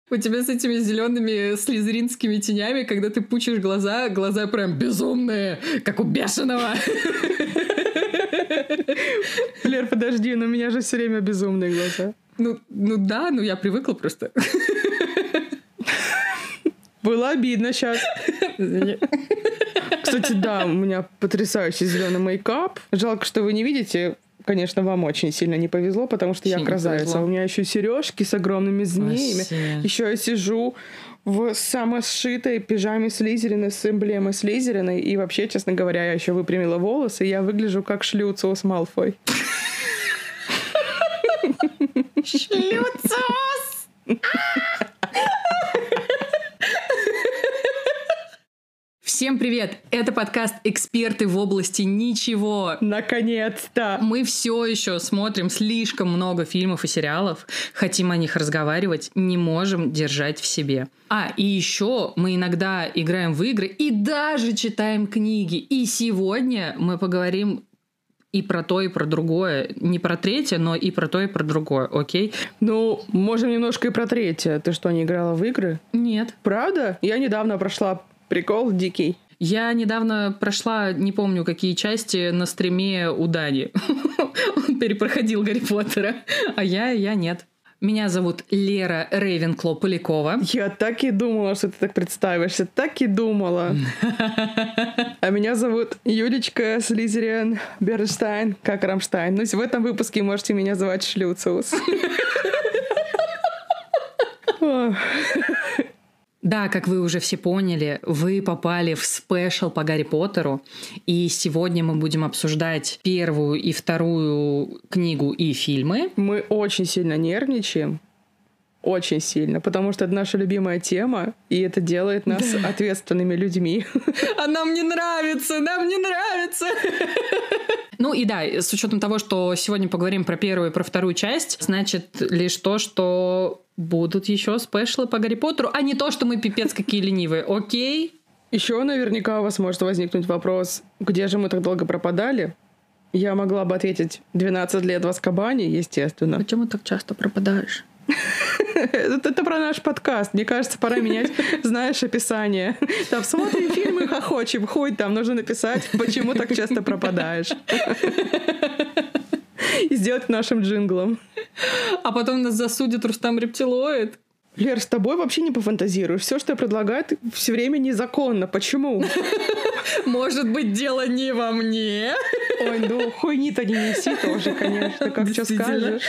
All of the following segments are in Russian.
У тебя с этими зелеными слизеринскими тенями, когда ты пучишь глаза прям безумные, как у бешеного. Лер, подожди, но у меня же все время безумные глаза. Ну да, я привыкла просто. Было обидно сейчас. Кстати, да, у меня потрясающий зеленый мейкап. Жалко, что вы не видите. Конечно, вам очень сильно не повезло, потому что я красавица. У меня еще сережки с огромными змеями. Еще я сижу в самосшитой пижаме Слизерина с эмблемой Слизерина. И вообще, честно говоря, я еще выпрямила волосы, и я выгляжу как Шлюциус Малфой. Шлюциус! Всем привет! Это подкаст «Эксперты в области ничего». Наконец-то! Мы все еще смотрим слишком много фильмов и сериалов, хотим о них разговаривать, не можем держать в себе. И еще мы иногда играем в игры и даже читаем книги. И сегодня мы поговорим и про то, и про другое. Не про третье, но и про то, и про другое, окей? Ну, можем немножко и про третье. Ты что, не играла в игры? Нет. Правда? Я недавно прошла прикол дикий. Я недавно прошла, не помню, какие части, на стриме у Дани. Он перепроходил Гарри Поттера, а я нет. Меня зовут Лера Рейвенкло-Полякова. Я так и думала, что ты так представишься. Так и думала. А меня зовут Юлечка Слизерин Бернштайн, как Рамштайн. Ну, в этом выпуске можете меня звать Шлюциус. Да, как вы уже все поняли, вы попали в спешл по Гарри Поттеру, и сегодня мы будем обсуждать первую и вторую книгу и фильмы. Мы очень сильно нервничаем, очень сильно, потому что это наша любимая тема, и это делает нас ответственными людьми. А нам не нравится, нам не нравится! Ну и да, с учетом того, что сегодня поговорим про первую и про вторую часть, значит лишь то, что будут еще спешлы по Гарри Поттеру, а не то, что мы пипец какие ленивые, окей? Еще наверняка у вас может возникнуть вопрос, где же мы так долго пропадали? Я могла бы ответить 12 лет в Азкабане, естественно. Почему так часто пропадаешь? Это про наш подкаст. Мне кажется, пора менять, знаешь, описание. Там смотрим фильмы, хохочем, хуй там нужно написать, почему так часто пропадаешь. И сделать нашим джинглом. А потом нас засудит Рустам Рептилоид. Лер, с тобой вообще не пофантазируешь. Все, что я предлагаю, все время незаконно. Почему? Может быть, дело не во мне? Ой, ну хуйни-то не неси тоже, конечно. Как что скажешь.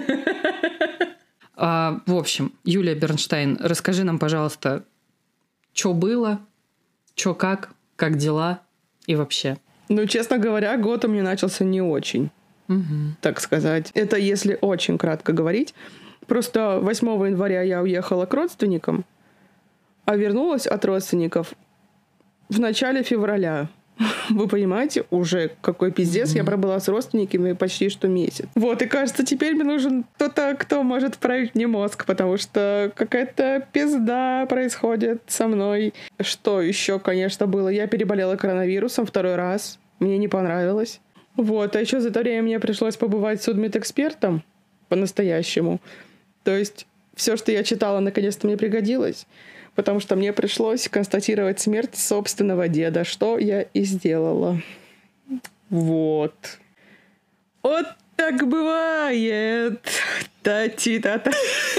В общем, Юлия Бернштайн, расскажи нам, пожалуйста, что было, что как дела и вообще. Ну, честно говоря, год у меня начался не очень, так сказать. Это если очень кратко говорить. Просто 8 января я уехала к родственникам, а вернулась от родственников в начале февраля. Вы понимаете, уже какой пиздец, я пробыла с родственниками почти что месяц. Вот, и кажется, теперь мне нужен кто-то, кто может вправить мне мозг, потому что какая-то пизда происходит со мной. Что еще, конечно, было? Я переболела коронавирусом 2 раз. Мне не понравилось. Вот, а еще за это время мне пришлось побывать судмедэкспертом по-настоящему. То есть все, что я читала, наконец-то мне пригодилось. Потому что мне пришлось констатировать смерть собственного деда, что я и сделала. Вот. Вот так бывает. Та-ти-та-та.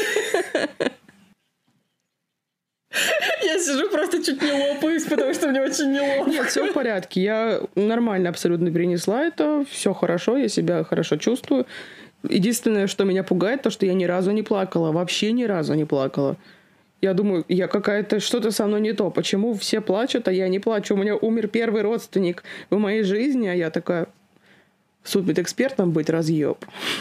Я сижу, просто чуть не лопаюсь, потому что мне очень неловко. Нет, все в порядке. Я нормально абсолютно перенесла это. Все хорошо, я себя хорошо чувствую. Единственное, что меня пугает, то, что я ни разу не плакала. Вообще ни разу не плакала. Я думаю, я какая-то... Что-то со мной не то. Почему все плачут, а я не плачу? У меня умер первый родственник в моей жизни, а я такая... Судмедэкспертом быть разъеб.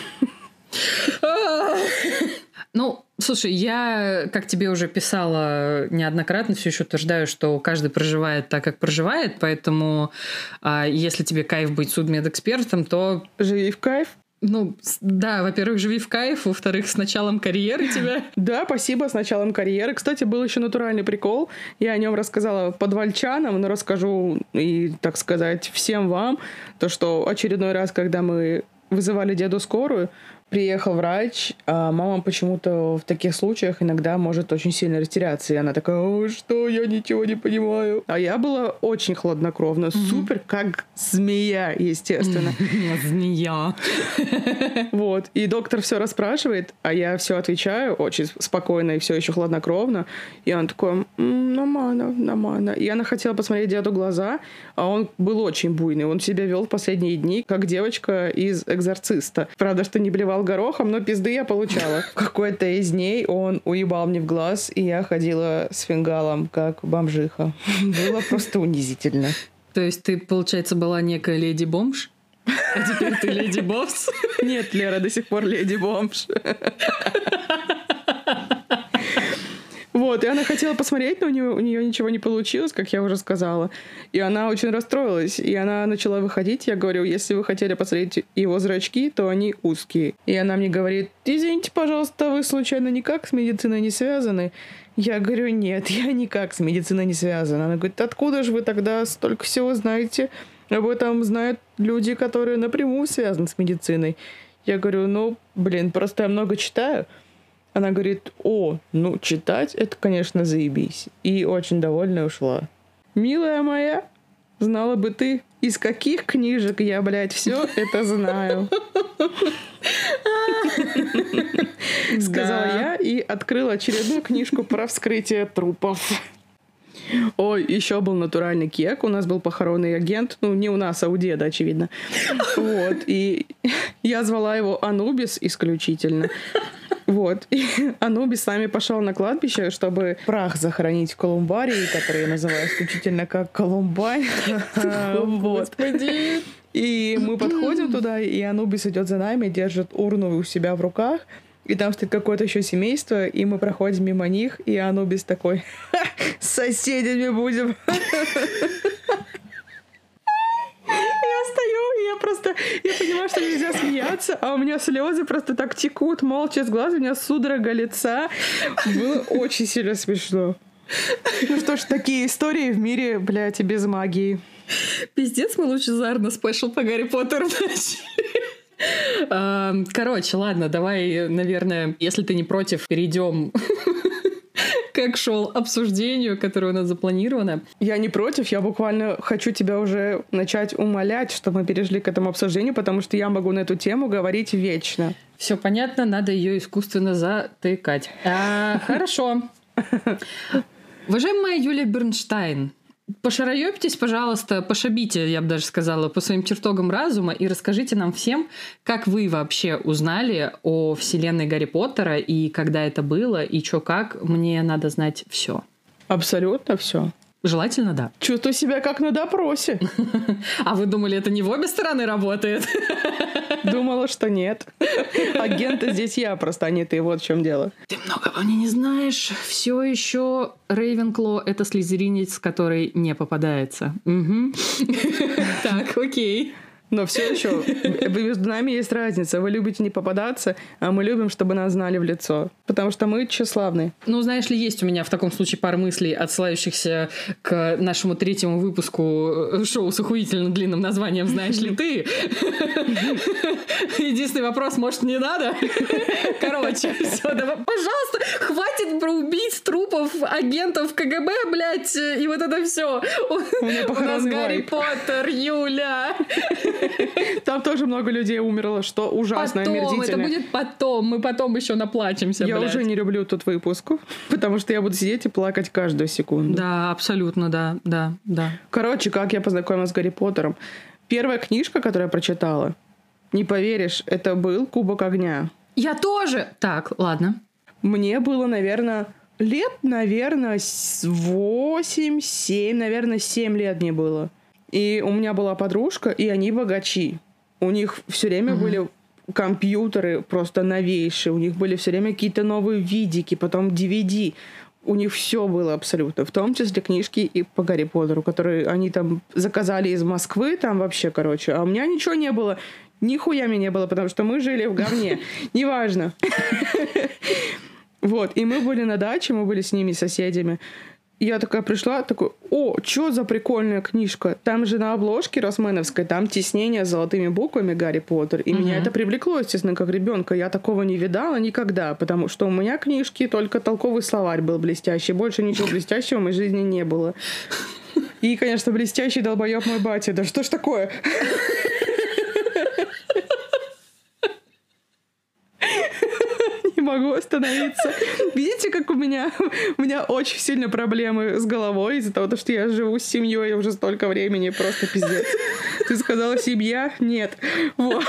Ну, слушай, я, как тебе уже писала неоднократно, все еще утверждаю, что каждый проживает так, как проживает, поэтому если тебе кайф быть судмедэкспертом, то... Живи в кайф. Ну, да, во-первых, живи в кайф, во-вторых, с началом карьеры тебя. Да, спасибо, с началом карьеры. Кстати, был еще натуральный прикол. Я о нем рассказала подвальчанам, но расскажу и, так сказать, всем вам. То, что очередной раз, когда мы вызывали деду скорую, приехал врач, а мама почему-то в таких случаях иногда может очень сильно растеряться. И она такая: «О, что? Я ничего не понимаю». А я была очень хладнокровна, супер, как змея, естественно. Змея. Вот. И доктор все расспрашивает, а я все отвечаю очень спокойно и все еще хладнокровно. И он такой: нормально. И она хотела посмотреть деду глаза, а он был очень буйный. Он себя вел в последние дни, как девочка из «Экзорциста». Правда, что не блевал горохом, но пизды я получала. В какой-то из дней он уебал мне в глаз, и я ходила с фингалом, как бомжиха. Было просто унизительно. То есть ты, получается, была некая леди-бомж? А теперь ты леди-босс? Нет, Лера, до сих пор леди-бомж. Вот, и она хотела посмотреть, но у нее ничего не получилось, как я уже сказала. И она очень расстроилась. И она начала выходить. Я говорю: если вы хотели посмотреть его зрачки, то они узкие. И она мне говорит: извините, пожалуйста, вы случайно никак с медициной не связаны? Я говорю: нет, я никак с медициной не связана. Она говорит: откуда же вы тогда столько всего знаете? Об этом знают люди, которые напрямую связаны с медициной. Я говорю: просто я много читаю. Она говорит: читать — это, конечно, заебись. И очень довольная ушла. Милая моя, знала бы ты, из каких книжек я, все это знаю. Сказала я и открыла очередную книжку про вскрытие трупов. Ой, еще был натуральный кек. У нас был похоронный агент. Не у нас, а у деда, очевидно. Вот. И я звала его Анубис исключительно. Вот. И Анубис с нами пошел на кладбище, чтобы прах захоронить в колумбарии, который я называю исключительно как Колумбайн. Вот. И мы подходим туда, и Анубис идет за нами, держит урну у себя в руках. И там стоит какое-то еще семейство, и мы проходим мимо них, и Анубис такой: с соседями будем. Я стою, и я понимаю, что нельзя смеяться, а у меня слезы просто так текут молча с глаз, у меня судорога лица. Было очень сильно смешно. Ну что ж, такие истории в мире, блядь, и без магии. Пиздец, мы лучезарно спешл по Гарри Поттеру начали. Короче, ладно, давай, наверное, если ты не против, перейдем к actual обсуждению, которое у нас запланировано. Я не против, я буквально хочу тебя уже начать умолять, чтобы мы перешли к этому обсуждению, потому что я могу на эту тему говорить вечно. Все понятно, надо ее искусственно затыкать. Хорошо. Уважаемая Юлия Бернштайн, пошароёбьтесь, пожалуйста, пошабите, я бы даже сказала, по своим чертогам разума и расскажите нам всем, как вы вообще узнали о вселенной Гарри Поттера и когда это было, и чё как. Мне надо знать все. Абсолютно все. Желательно, да. Чувствую себя как на допросе. А вы думали, это не в обе стороны работает? Думала, что нет. Агенты здесь я, просто а не ты, вот в чем дело. Ты много обо мне не знаешь. Все еще Рейвенкло — это слизеринец, который не попадается. Так, окей. Но все еще между нами есть разница. Вы любите не попадаться, а мы любим, чтобы нас знали в лицо. Потому что мы тщеславны. Ну, знаешь ли, есть у меня в таком случае пара мыслей, отсылающихся к нашему 3-му выпуску шоу с охуительно длинным названием «Знаешь ли ты?». Единственный вопрос: может, не надо? Короче, все, давай, пожалуйста, хватит про убийц, трупов, агентов КГБ, блядь, и вот это все. У нас Гарри Поттер, Юля. Там тоже много людей умерло, что ужасно, омерзительно. Это будет потом. Мы потом еще наплачемся, Я уже не люблю тот выпуск, потому что я буду сидеть и плакать каждую секунду. Да, абсолютно, да. Короче, как я познакомилась с Гарри Поттером. Первая книжка, которую я прочитала, не поверишь, это был «Кубок огня». Я тоже! Так, ладно. Мне было, наверное, лет 8-7, наверное, 7 лет мне было. И у меня была подружка, и они богачи. У них все время были компьютеры просто новейшие, у них были все время какие-то новые видики, потом DVD. У них все было абсолютно, в том числе книжки и по Гарри Поттеру, которые они там заказали из Москвы, там вообще, короче. А у меня ничего не было. Нихуя мне не было, потому что мы жили в говне. Неважно. Вот, и мы были на даче, мы были с ними соседями. Я такая пришла, такой, о, что за прикольная книжка? Там же на обложке росменовской, там тиснение с золотыми буквами Гарри Поттер. И меня это привлекло, естественно, как ребенка. Я такого не видала никогда, потому что у меня книжки только толковый словарь был блестящий. Больше ничего блестящего в моей жизни не было. И, конечно, блестящий долбоёб мой батя. Да что ж такое? Не могу остановиться. Видите, как у меня очень сильно проблемы с головой из-за того, что я живу с семьей уже столько времени, просто пиздец. Ты сказала семья? Нет. Вот.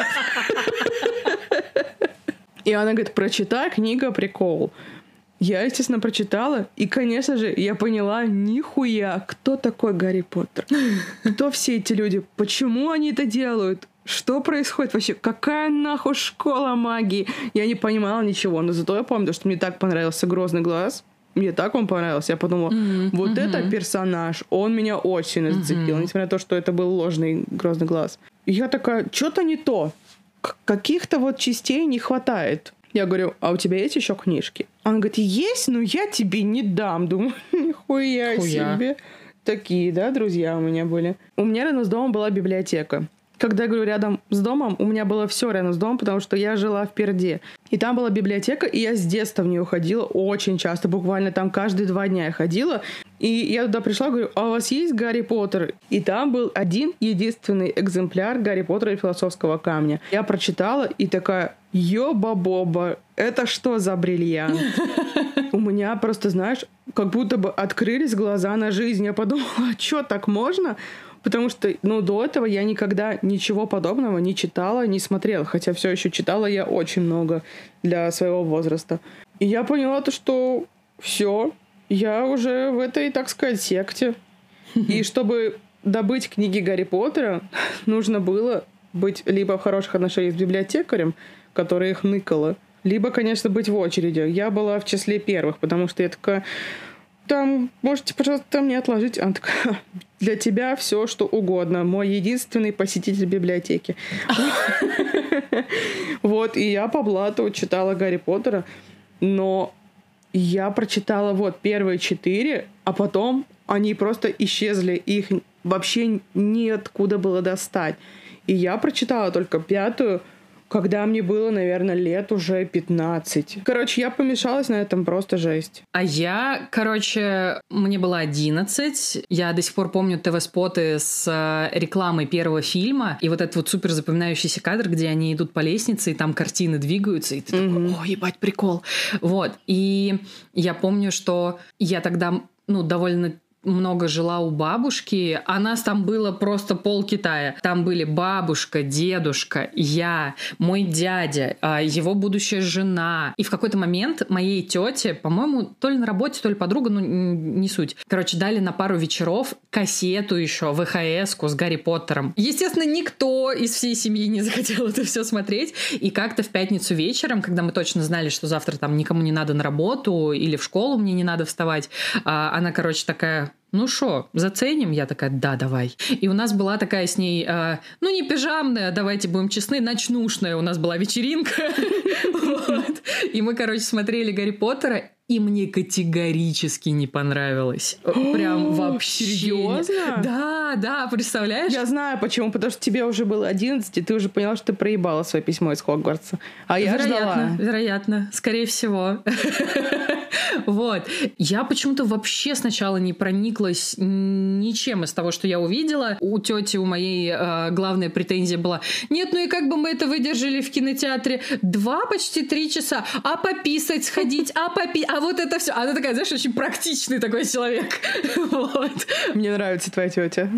И она говорит, прочитай, книга прикол. Я, естественно, прочитала, и, конечно же, я поняла, нихуя, кто такой Гарри Поттер? Кто все эти люди? Почему они это делают? Что происходит вообще? Какая нахуй школа магии? Я не понимала ничего, но зато я помню, что мне так понравился «Грозный глаз». Мне так он понравился. Я подумала, вот это персонаж, он меня очень зацепил, несмотря на то, что это был ложный «Грозный глаз». И я такая, что-то не то. Каких-то вот частей не хватает. Я говорю, а у тебя есть еще книжки? Она говорит, есть, но я тебе не дам. Думаю, нихуя себе. Такие, да, друзья у меня были. У меня рядом с домом была библиотека. Когда я говорю рядом с домом, у меня было все рядом с домом, потому что я жила в Перде. И там была библиотека, и я с детства в нее ходила очень часто, буквально там каждые 2 дня я ходила. И я туда пришла, говорю, а у вас есть Гарри Поттер? И там был один единственный экземпляр Гарри Поттера и философского камня. Я прочитала и такая, ёба-боба, это что за бриллиант? У меня просто, знаешь, как будто бы открылись глаза на жизнь. Я подумала, а что, так можно? Потому что, до этого я никогда ничего подобного не читала, не смотрела. Хотя все еще читала я очень много для своего возраста. И я поняла то, что все, я уже в этой, так сказать, секте. И чтобы добыть книги Гарри Поттера, нужно было быть либо в хороших отношениях с библиотекарем, который их ныкала, либо, конечно, быть в очереди. Я была в числе первых, потому что я такая... Там, можете, пожалуйста, мне отложить. Она такая, для тебя все, что угодно. Мой единственный посетитель библиотеки. Вот, и я по блату читала Гарри Поттера, но я прочитала первые 4, а потом они просто исчезли. Их вообще неоткуда было достать. И я прочитала только 5-ю, когда мне было, наверное, лет уже 15. Короче, я помешалась на этом, просто жесть. А я, мне было 11. Я до сих пор помню ТВ-споты с рекламой первого фильма. И вот этот вот супер запоминающийся кадр, где они идут по лестнице, и там картины двигаются, и ты такой, о, ебать, прикол. Вот. И я помню, что я тогда, довольно много жила у бабушки, а нас там было просто пол-Китая. Там были бабушка, дедушка, я, мой дядя, его будущая жена. И в какой-то момент моей тете, по-моему, то ли на работе, то ли подруга, не суть. Дали на пару вечеров кассету еще, ВХС-ку с Гарри Поттером. Естественно, никто из всей семьи не захотел это все смотреть. И как-то в пятницу вечером, когда мы точно знали, что завтра там никому не надо на работу или в школу мне не надо вставать, она, такая... Ну шо, заценим? Я такая, да, давай. И у нас была такая с ней, не пижамная, давайте будем честны, ночнушная у нас была вечеринка. И мы, смотрели Гарри Поттера, и мне категорически не понравилось. Прям вообще. Серьезно? Да, представляешь? Я знаю почему, потому что тебе уже было 11, и ты уже поняла, что ты проебала свое письмо из Хогвартса. А я ждала. Вероятно, скорее всего. Вот. Я почему-то вообще сначала не прониклась ничем из того, что я увидела. У тети, у моей главная претензия была: нет, и как бы мы это выдержали в кинотеатре 2 почти 3 часа, а пописать сходить, а вот это все. Она такая, знаешь, очень практичный такой человек. Вот. Мне нравится твоя тетя.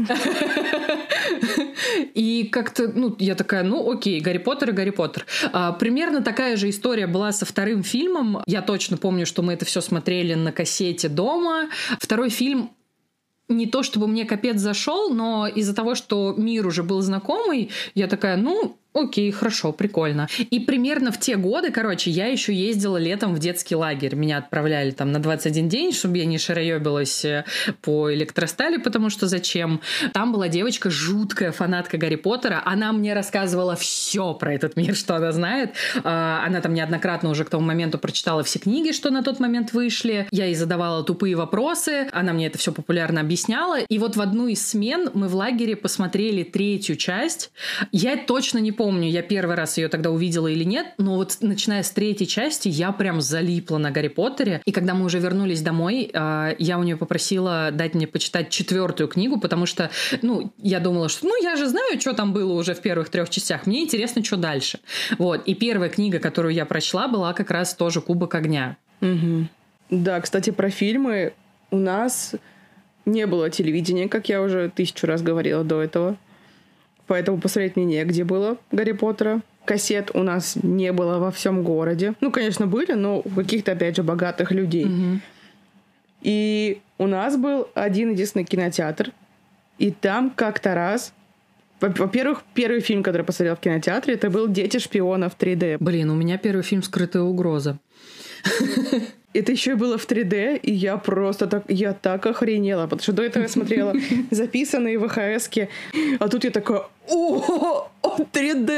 И как-то, я такая, окей, Гарри Поттер и Гарри Поттер. Примерно такая же история была со 2-м фильмом. Я точно помню, что мы это все смотрели на кассете дома. 2-й фильм не то чтобы мне капец зашел, но из-за того, что мир уже был знакомый, я такая, Окей, хорошо, прикольно. И примерно в те годы, короче, я еще ездила летом в детский лагерь. Меня отправляли там на 21 день, чтобы я не шароебилась по электростали, потому что зачем? Там была девочка, жуткая фанатка Гарри Поттера. Она мне рассказывала все про этот мир, что она знает. Она там неоднократно уже к тому моменту прочитала все книги, что на тот момент вышли. Я ей задавала тупые вопросы. Она мне это все популярно объясняла. И вот в одну из смен мы в лагере посмотрели 3-ю часть. Я точно не помню, я первый раз ее тогда увидела или нет, но вот начиная с 3-й части я прям залипла на Гарри Поттере. И когда мы уже вернулись домой, я у нее попросила дать мне почитать 4-ю книгу, потому что, я думала, что, я же знаю, что там было уже в первых 3 частях. Мне интересно, что дальше. Вот. И первая книга, которую я прочла, была как раз тоже «Кубок огня». Угу. Да, кстати, про фильмы у нас не было телевидения, как я уже 1000 раз говорила до этого. Поэтому посмотреть мне негде было Гарри Поттера. Кассет у нас не было во всем городе. Конечно, были, но у каких-то, опять же, богатых людей. Угу. И у нас был один-единственный кинотеатр. И там как-то раз... Во-первых, первый фильм, который я посмотрела в кинотеатре, это был «Дети шпионов 3D». Блин, у меня первый фильм «Скрытая угроза». Это еще и было в 3D, и я просто так охренела, потому что до этого я смотрела записанные ВХСки, а тут я такая: о, 3D!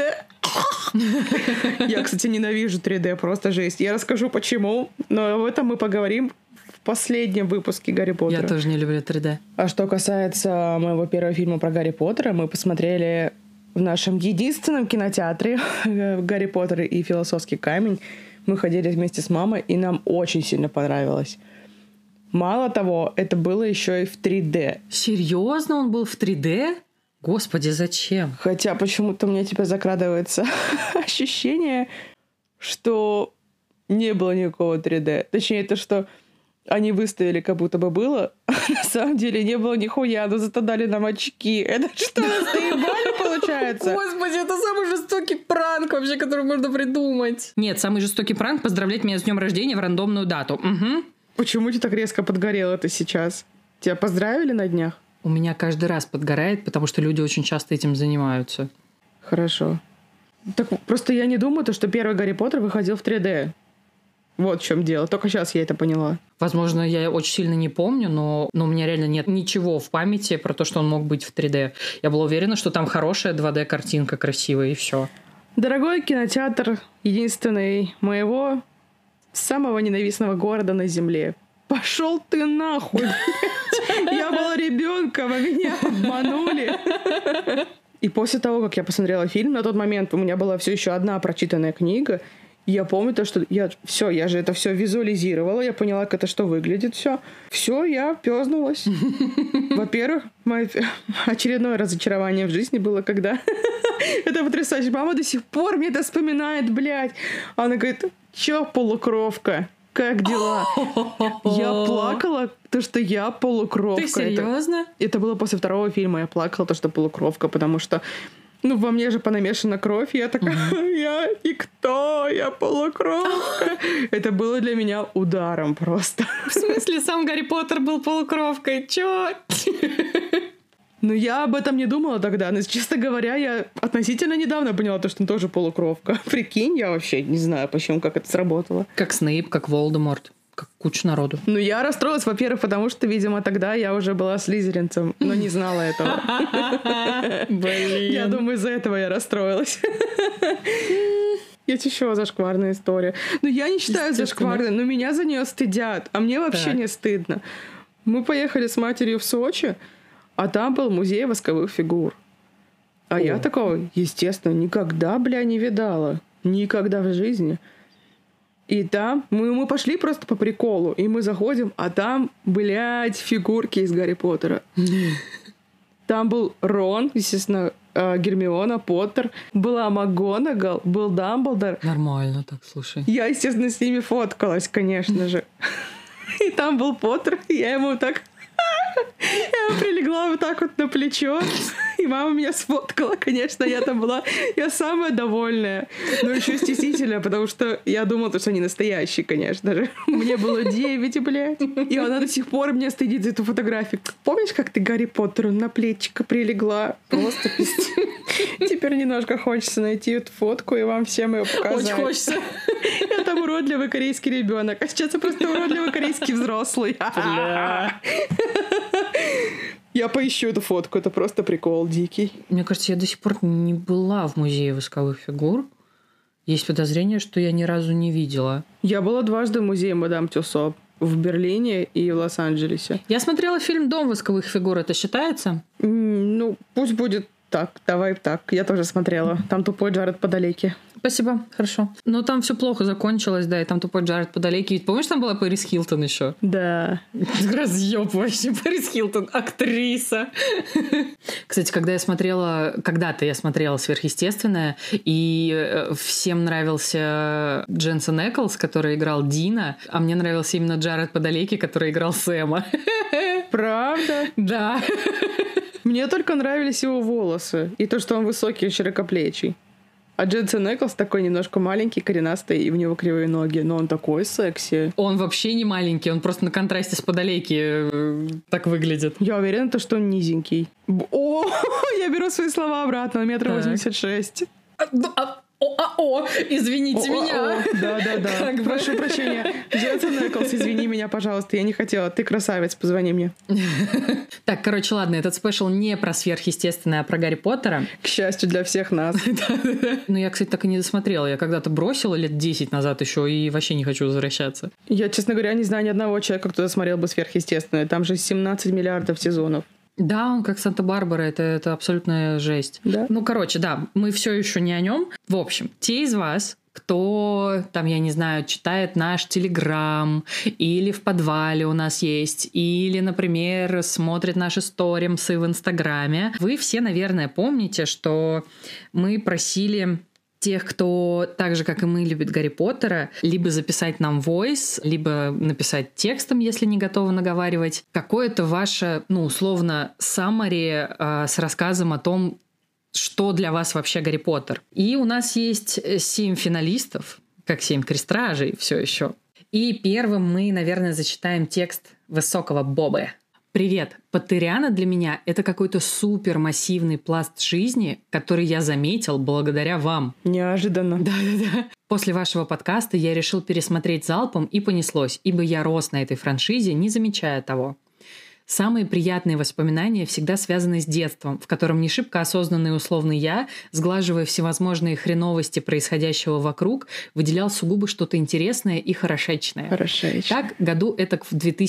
Я, кстати, ненавижу 3D, просто жесть. Я расскажу, почему, но об этом мы поговорим в последнем выпуске «Гарри Поттера». Я тоже не люблю 3D. А что касается моего первого фильма про Гарри Поттера, мы посмотрели в нашем единственном кинотеатре «Гарри Поттер и философский камень». Мы ходили вместе с мамой, и нам очень сильно понравилось. Мало того, это было еще и в 3D. Серьезно, он был в 3D? Господи, зачем? Хотя почему-то мне теперь закрадывается ощущение, что не было никакого 3D. Точнее, это что они выставили, как будто бы было, а на самом деле не было нихуя, но зато дали нам очки. Это что, нас наебали, получается? Господи, это самый жестокий пранк вообще, который можно придумать. Нет, самый жестокий пранк — поздравлять меня с днем рождения в рандомную дату. Угу. Почему ты так резко подгорела-то сейчас? Тебя поздравили на днях? У меня каждый раз подгорает, потому что люди очень часто этим занимаются. Хорошо. Так просто я не думаю, что первый Гарри Поттер выходил в 3D. Вот в чем дело. Только сейчас я это поняла. Возможно, я очень сильно не помню, но у меня реально нет ничего в памяти про то, что он мог быть в 3D. Я была уверена, что там хорошая 2D-картинка красивая, и все. Дорогой кинотеатр, единственный моего самого ненавистного города на земле. Пошел ты нахуй! Я была ребенком, а меня обманули. И после того, как я посмотрела фильм, на тот момент у меня была все еще одна прочитанная книга. Я помню то, что я же это все визуализировала, я поняла, как это что выглядит все. Все, я пёзнулась. Во-первых, мое очередное разочарование в жизни было, когда... Это потрясающе. Мама до сих пор мне это вспоминает, блядь. Она говорит: чё, полукровка? Как дела? Я плакала, то, что я полукровка. Ты серьезно? Это было после 2-го фильма. Я плакала, то, что полукровка, потому что во мне же понамешана кровь. Я такая: я никто, я полукровка. Это было для меня ударом просто. В смысле, сам Гарри Поттер был полукровкой? Чё? Я об этом не думала тогда. Но, честно говоря, я относительно недавно поняла, что он тоже полукровка. Прикинь, я вообще не знаю, почему, как это сработало. Как Снейп, как Волдеморт. Как куча народу. Я расстроилась, во-первых, потому что, видимо, тогда я уже была слизеринцем, но не знала этого. Блин. Я думаю, из-за этого я расстроилась. Есть еще зашкварная история. Я не считаю зашкварной, но меня за нее стыдят, а мне вообще не стыдно. Мы поехали с матерью в Сочи, а там был музей восковых фигур. А я такого, естественно, никогда, не видала. Никогда в жизни. И там мы пошли просто по приколу, и мы заходим, а там, фигурки из Гарри Поттера. Там был Рон, естественно, Гермиона, Поттер, была МакГонагал, был Дамблдор. Нормально так, слушай. Я, естественно, с ними фоткалась, конечно же. И там был Поттер, и я ему так... Я прилегла вот так вот на плечо, и мама меня сфоткала, конечно, я там была, я самая довольная, но еще стеснительная, потому что я думала, что они настоящие, конечно же. Мне было 9, блядь, и она до сих пор меня стыдит за эту фотографию. Помнишь, как ты Гарри Поттеру на плечико прилегла? Просто пиздец. Теперь немножко хочется найти эту фотку и вам всем ее показать. Очень хочется. Я там уродливый корейский ребенок, а сейчас я просто уродливый корейский взрослый. Я поищу эту фотку, это просто прикол дикий. Мне кажется, я до сих пор не была в музее восковых фигур. Есть подозрение, что я ни разу не видела. Я была дважды в музее Мадам Тюссо. В Берлине и в Лос-Анджелесе. Я смотрела фильм «Дом восковых фигур». Это считается? Ну, пусть будет так. Давай так. Я тоже смотрела. Там тупой Джаред Падалеки. Спасибо, хорошо. Но там все плохо закончилось, да, и там тупой Джаред Падалеки. Ведь помнишь, там была Пэрис Хилтон еще? Да. Разъёб вообще. Пэрис Хилтон, актриса. Кстати, когда-то я смотрела «Сверхъестественное», и всем нравился Дженсен Эклс, который играл Дина, а мне нравился именно Джаред Падалеки, который играл Сэма. Правда? Да. Мне только нравились его волосы и то, что он высокий и широкоплечий. А Дженсен Эклс такой немножко маленький, коренастый, и у него кривые ноги, но он такой секси. Он вообще не маленький, он просто на контрасте с Падалеки так выглядит. Я уверена, что он низенький. О, я беру свои слова обратно, 1,86 м. Извините меня. Да. Прошу прощения. Дженсен Эклс, извини меня, пожалуйста, я не хотела. Ты красавец, позвони мне. Так, короче, ладно, этот спешл не про сверхъестественное, а про Гарри Поттера. К счастью для всех нас. Ну, я, кстати, так и не досмотрела. Я когда-то бросила лет 10 назад еще и вообще не хочу возвращаться. Я, честно говоря, не знаю ни одного человека, кто досмотрел бы сверхъестественное. Там же 17 миллиардов сезонов. Да, он как Санта-Барбара, это абсолютная жесть. Да. Ну, короче, да, мы все еще не о нем. В общем, те из вас, кто, там, я не знаю, читает наш Телеграм, или в подвале у нас есть, или, например, смотрит наши сторимсы в Инстаграме, вы все, наверное, помните, что мы просили тех, кто так же, как и мы, любит Гарри Поттера, либо записать нам войс, либо написать текстом, если не готовы наговаривать, какое-то ваше, условно, summary с рассказом о том, что для вас вообще Гарри Поттер. И у нас есть 7 финалистов, как 7 крестражей все еще. И первым мы, наверное, зачитаем текст высокого Бобы. Привет. Поттериана для меня — это какой-то супермассивный пласт жизни, который я заметил благодаря вам. Неожиданно. Да. После вашего подкаста я решил пересмотреть залпом, и понеслось, ибо я рос на этой франшизе, не замечая того. Самые приятные воспоминания всегда связаны с детством, в котором не шибко осознанный и условный я, сглаживая всевозможные хреновости происходящего вокруг, выделял сугубо что-то интересное и хорошечное. Так, году этак в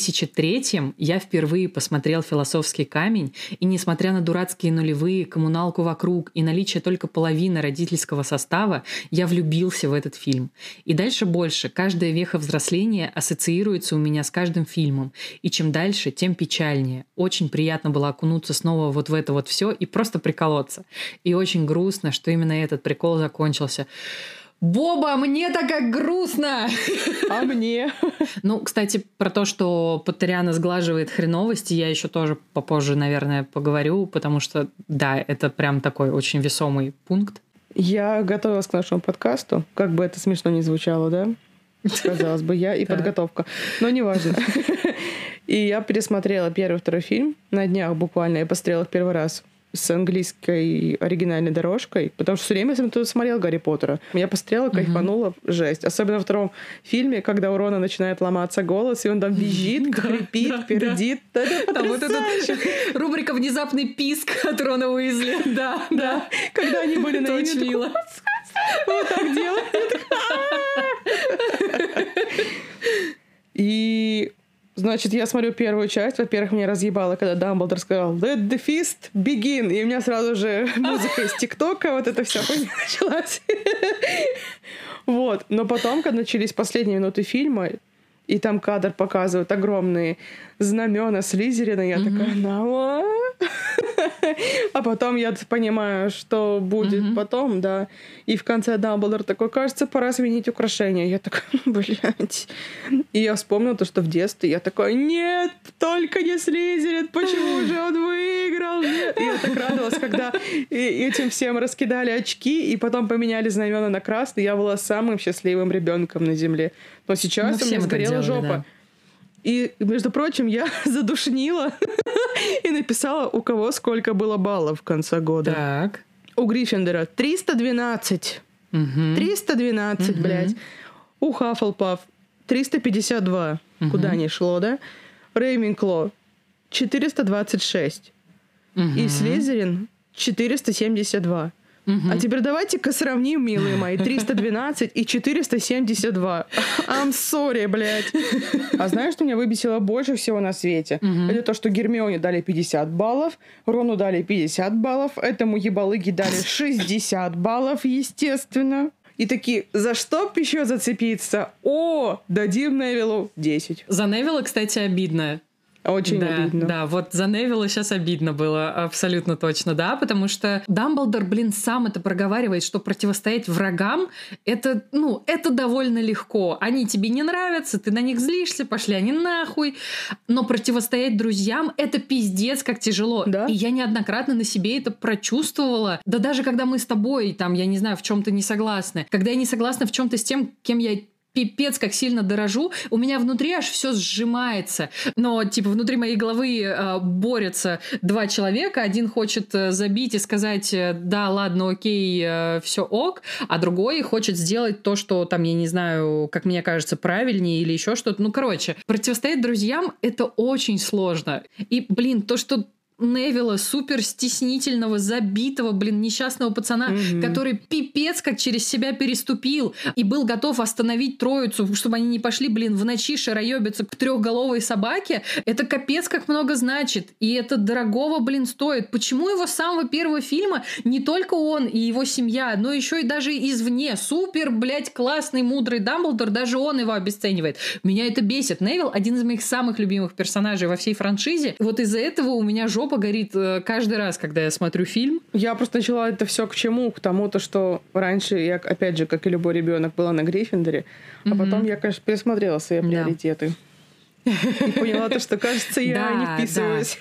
2003-м я впервые посмотрел «Философский камень», и несмотря на дурацкие нулевые, коммуналку вокруг и наличие только половины родительского состава, я влюбился в этот фильм. И дальше больше. Каждая веха взросления ассоциируется у меня с каждым фильмом. И чем дальше, тем печальнее. Очень приятно было окунуться снова вот в это вот все и просто приколоться. И очень грустно, что именно этот прикол закончился. Боба, мне так как грустно! А мне? Ну, кстати, про то, что Поттериана сглаживает хреновости, я еще тоже попозже, наверное, поговорю, потому что, да, это прям такой очень весомый пункт. Я готовилась к нашему подкасту, как бы это смешно ни звучало, да? Казалось бы, я и подготовка. Но неважно. И я пересмотрела первый и второй фильм на днях буквально. Я посмотрела их первый раз с английской оригинальной дорожкой, потому что все время я смотрела Гарри Поттера. Я посмотрела, кайфанула, жесть. Особенно во втором фильме, когда у Рона начинает ломаться голос, и он там визжит, хрипит, пердит. Там вот эта рубрика «Внезапный писк» от Рона Уизли. Да. Когда они были на очень мило. Вот так делают. И... Значит, я смотрю первую часть. Во-первых, меня разъебало, когда Дамблдор сказал «Let the feast begin!» И у меня сразу же музыка из ТикТока, вот это вся хуйня началась. Вот. Но потом, когда начались последние минуты фильма, и там кадр показывают огромные знамена Слизерина, я такая А потом я понимаю, что будет потом, да. И в конце Дамблдор такой, кажется, пора сменить украшения. Я такая, блядь. И я вспомнила то, что в детстве я такой, нет, только не Слизерин, почему же он выиграл? Нет. И я так радовалась, когда этим всем раскидали очки, и потом поменяли знамена на красный. Я была самым счастливым ребенком на земле. Но сейчас у меня сгорела жопа. Да. И, между прочим, я задушнила и написала, у кого сколько было баллов в конце года. Так. У Гриффиндора 312. 312, блядь. У Хаффлпаф 352. Куда ни шло, да? Рейвенкло 426. И Слизерин 472. А теперь давайте-ка сравним, милые мои, 312 и 472. I'm sorry, блядь. А знаешь, что меня выбесило больше всего на свете? Это то, что Гермионе дали 50 баллов, Рону дали 50 баллов, этому ебалыге дали 60 баллов, естественно. И такие, за что б еще зацепиться? О, дадим Невиллу 10. За Невилла, кстати, обидно. Очень обидно. Да, вот за Невилла сейчас обидно было, абсолютно точно, да, потому что Дамблдор, сам это проговаривает, что противостоять врагам, это довольно легко. Они тебе не нравятся, ты на них злишься, пошли они нахуй, но противостоять друзьям — это пиздец как тяжело. Да? И я неоднократно на себе это прочувствовала. Да даже когда мы с тобой, там, я не знаю, в чем-то не согласны, когда я не согласна в чем-то с тем, кем я пипец как сильно дорожу, у меня внутри аж все сжимается. Но, внутри моей головы борются два человека. Один хочет забить и сказать, да, ладно, окей, все ок, а другой хочет сделать то, что там, я не знаю, как мне кажется, правильнее или еще что-то. Противостоять друзьям — это очень сложно. И, то, что Невилла, супер стеснительного, забитого, несчастного пацана, который пипец как через себя переступил и был готов остановить троицу, чтобы они не пошли, в ночи шароебиться к трехголовой собаке, это капец как много значит. И это дорогого, стоит. Почему его с самого первого фильма не только он и его семья, но еще и даже извне супер, классный, мудрый Дамблдор, даже он его обесценивает. Меня это бесит. Невилл — один из моих самых любимых персонажей во всей франшизе. Вот из-за этого у меня жопа горит каждый раз, когда я смотрю фильм. Я просто начала это все к чему? К тому-то, что раньше я, опять же, как и любой ребенок, была на Гриффиндоре, а потом я, конечно, пересмотрела свои приоритеты. И поняла то, что, кажется, я не вписываюсь.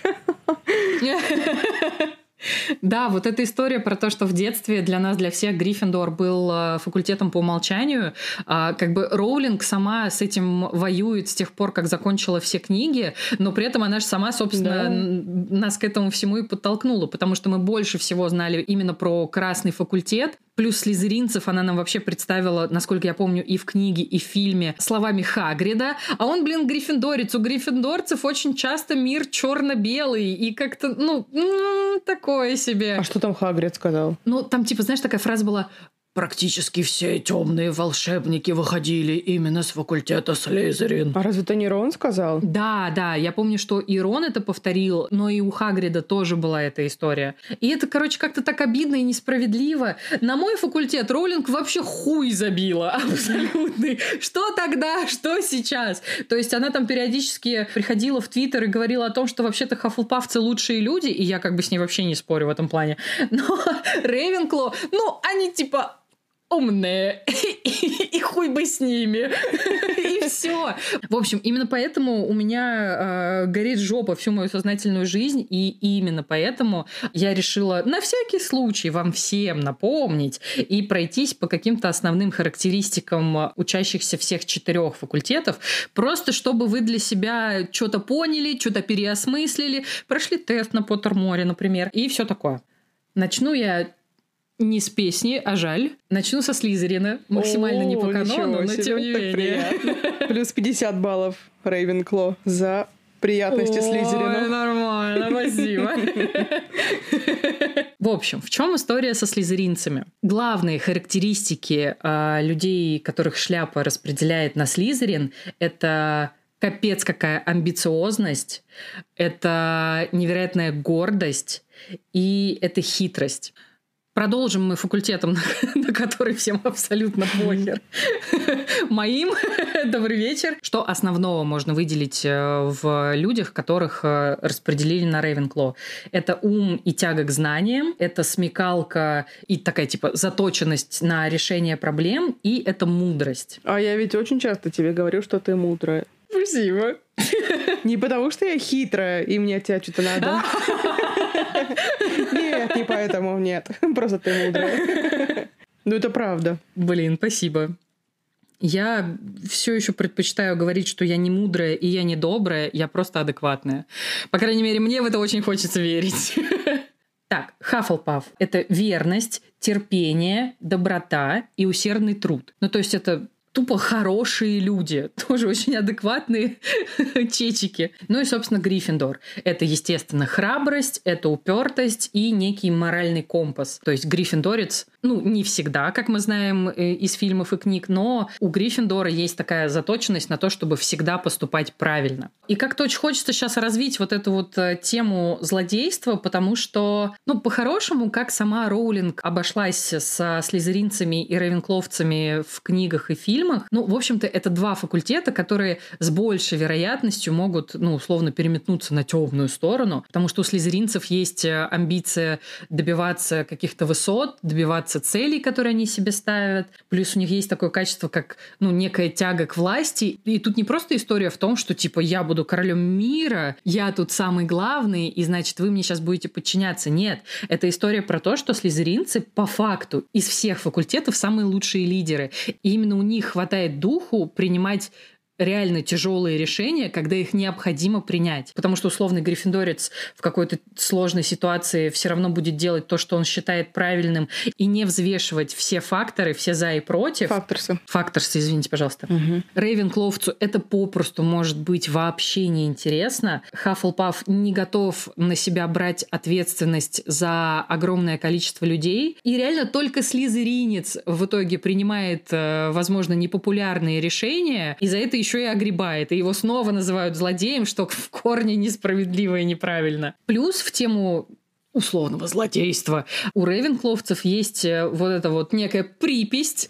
Да, вот эта история про то, что в детстве для нас, для всех, Гриффиндор был факультетом по умолчанию. Роулинг сама с этим воюет с тех пор, как закончила все книги, но при этом она же сама, собственно, нас к этому всему и подтолкнула, потому что мы больше всего знали именно про красный факультет. Плюс слизеринцев она нам вообще представила, насколько я помню, и в книге, и в фильме словами Хагрида. А он, гриффиндорец. У гриффиндорцев очень часто мир черно-белый. И как-то, такое себе. А что там Хагрид сказал? Там, знаешь, такая фраза была: практически все темные волшебники выходили именно с факультета Слизерин. А разве это не Рон сказал? Да, я помню, что и Рон это повторил, но и у Хагрида тоже была эта история. И это, как-то так обидно и несправедливо. На мой факультет Роулинг вообще хуй забила абсолютный. Что тогда, что сейчас? То есть она там периодически приходила в Твиттер и говорила о том, что вообще-то хаффлпафцы лучшие люди, и я с ней вообще не спорю в этом плане. Но Рейвенкло, они умные, и хуй бы с ними. И все. В общем, именно поэтому у меня горит жопа всю мою сознательную жизнь, и именно поэтому я решила на всякий случай вам всем напомнить и пройтись по каким-то основным характеристикам учащихся всех 4 факультетов, просто чтобы вы для себя что-то поняли, что-то переосмыслили, прошли тест на Поттерморе, например, и все такое. Начну я не с песни, а жаль. Начну со Слизерина. Максимально не по канону, но тем не менее. Плюс 50 баллов Рейвенкло за приятности Слизерину. Ой, нормально, спасибо. В общем, в чем история со слизеринцами? Главные характеристики людей, которых шляпа распределяет на Слизерин, это капец какая амбициозность, это невероятная гордость и это хитрость. Продолжим мы факультетом, на который всем абсолютно похер. Моим, добрый вечер. Что основного можно выделить в людях, которых распределили на Рейвенкло? Это ум и тяга к знаниям, это смекалка и такая типа заточенность на решение проблем, и это мудрость. А я ведь очень часто тебе говорю, что ты мудрая. Спасибо. Не потому, что я хитрая, и мне от тебя что-то надо. Нет, не поэтому, нет. Просто ты мудрая. Ну, это правда. Блин, спасибо. Я все еще предпочитаю говорить, что я не мудрая и я не добрая, я просто адекватная. По крайней мере, мне в это очень хочется верить. Так, Хаффлпаф — это верность, терпение, доброта и усердный труд. Ну, то есть это тупо хорошие люди, тоже очень адекватные чечики. Ну и, собственно, Гриффиндор. Это, естественно, храбрость, это упертость и некий моральный компас. То есть гриффиндорец, ну, не всегда, как мы знаем из фильмов и книг, но у Гриффиндора есть такая заточенность на то, чтобы всегда поступать правильно. И как-то очень хочется сейчас развить вот эту вот тему злодейства, потому что, ну, по-хорошему, как сама Роулинг обошлась со слизеринцами и рейвенкловцами в книгах и фильмах, ну, в общем-то, это два факультета, которые с большей вероятностью могут, ну, условно, переметнуться на темную сторону, потому что у слизеринцев есть амбиция добиваться каких-то высот, добиваться целей, которые они себе ставят. Плюс у них есть такое качество, как, ну, некая тяга к власти. И тут не просто история в том, что, типа, я буду королем мира, я тут самый главный, и, значит, вы мне сейчас будете подчиняться. Нет. Это история про то, что слизеринцы по факту из всех факультетов самые лучшие лидеры. И именно у них хватает духу принимать реально тяжелые решения, когда их необходимо принять. Потому что условный гриффиндорец в какой-то сложной ситуации все равно будет делать то, что он считает правильным, и не взвешивать все факторы, все за и против. Факторсы, извините, пожалуйста. Угу. Рейвенкловцу это попросту может быть вообще неинтересно. Хаффлпаф не готов на себя брать ответственность за огромное количество людей. И реально только слизеринец в итоге принимает, возможно, непопулярные решения, и за это еще и огребает, и его снова называют злодеем, что в корне несправедливо и неправильно. Плюс в тему условного злодейства у рейвенкловцев есть вот эта вот некая припесть.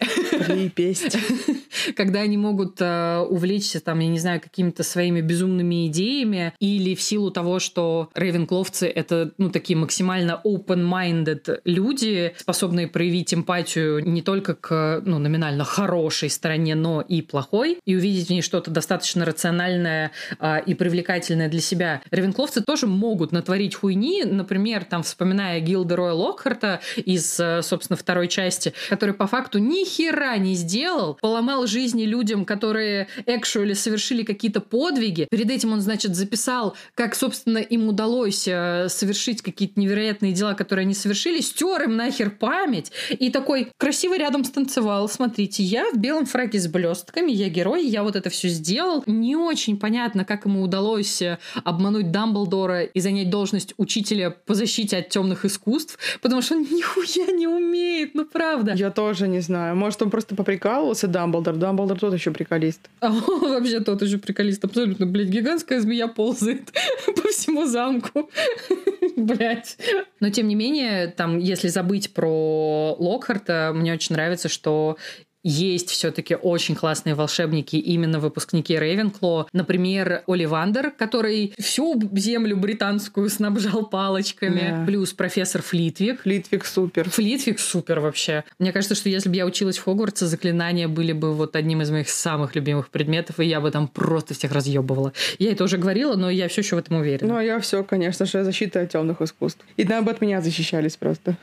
Когда они могут увлечься, там, я не знаю, какими-то своими безумными идеями, или в силу того, что рейвенкловцы — это, ну, такие максимально open-minded люди, способные проявить эмпатию не только к, ну, номинально хорошей стороне, но и плохой, и увидеть в ней что-то достаточно рациональное и привлекательное для себя. Рейвенкловцы тоже могут натворить хуйни, например, там, вспоминая Гилдероя Локхарта из, собственно, второй части, который по факту ни хера не сделал, поломал жизни людям, которые actually совершили какие-то подвиги. Перед этим он, значит, записал, как, собственно, им удалось совершить какие-то невероятные дела, которые они совершили, стер им нахер память и такой красиво рядом станцевал. Смотрите, я в белом фраке с блестками, я герой, я вот это все сделал. Не очень понятно, как ему удалось обмануть Дамблдора и занять должность учителя по защите от темных искусств, потому что он нихуя не умеет, ну правда. Я тоже не знаю. Может, он просто поприкалывался, Дамблдор. Дамблдор тот еще приколист. А он вообще тот еще приколист. Абсолютно, блядь, гигантская змея ползает по всему замку. Блядь. Но, тем не менее, там, если забыть про Локхарта, мне очень нравится, что есть все-таки очень классные волшебники, именно выпускники Рейвенкло. Например, Оливандер, который всю землю британскую снабжал палочками. Yeah. Плюс профессор Флитвик. Флитвик супер. Флитвик супер вообще. Мне кажется, что если бы я училась в Хогвартсе, заклинания были бы вот одним из моих самых любимых предметов, и я бы там просто всех разъебывала. Я это уже говорила, но я все еще в этом уверена. Ну, а я все, конечно же, защита от темных искусств. И там бы от меня защищались просто.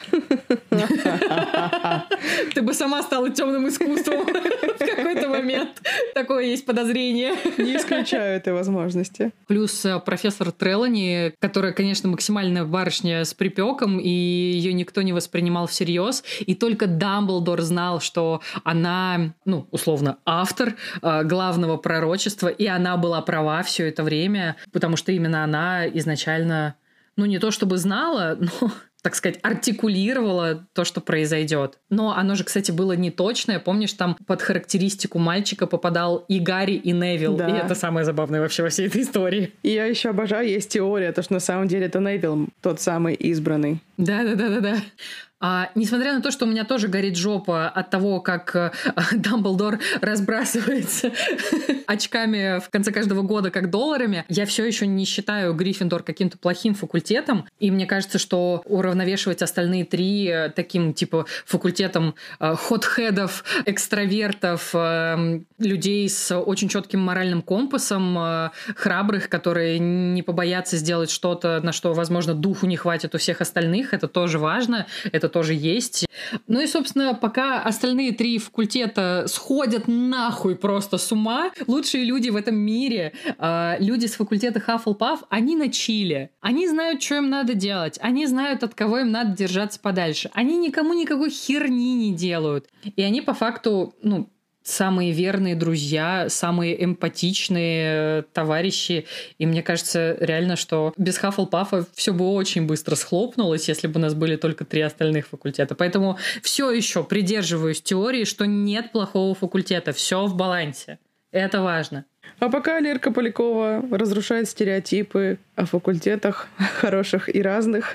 Ты бы сама стала темным искусством в какой-то момент. Такое есть подозрение. Не исключаю этой возможности. Плюс профессор Трелани, которая, конечно, максимальная барышня с припеком, и ее никто не воспринимал всерьез. И только Дамблдор знал, что она, ну, условно, автор главного пророчества, и она была права все это время, потому что именно она изначально, ну, не то чтобы знала, но, так сказать, артикулировала то, что произойдет. Но оно же, кстати, было неточное. Помнишь, там под характеристику мальчика попадал и Гарри, и Невилл. Да. И это самое забавное вообще во всей этой истории. И я еще обожаю, есть теория, то, что на самом деле это Невилл, тот самый избранный. Да. Несмотря на то, что у меня тоже горит жопа от того, как Дамблдор разбрасывается очками в конце каждого года, как долларами, я все еще не считаю Гриффиндор каким-то плохим факультетом. И мне кажется, что уравновешивать остальные 3 таким, типа, факультетом хотхедов, экстравертов, людей с очень четким моральным компасом, храбрых, которые не побоятся сделать что-то, на что, возможно, духу не хватит у всех остальных. Это тоже важно, это тоже есть. Ну и, собственно, пока остальные 3 факультета сходят нахуй просто с ума, лучшие люди в этом мире, люди с факультета Хаффлпафф, они на чиле. Они знают, что им надо делать. Они знают, от кого им надо держаться подальше. Они никому никакой херни не делают. И они по факту, самые верные друзья, самые эмпатичные товарищи. И мне кажется реально, что без Хаффлпаффа все бы очень быстро схлопнулось, если бы у нас были только 3 остальных факультета. Поэтому все еще придерживаюсь теории, что нет плохого факультета. Все в балансе. Это важно. А пока Лерка Полякова разрушает стереотипы о факультетах хороших и разных,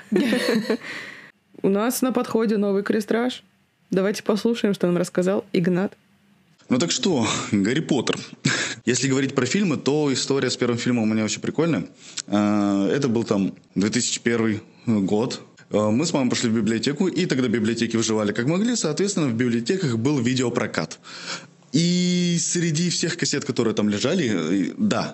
у нас на подходе новый крестраж. Давайте послушаем, что нам рассказал Игнат. Ну так что, Гарри Поттер. Если говорить про фильмы, то история с первым фильмом у меня очень прикольная. Это был там 2001 год. Мы с мамой пошли в библиотеку, и тогда библиотеки выживали как могли. Соответственно, в библиотеках был видеопрокат. И среди всех кассет, которые там лежали,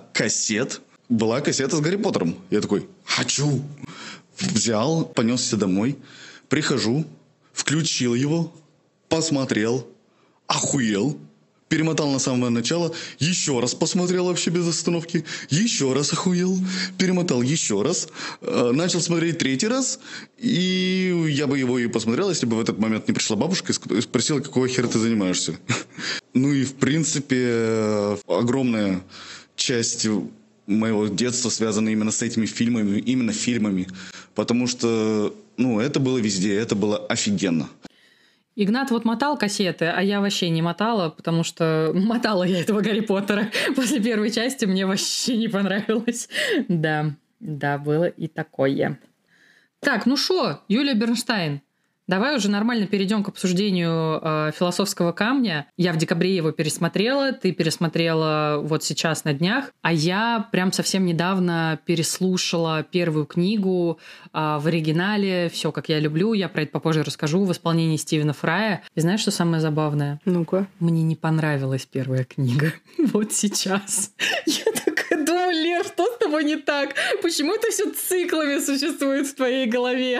была кассета с Гарри Поттером. Я такой, хочу. Взял, понесся домой. Прихожу, включил его, посмотрел, охуел. Перемотал на самое начало, еще раз посмотрел вообще без остановки, еще раз охуел, перемотал еще раз, начал смотреть 3-й раз, и я бы его и посмотрел, если бы в этот момент не пришла бабушка и спросила, какого хера ты занимаешься. Ну и в принципе огромная часть моего детства связана именно с этими фильмами, потому что это было везде, это было офигенно. Игнат вот мотал кассеты, а я вообще не мотала, потому что мотала я этого Гарри Поттера после первой части, мне вообще не понравилось. Да, было и такое. Так, ну шо, Юлия Бернштайн, давай уже нормально перейдем к обсуждению «Философского камня». Я в декабре его пересмотрела, ты пересмотрела вот сейчас на днях, а я прям совсем недавно переслушала первую книгу в оригинале «Все, как я люблю». Я про это попозже расскажу в исполнении Стивена Фрая. И знаешь, что самое забавное? Ну-ка. Мне не понравилась первая книга. Вот сейчас. Я такая думаю, Лер, что с тобой не так? Почему это все циклами существует в твоей голове?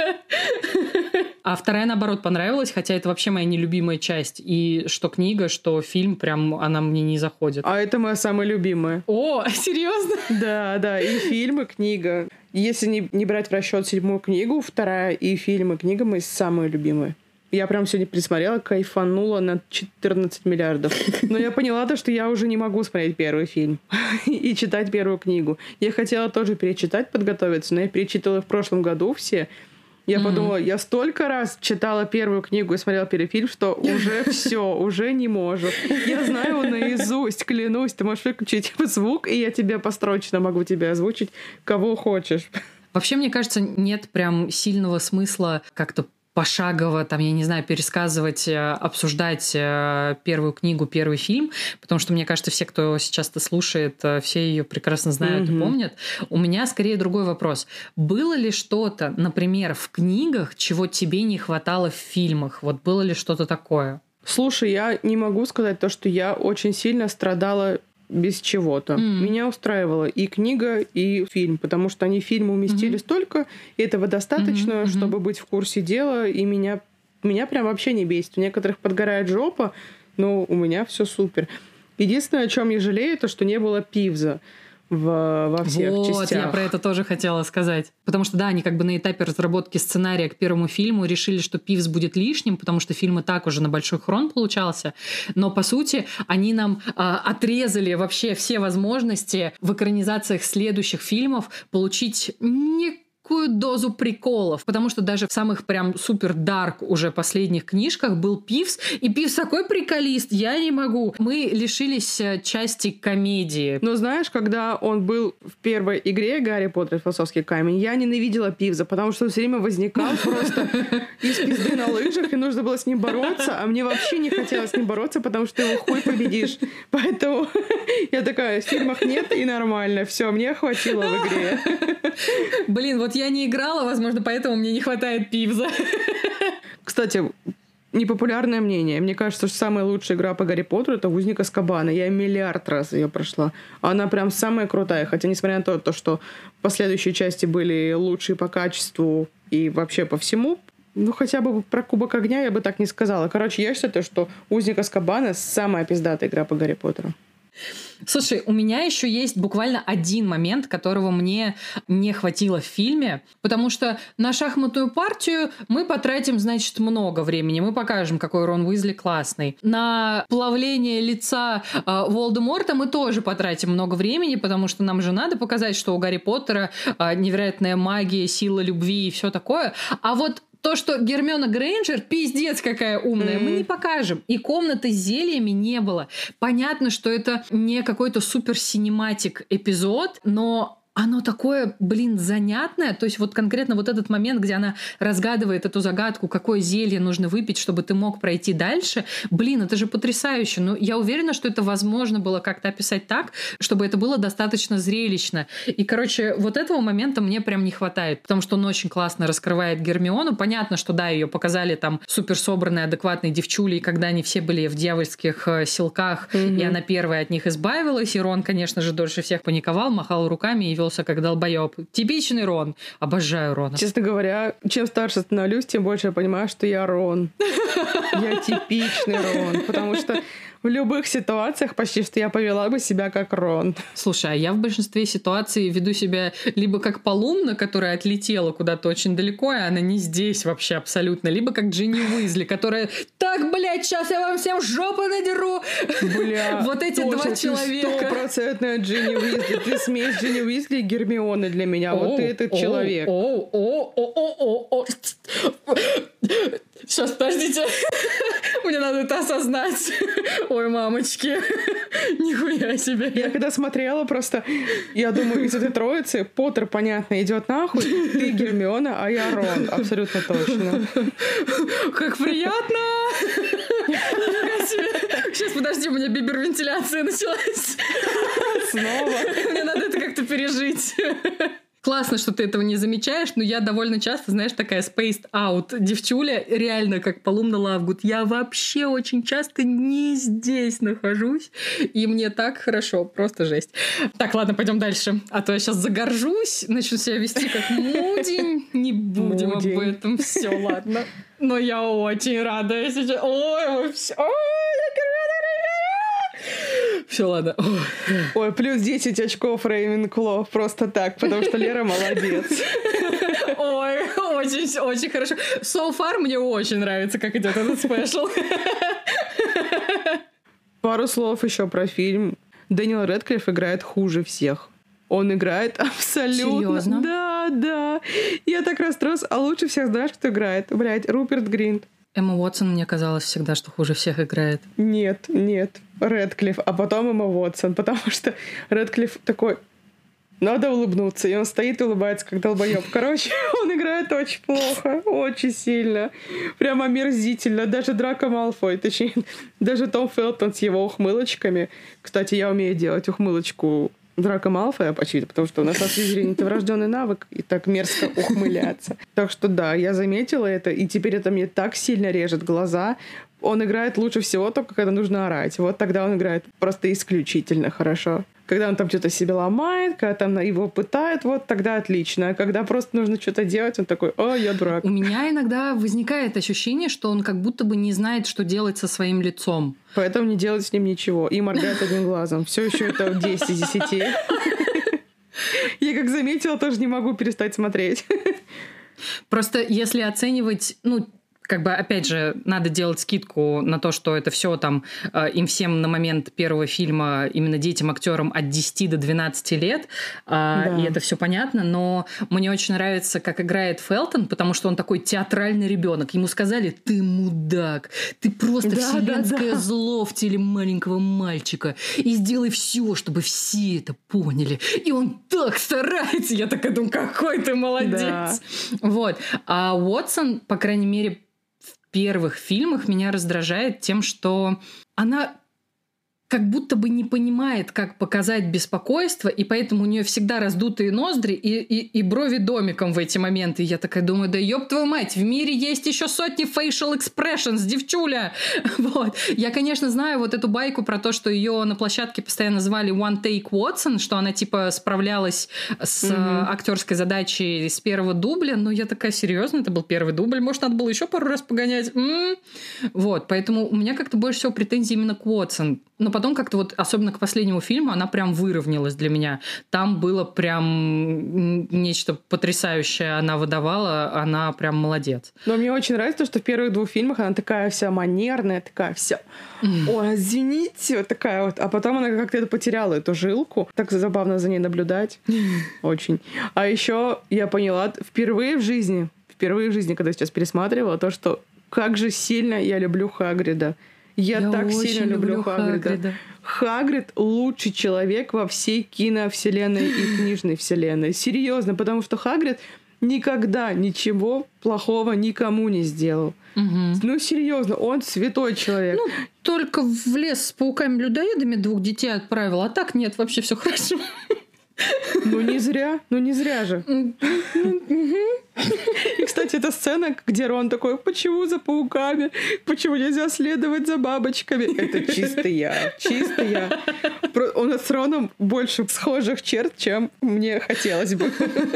А вторая, наоборот, понравилась, хотя это вообще моя нелюбимая часть. И что книга, что фильм, прям она мне не заходит. А это моя самая любимая. О, серьезно? Да, и фильм, и книга. Если не брать в расчет 7-ю книгу, вторая и фильм, и книга мои самые любимые. Я прям сегодня присмотрела, кайфанула на 14 миллиардов. Но я поняла то, что я уже не могу смотреть первый фильм и читать первую книгу. Я хотела тоже перечитать, подготовиться, но я перечитала в прошлом году все. Я подумала, я столько раз читала первую книгу и смотрела первый фильм, что уже все, уже не могу. Я знаю наизусть, клянусь. Ты можешь выключить звук, и я тебе построчно могу тебе озвучить, кого хочешь. Вообще, мне кажется, нет прям сильного смысла как-то пошагово, там, я не знаю, пересказывать, обсуждать первую книгу, первый фильм, потому что, мне кажется, все, кто сейчас это слушает, все ее прекрасно знают и помнят. У меня скорее другой вопрос. Было ли что-то, например, в книгах, чего тебе не хватало в фильмах? Вот было ли что-то такое? Слушай, я не могу сказать то, что я очень сильно страдала без чего-то. Меня устраивала и книга, и фильм, потому что они в фильм уместили столько, и этого достаточно, чтобы быть в курсе дела, и меня прям вообще не бесит. У некоторых подгорает жопа, но у меня все супер. Единственное, о чем я жалею, это что не было Пивза во всех частях. Вот, я про это тоже хотела сказать. Потому что, да, они как бы на этапе разработки сценария к первому фильму решили, что Пивз будет лишним, потому что фильм и так уже на большой хрон получался. Но, по сути, они нам отрезали вообще все возможности в экранизациях следующих фильмов получить дикую дозу приколов, потому что даже в самых прям супер дарк уже последних книжках был Пивз, и Пивз такой приколист, я не могу. Мы лишились части комедии. Но знаешь, когда он был в первой игре «Гарри Поттер и философский камень», я ненавидела Пивза, потому что он все время возникал просто из пизды на лыжах, и нужно было с ним бороться, а мне вообще не хотелось с ним бороться, потому что его хуй победишь. Поэтому я такая, в фильмах нет, и нормально. Все, мне хватило в игре. Блин, вот я не играла, возможно, поэтому мне не хватает Пивза. Кстати, непопулярное мнение. Мне кажется, что самая лучшая игра по Гарри Поттеру — это «Узник Азкабана». Я миллиард раз ее прошла. Она прям самая крутая. Хотя, несмотря на то, что последующие части были лучшие по качеству и вообще по всему, ну, хотя бы про Кубок Огня я бы так не сказала. Короче, я считаю, что «Узник Азкабана» — самая пиздатая игра по Гарри Поттеру. Слушай, у меня еще есть буквально один момент, которого мне не хватило в фильме, потому что на шахматную партию мы потратим, значит, много времени. Мы покажем, какой Рон Уизли классный. На плавление лица Волдеморта мы тоже потратим много времени, потому что нам же надо показать, что у Гарри Поттера невероятная магия, сила любви и все такое. А вот то, что Гермиона Грейнджер пиздец какая умная, мы не покажем. И комнаты с зельями не было. Понятно, что это не какой-то супер-синематик эпизод, но оно такое, блин, занятное. То есть вот конкретно вот этот момент, где она разгадывает эту загадку, какое зелье нужно выпить, чтобы ты мог пройти дальше. Блин, это же потрясающе. Но я уверена, что это возможно было как-то описать так, чтобы это было достаточно зрелищно. И, короче, вот этого момента мне прям не хватает, потому что он очень классно раскрывает Гермиону. Понятно, что да, ее показали там супер собранной, адекватной девчулей, когда они все были в дьявольских силках, и она первая от них избавилась. И Рон, конечно же, дольше всех паниковал, махал руками и вел как долбоёб. Типичный Рон. Обожаю Рона. Честно говоря, чем старше становлюсь, тем больше я понимаю, что я Рон. Я типичный Рон. Потому что в любых ситуациях почти что я повела бы себя как Рон. Слушай, а я в большинстве ситуаций веду себя либо как Полумна, которая отлетела куда-то очень далеко, и она не здесь вообще абсолютно, либо как Джинни Уизли, которая «Так, блядь, сейчас я вам всем жопу надеру!» Бля, вот эти два человека. 100% Джинни Уизли. Ты смесь Джинни Уизли и Гермионы для меня. Вот ты этот человек. Сейчас, подождите. Мне надо это осознать. Ой, мамочки. Нихуя себе. Я когда смотрела, просто я думаю, из этой троицы Поттер, понятно, идет нахуй. Ты Гермиона, а я Рон. Абсолютно точно. Как приятно! Нифига себе. Сейчас, подожди, у меня бибервентиляция началась. Снова. Мне надо это как-то пережить. Классно, что ты этого не замечаешь, но я довольно часто, знаешь, такая spaced out девчуля, реально как Полумна Лавгуд. Я вообще очень часто не здесь нахожусь, и мне так хорошо, просто жесть. Так, ладно, пойдем дальше, а то я сейчас загоржусь, начну себя вести как мудень. Не будем об этом, все, ладно. Но я очень рада сейчас. Ой, вообще, ой, все, ладно. Ой, плюс 10 очков Рейвенкло. Просто так, потому что Лера молодец. Ой, очень, очень хорошо. So far мне очень нравится, как идет этот спешл. Пару слов еще про фильм. Дэниел Рэдклифф играет хуже всех. Он играет абсолютно... Серьезно? Да. Я так расстроилась. А лучше всех знаешь, кто играет? Блядь, Руперт Гринт. Эмма Уотсон, мне казалось всегда, что хуже всех играет. Нет, Рэдклифф, а потом Эмма Уотсон, потому что Рэдклифф такой, надо улыбнуться, и он стоит и улыбается, как долбоёб. Короче, он играет очень плохо, очень сильно, прям омерзительно. Даже Драко Малфой, точнее, даже Том Фелтон с его ухмылочками. Кстати, я умею делать ухмылочку Драко Малфоя, очевидно, потому что у нас на Слизерине это врожденный навык и так мерзко ухмыляться. Так что да, я заметила это, и теперь это мне так сильно режет глаза. Он играет лучше всего только когда нужно орать. Вот тогда он играет просто исключительно хорошо. Когда он там что-то себе ломает, когда там его пытают, вот тогда отлично. А когда просто нужно что-то делать, он такой, о, я дурак. У меня иногда возникает ощущение, что он как будто бы не знает, что делать со своим лицом. Поэтому не делать с ним ничего. И моргает одним глазом. Все еще это 10 из 10. Я как заметила, тоже не могу перестать смотреть. Просто если оценивать, как бы, опять же, надо делать скидку на то, что это все там им всем на момент первого фильма, именно детям, актерам от 10 до 12 лет, и это все понятно, но мне очень нравится, как играет Фелтон, потому что он такой театральный ребенок. Ему сказали: ты мудак, ты просто вселенское зло в теле маленького мальчика, и сделай все, чтобы все это поняли. И он так старается. Я такая думаю, какой ты молодец. Да. Вот. А Уотсон, по крайней мере, в первых фильмах меня раздражает тем, что она как будто бы не понимает, как показать беспокойство, и поэтому у нее всегда раздутые ноздри и брови домиком в эти моменты. И я такая думаю, да ёб твою мать, в мире есть еще сотни facial expressions, девчуля! Вот. Я, конечно, знаю вот эту байку про то, что ее на площадке постоянно звали One Take Watson, что она типа справлялась с актерской задачей с первого дубля, но я такая, серьезно, это был первый дубль, может, надо было еще пару раз погонять? Вот, поэтому у меня как-то больше всего претензий именно к Уотсон. Но потом как-то вот, особенно к последнему фильму, она прям выровнялась для меня. Там было прям нечто потрясающее. Она выдавала, она прям молодец. Но мне очень нравится то, что в первых двух фильмах она такая вся манерная, такая вся, ой, извините, вот такая вот. А потом она как-то потеряла эту жилку. Так забавно за ней наблюдать. Очень. А еще я поняла впервые в жизни, когда сейчас пересматривала, то, что как же сильно я люблю Хагрида. Я так сильно люблю Хагрида. Хагрид — лучший человек во всей киновселенной и книжной вселенной. Серьезно, потому что Хагрид никогда ничего плохого никому не сделал. Ну, серьезно, он святой человек. Ну, только в лес с пауками-людоедами 2 детей отправил, а так нет, вообще все хорошо. Ну, не зря же. И, кстати, эта сцена, где Рон такой: почему за пауками? Почему нельзя следовать за бабочками? Это чисто я. У нас с Роном больше схожих черт, чем мне хотелось бы.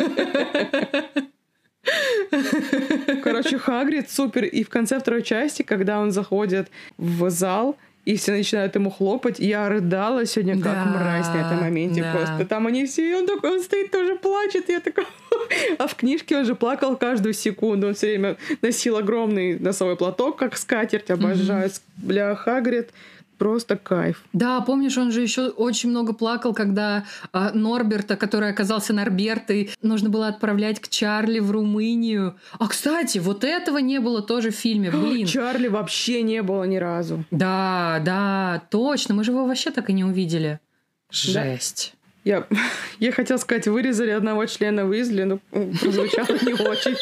Короче, Хагрид супер. И в конце второй части, когда он заходит в зал, и все начинают ему хлопать, я рыдала сегодня как мразь на этом моменте. Просто там они все, и он стоит тоже плачет, и я такая... А в книжке он же плакал каждую секунду. Он все время носил огромный носовой платок, как скатерть. Обожаю. Бля, Хагрид просто кайф. Да, помнишь, он же еще очень много плакал, когда Норберта, который оказался Норбертой, нужно было отправлять к Чарли в Румынию. А, кстати, вот этого не было тоже в фильме. Блин. Чарли вообще не было ни разу. Да, точно. Мы же его вообще так и не увидели. Жесть. Я хотела сказать, вырезали одного члена Уизли, но прозвучало не очень.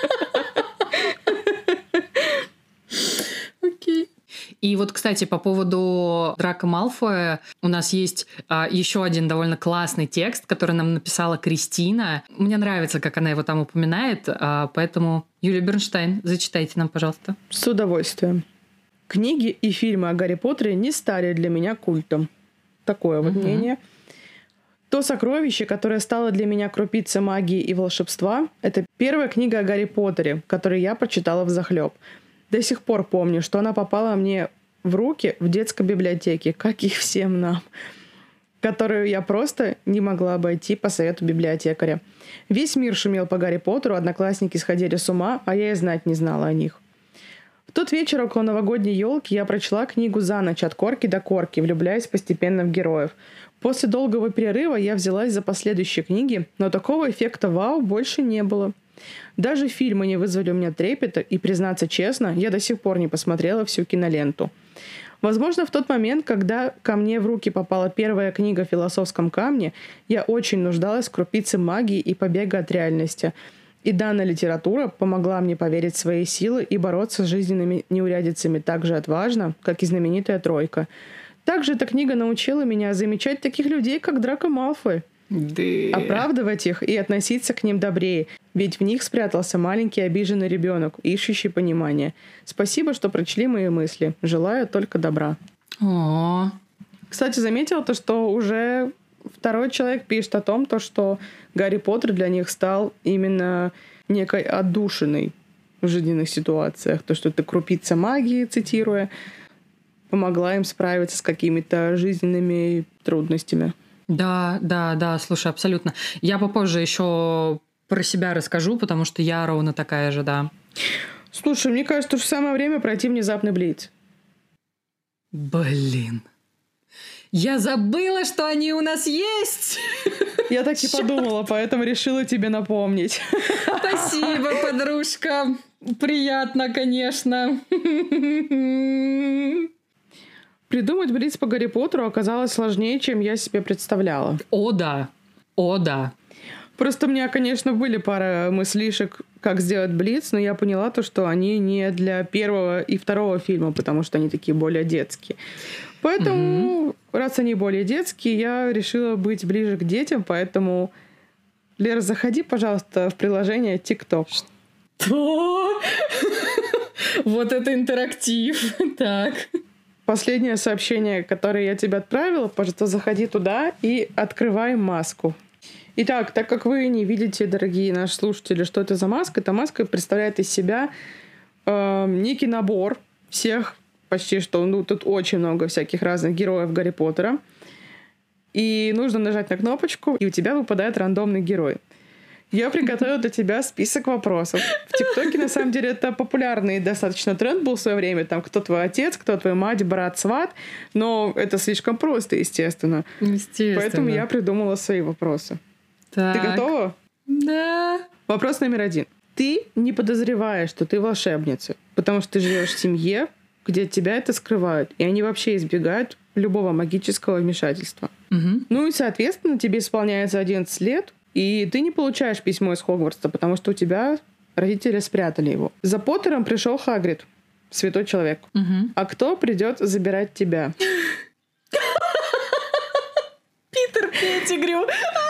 Окей. И вот, кстати, по поводу Драко Малфоя у нас есть еще один довольно классный текст, который нам написала Кристина. Мне нравится, как она его там упоминает, поэтому, Юлия Бернштейн, зачитайте нам, пожалуйста. С удовольствием. Книги и фильмы о Гарри Поттере не стали для меня культом. Такое вот мнение. То сокровище, которое стало для меня крупицей магии и волшебства, это первая книга о Гарри Поттере, которую я прочитала взахлёб. До сих пор помню, что она попала мне в руки в детской библиотеке, как и всем нам, которую я просто не могла обойти по совету библиотекаря. Весь мир шумел по Гарри Поттеру, одноклассники сходили с ума, а я и знать не знала о них. В тот вечер около новогодней елки я прочла книгу за ночь от корки до корки, влюбляясь постепенно в героев. После долгого перерыва я взялась за последующие книги, но такого эффекта вау больше не было. Даже фильмы не вызвали у меня трепета, и, признаться честно, я до сих пор не посмотрела всю киноленту. Возможно, в тот момент, когда ко мне в руки попала первая книга в «Философском камне», я очень нуждалась в крупице магии и побега от реальности. И данная литература помогла мне поверить в свои силы и бороться с жизненными неурядицами так же отважно, как и знаменитая «Тройка». Также эта книга научила меня замечать таких людей, как Драко Малфой. Оправдывать их и относиться к ним добрее, ведь в них спрятался маленький обиженный ребенок, ищущий понимания. Спасибо, что прочли мои мысли. Желаю только добра. Кстати, заметила то, что уже второй человек пишет о том, что Гарри Поттер для них стал именно некой отдушиной в жизненных ситуациях. То, что это крупица магии, цитируя, помогла им справиться с какими-то жизненными трудностями. Да, слушай, абсолютно. Я попозже еще про себя расскажу, потому что я ровно такая же, да. Слушай, мне кажется, что самое время пройти внезапный блиц. Блин. Я забыла, что они у нас есть. Я так и подумала, поэтому решила тебе напомнить. Спасибо, подружка. Приятно, конечно. Придумать блиц по Гарри Поттеру оказалось сложнее, чем я себе представляла. О, да. О, да. Просто у меня, конечно, были пара мыслишек, как сделать блиц, но я поняла то, что они не для первого и второго фильма, потому что они такие более детские. Поэтому, раз они более детские, я решила быть ближе к детям, поэтому, Лера, заходи, пожалуйста, в приложение TikTok. Что? Вот это интерактив. Так. Последнее сообщение, которое я тебе отправила, пожалуйста, заходи туда и открывай маску. Итак, так как вы не видите, дорогие наши слушатели, что это за маска, эта маска представляет из себя некий набор всех, почти что, тут очень много всяких разных героев Гарри Поттера. И нужно нажать на кнопочку, и у тебя выпадает рандомный герой. Я приготовила для тебя список вопросов. В ТикТоке, на самом деле, это популярный достаточно тренд был в свое время. Там, кто твой отец, кто твоя мать, брат, сват. Но это слишком просто, естественно. Естественно. Поэтому я придумала свои вопросы. Так. Ты готова? Да. Вопрос номер 1. Ты не подозреваешь, что ты волшебница, потому что ты живешь в семье, где от тебя это скрывают, и они вообще избегают любого магического вмешательства. Угу. Ну и, соответственно, тебе исполняется 11 лет, и ты не получаешь письмо из Хогвартса, потому что у тебя родители спрятали его. За Поттером пришел Хагрид, святой человек. Угу. А кто придет забирать тебя? Питер Петтигрю.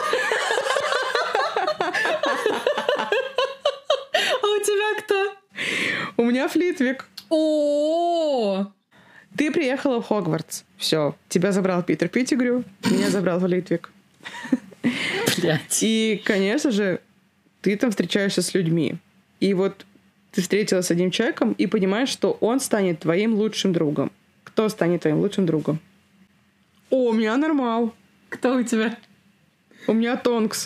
А у тебя кто? У меня Флитвик. О, Ты приехала в Хогвартс. Все, тебя забрал Питер Петтигрю, меня забрал Флитвик. блядь. И, конечно же, ты там встречаешься с людьми. И вот ты встретилась с одним человеком и понимаешь, что он станет твоим лучшим другом. Кто станет твоим лучшим другом? О, у меня нормал. Кто у тебя? У меня Тонкс.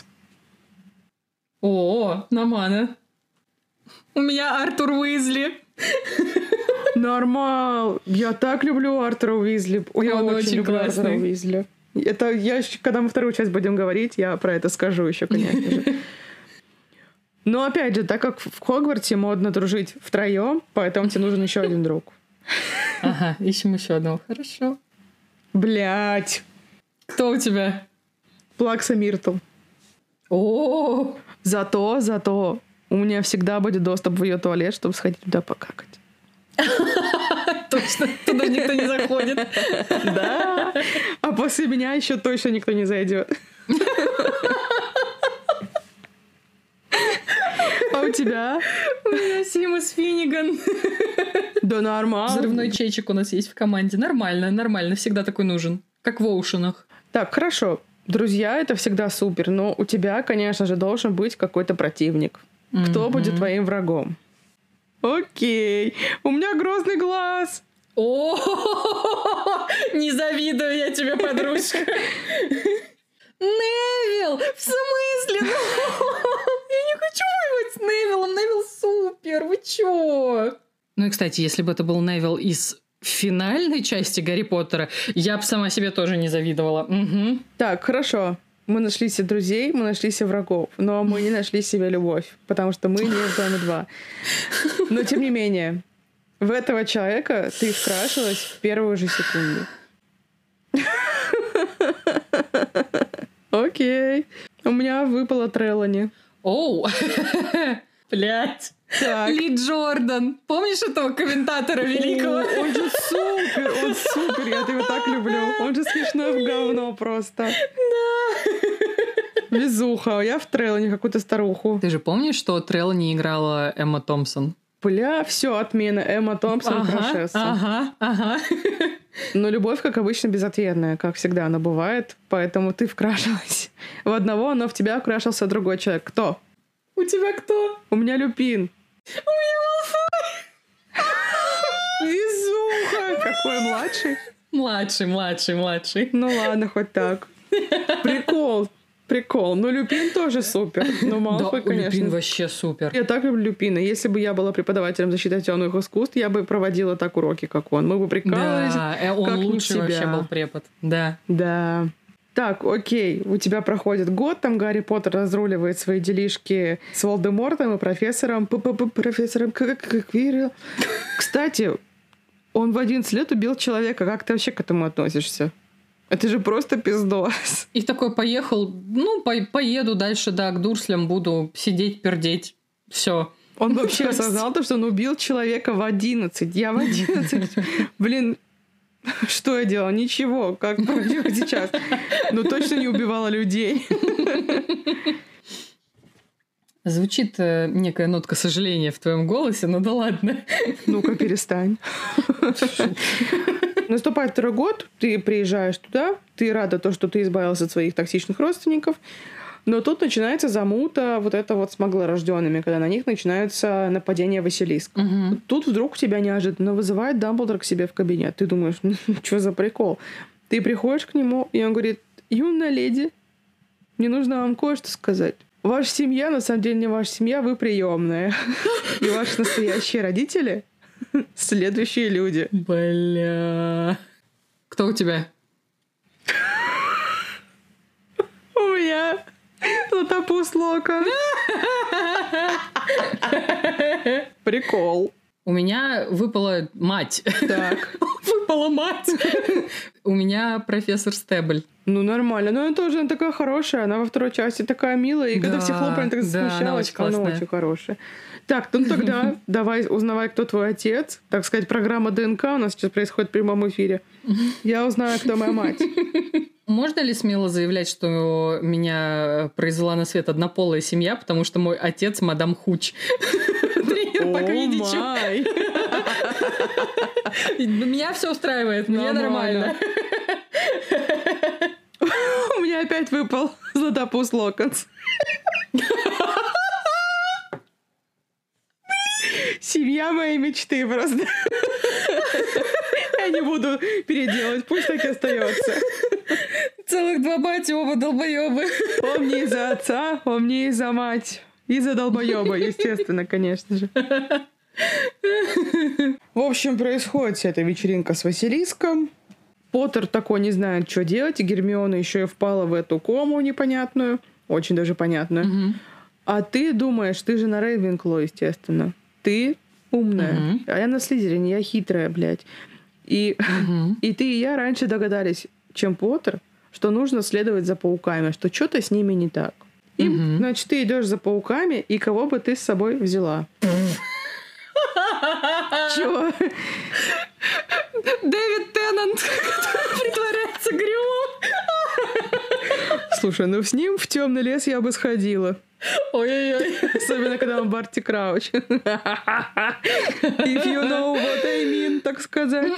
О, нормально. У меня Артур Уизли. Нормал. Я так люблю Артура Уизли. Я Он очень очень люблю классный. Артура Уизли. Это я еще, когда мы вторую часть будем говорить, я про это скажу еще, конечно же. Но опять же, так как в Хогвартсе модно дружить втроем, поэтому тебе нужен еще один друг. Ага, ищем еще одного. Хорошо. Блять. Кто у тебя? Плакса Миртл. О, Зато у меня всегда будет доступ в ее туалет, чтобы сходить туда покакать. точно, туда никто не заходит. Да. А после меня еще точно никто не зайдет. А у тебя? У меня Симус Финниган. Да нормально. Взрывной чечек у нас есть в команде. Нормально, всегда такой нужен. Как в Оушенах. Так, хорошо. Друзья, это всегда супер, но у тебя, конечно же, должен быть какой-то противник. Кто будет твоим врагом? Окей. У меня грозный глаз. О, не завидую я тебе, подружка. Невил! В смысле? Я не хочу воевать с Невилом. Невил супер. Вы чё? Ну и, кстати, если бы это был Невил из финальной части Гарри Поттера, я бы сама себе тоже не завидовала. Угу. Так, хорошо. Мы нашли себе друзей, мы нашли себе врагов, но мы не нашли себе любовь, потому что мы не в доме 2. Но, тем не менее, в этого человека ты вкрашилась в первую же секунду. Окей. У меня выпала Трелани. Оу. Блять. Так. Ли Джордан. Помнишь этого комментатора великого? Он же супер, я его так люблю. Он же смешной в говно просто. Да. Везуха, я в Трелани какую-то старуху. Ты же помнишь, что Трелани играла Эмма Томпсон? Бля, все, отмена. Эмма Томпсон, прошедшая. Ага. Но любовь, как обычно, безответная, как всегда она бывает. Поэтому ты вкрашилась в одного, но в тебя вкрашился другой человек. Кто? У тебя кто? У меня Люпин. У меня Малфой. Везуха! Какой младший? Младший. Ну ладно, хоть так. Прикол. Прикол. Ну, Люпин тоже супер. Но Малфой, да, конечно. Люпин вообще супер. Я так люблю Люпина. Если бы я была преподавателем защиты от темных искусств, я бы проводила так уроки, как он. Мы бы прикалывались. Да, он как лучший вообще был препод. Да. Да. Так, окей, у тебя проходит год, там Гарри Поттер разруливает свои делишки с Волдемортом и профессором Квиррелл. Кстати, он в 11 лет убил человека. Как ты вообще к этому относишься? Это же просто пиздос. И такой поехал, поеду дальше, да, к Дурслям, буду сидеть, пердеть. Все. Он вообще осознал то, что он убил человека в 11. Я в 11. Блин, что я делала? Ничего. Как сейчас? Ну, точно не убивала людей. Звучит некая нотка сожаления в твоем голосе, но да ладно. Ну-ка, перестань. Наступает 2-й год, ты приезжаешь туда, ты рада то, что ты избавился от своих токсичных родственников, но тут начинается замута вот это вот с маглорожденными, когда на них начинаются нападения Василиска. Угу. Тут вдруг тебя неожиданно вызывает Дамблдор к себе в кабинет. Ты думаешь, что за прикол? Ты приходишь к нему, и он говорит: юная леди, мне нужно вам кое-что сказать. Ваша семья, на самом деле, не ваша семья, вы приемная. И ваши настоящие родители — следующие люди. Бля. Кто у тебя? У меня Златопуст Локон. Прикол. У меня выпала мать. Так. Выпала мать. У меня профессор Стебль. Ну, нормально. Но она тоже она такая хорошая. Она во 2-й части такая милая. И когда все хлопали, она так смущалась. Она очень хорошая. Так, ну тогда давай узнавай, кто твой отец. Так сказать, программа ДНК у нас сейчас происходит в прямом эфире. Я узнаю, кто моя мать. Можно ли смело заявлять, что меня произвела на свет однополая семья, потому что мой отец мадам Хуч? Тренер по квиддичу. Меня все устраивает, мне нормально. У меня опять выпал Златопуст Локонс. Семья моей мечты просто. Я не буду переделать, пусть так и остается. Целых 2 бати, оба долбоёбы. Он не из-за отца, он не из-за мать. Из-за долбоёба, естественно, конечно же. В общем, происходит вся эта вечеринка с Василиском. Поттер такой не знает, что делать, и Гермиона еще и впала в эту кому непонятную. Очень даже понятную. Угу. А ты думаешь, ты же на Рейвенкло, естественно. Ты умная. А я на Слизерине, я хитрая, блядь. И ты и я раньше догадались, чем Поттер, что нужно следовать за пауками, что что-то с ними не так. И, значит, ты идешь за пауками, и кого бы ты с собой взяла? Чего? Дэвид Теннант, который притворяется Грюм. Слушай, ну с ним в темный лес я бы сходила. Ой-ой-ой. Особенно, когда он Барти Крауч. If you know what I mean, так сказать.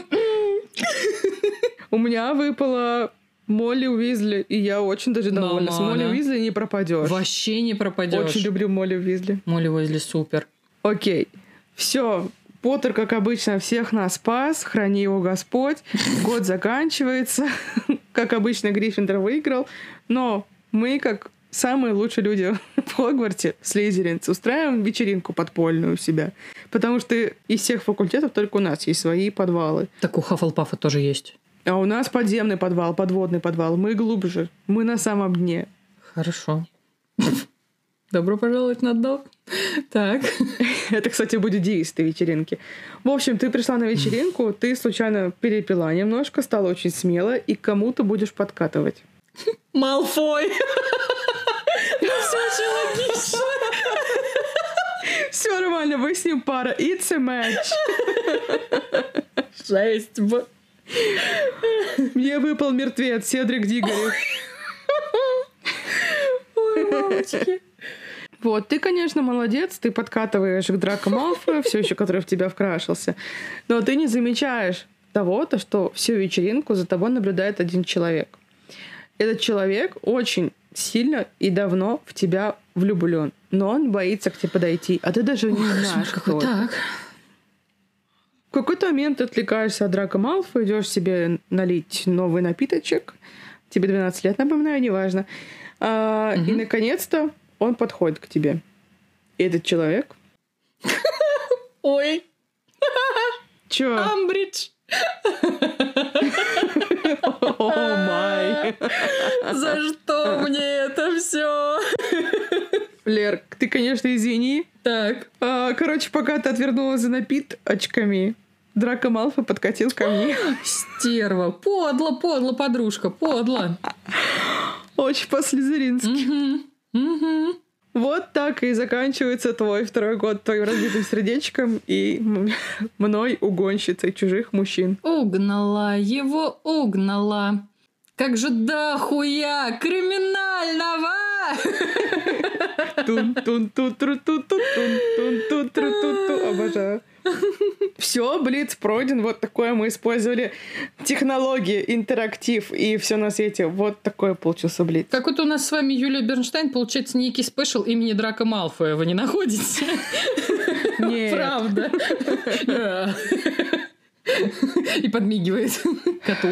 У меня выпала Молли Уизли, и я очень даже довольна. С Молли Уизли не пропадешь. Вообще не пропадешь. Очень люблю Молли Уизли. Молли Уизли супер. Окей. Все. Поттер, как обычно, всех нас спас. Храни его Господь. Год заканчивается. Как обычно, Гриффиндор выиграл. Но мы, как самые лучшие люди в Хогвартсе, слизеринцы, устраиваем вечеринку подпольную у себя. Потому что из всех факультетов только у нас есть свои подвалы. Так у Хаффлпафа тоже есть. А у нас подземный подвал, подводный подвал. Мы глубже. Мы на самом дне. Хорошо. Добро пожаловать на дно. Так. Это, кстати, будет девиз этой вечеринки. В общем, ты пришла на вечеринку, ты случайно перепила немножко, стала очень смело, и к кому-то будешь подкатывать. Малфой! Ну, все очень логично. Все нормально, вы с ним пара. It's a match. Жесть. Мне выпал мертвец, Седрик Дигори. Ой, мамочки. Вот, ты, конечно, молодец, ты подкатываешь к Драко Малфою, все еще, который в тебя вкрашился, но ты не замечаешь того-то, что всю вечеринку за тобой наблюдает один человек. Этот человек очень сильно и давно в тебя влюблен, но он боится к тебе подойти, а ты даже не знаешь, кто это. В какой-то момент ты отвлекаешься от Драко Малфоя, идешь себе налить новый напиточек, тебе 12 лет, напоминаю, неважно. И, наконец-то, он подходит к тебе. И этот человек... Ой! Чё? Амбридж! О май! За что мне это все? Лер, ты, конечно, извини. Так. Короче, пока ты отвернулась за напиточками, Драко Малфой подкатил ко мне. Стерва. Подло, подружка, подло. Очень по-слизерински. Вот так и заканчивается твой второй год твоим разбитым сердечком и мной угонщицей чужих мужчин. Угнала его, угнала. Как же дохуя криминального! Обожаю. Все, блиц пройден. Вот такое мы использовали технологии, интерактив и все на свете. Вот такой получился блиц. Как вот у нас с вами Юлия Бернштейн, получается, некий спешл имени Драко Малфоя. Вы не находите? Нет. Правда. И подмигивает коту.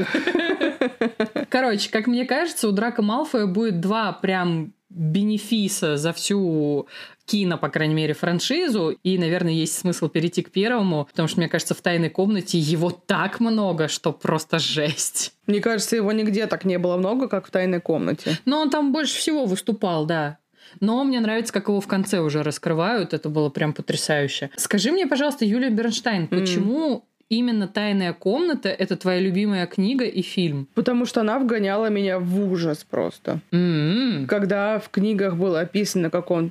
Короче, как мне кажется, у Драко Малфоя будет два прям бенефиса за всю кино, по крайней мере, франшизу. И, наверное, есть смысл перейти к первому, потому что, мне кажется, в «Тайной комнате» его так много, что просто жесть. Мне кажется, его нигде так не было много, как в «Тайной комнате». Но он там больше всего выступал, да. Но мне нравится, как его в конце уже раскрывают. Это было прям потрясающе. Скажи мне, пожалуйста, Юлия Бернштейн, почему именно «Тайная комната» — это твоя любимая книга и фильм? Потому что она вгоняла меня в ужас просто. Когда в книгах было описано, как он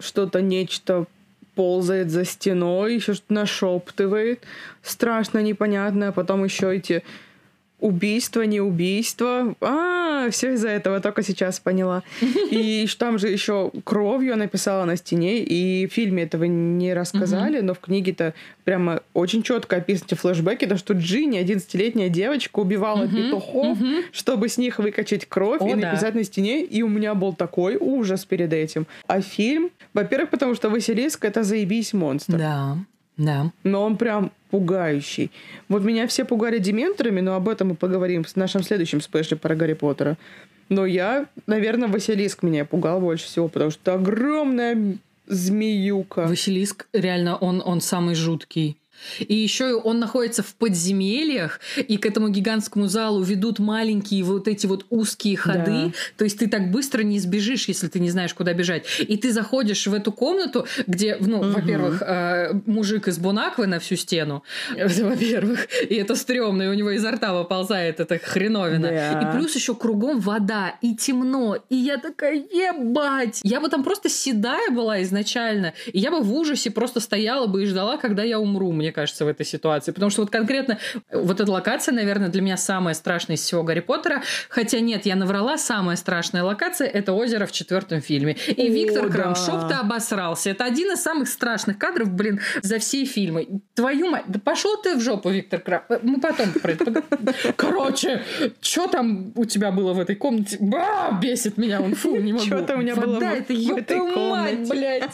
нечто ползает за стеной, еще что-то нашептывает, страшно непонятное, а потом еще эти убийства, не убийства. Все из-за этого только сейчас поняла. И там же еще кровью написала на стене, и в фильме этого не рассказали, но в книге-то прямо очень четко описаны эти флешбеки, то что Джинни, 11-летняя девочка, убивала петухов, чтобы с них выкачать кровь и написать на стене, и у меня был такой ужас перед этим. А фильм, во-первых, потому что Василиск — это заебись монстр. Да. Да. Но он прям пугающий. Вот меня все пугали дементорами, но об этом мы поговорим в нашем следующем спешле про Гарри Поттера. Но наверное, Василиск меня пугал больше всего, потому что это огромная змеюка. Василиск, реально, он самый жуткий. И еще он находится в подземельях, и к этому гигантскому залу ведут маленькие вот эти вот узкие ходы. Да. То есть ты так быстро не сбежишь, если ты не знаешь, куда бежать. И ты заходишь в эту комнату, где, во-первых, мужик из Бонаквы на всю стену, во-первых, и это стрёмно, и у него изо рта выползает эта хреновина. Да. И плюс еще кругом вода, и темно, и я такая, ебать! Я бы там просто седая была изначально, и я бы в ужасе просто стояла бы и ждала, когда я умру, мне кажется, в этой ситуации. Потому что вот конкретно вот эта локация, наверное, для меня самая страшная из всего Гарри Поттера. Хотя нет, я наврала, самая страшная локация — это озеро в 4 фильме. И Виктор Крамшов-то обосрался. Это один из самых страшных кадров, за все фильмы. Твою мать, да пошел ты в жопу, Виктор Крамшов. Мы потом про это. Короче, что там у тебя было в этой комнате? Бесит меня он, фу, не могу. Что там у меня было в этой комнате? Блядь.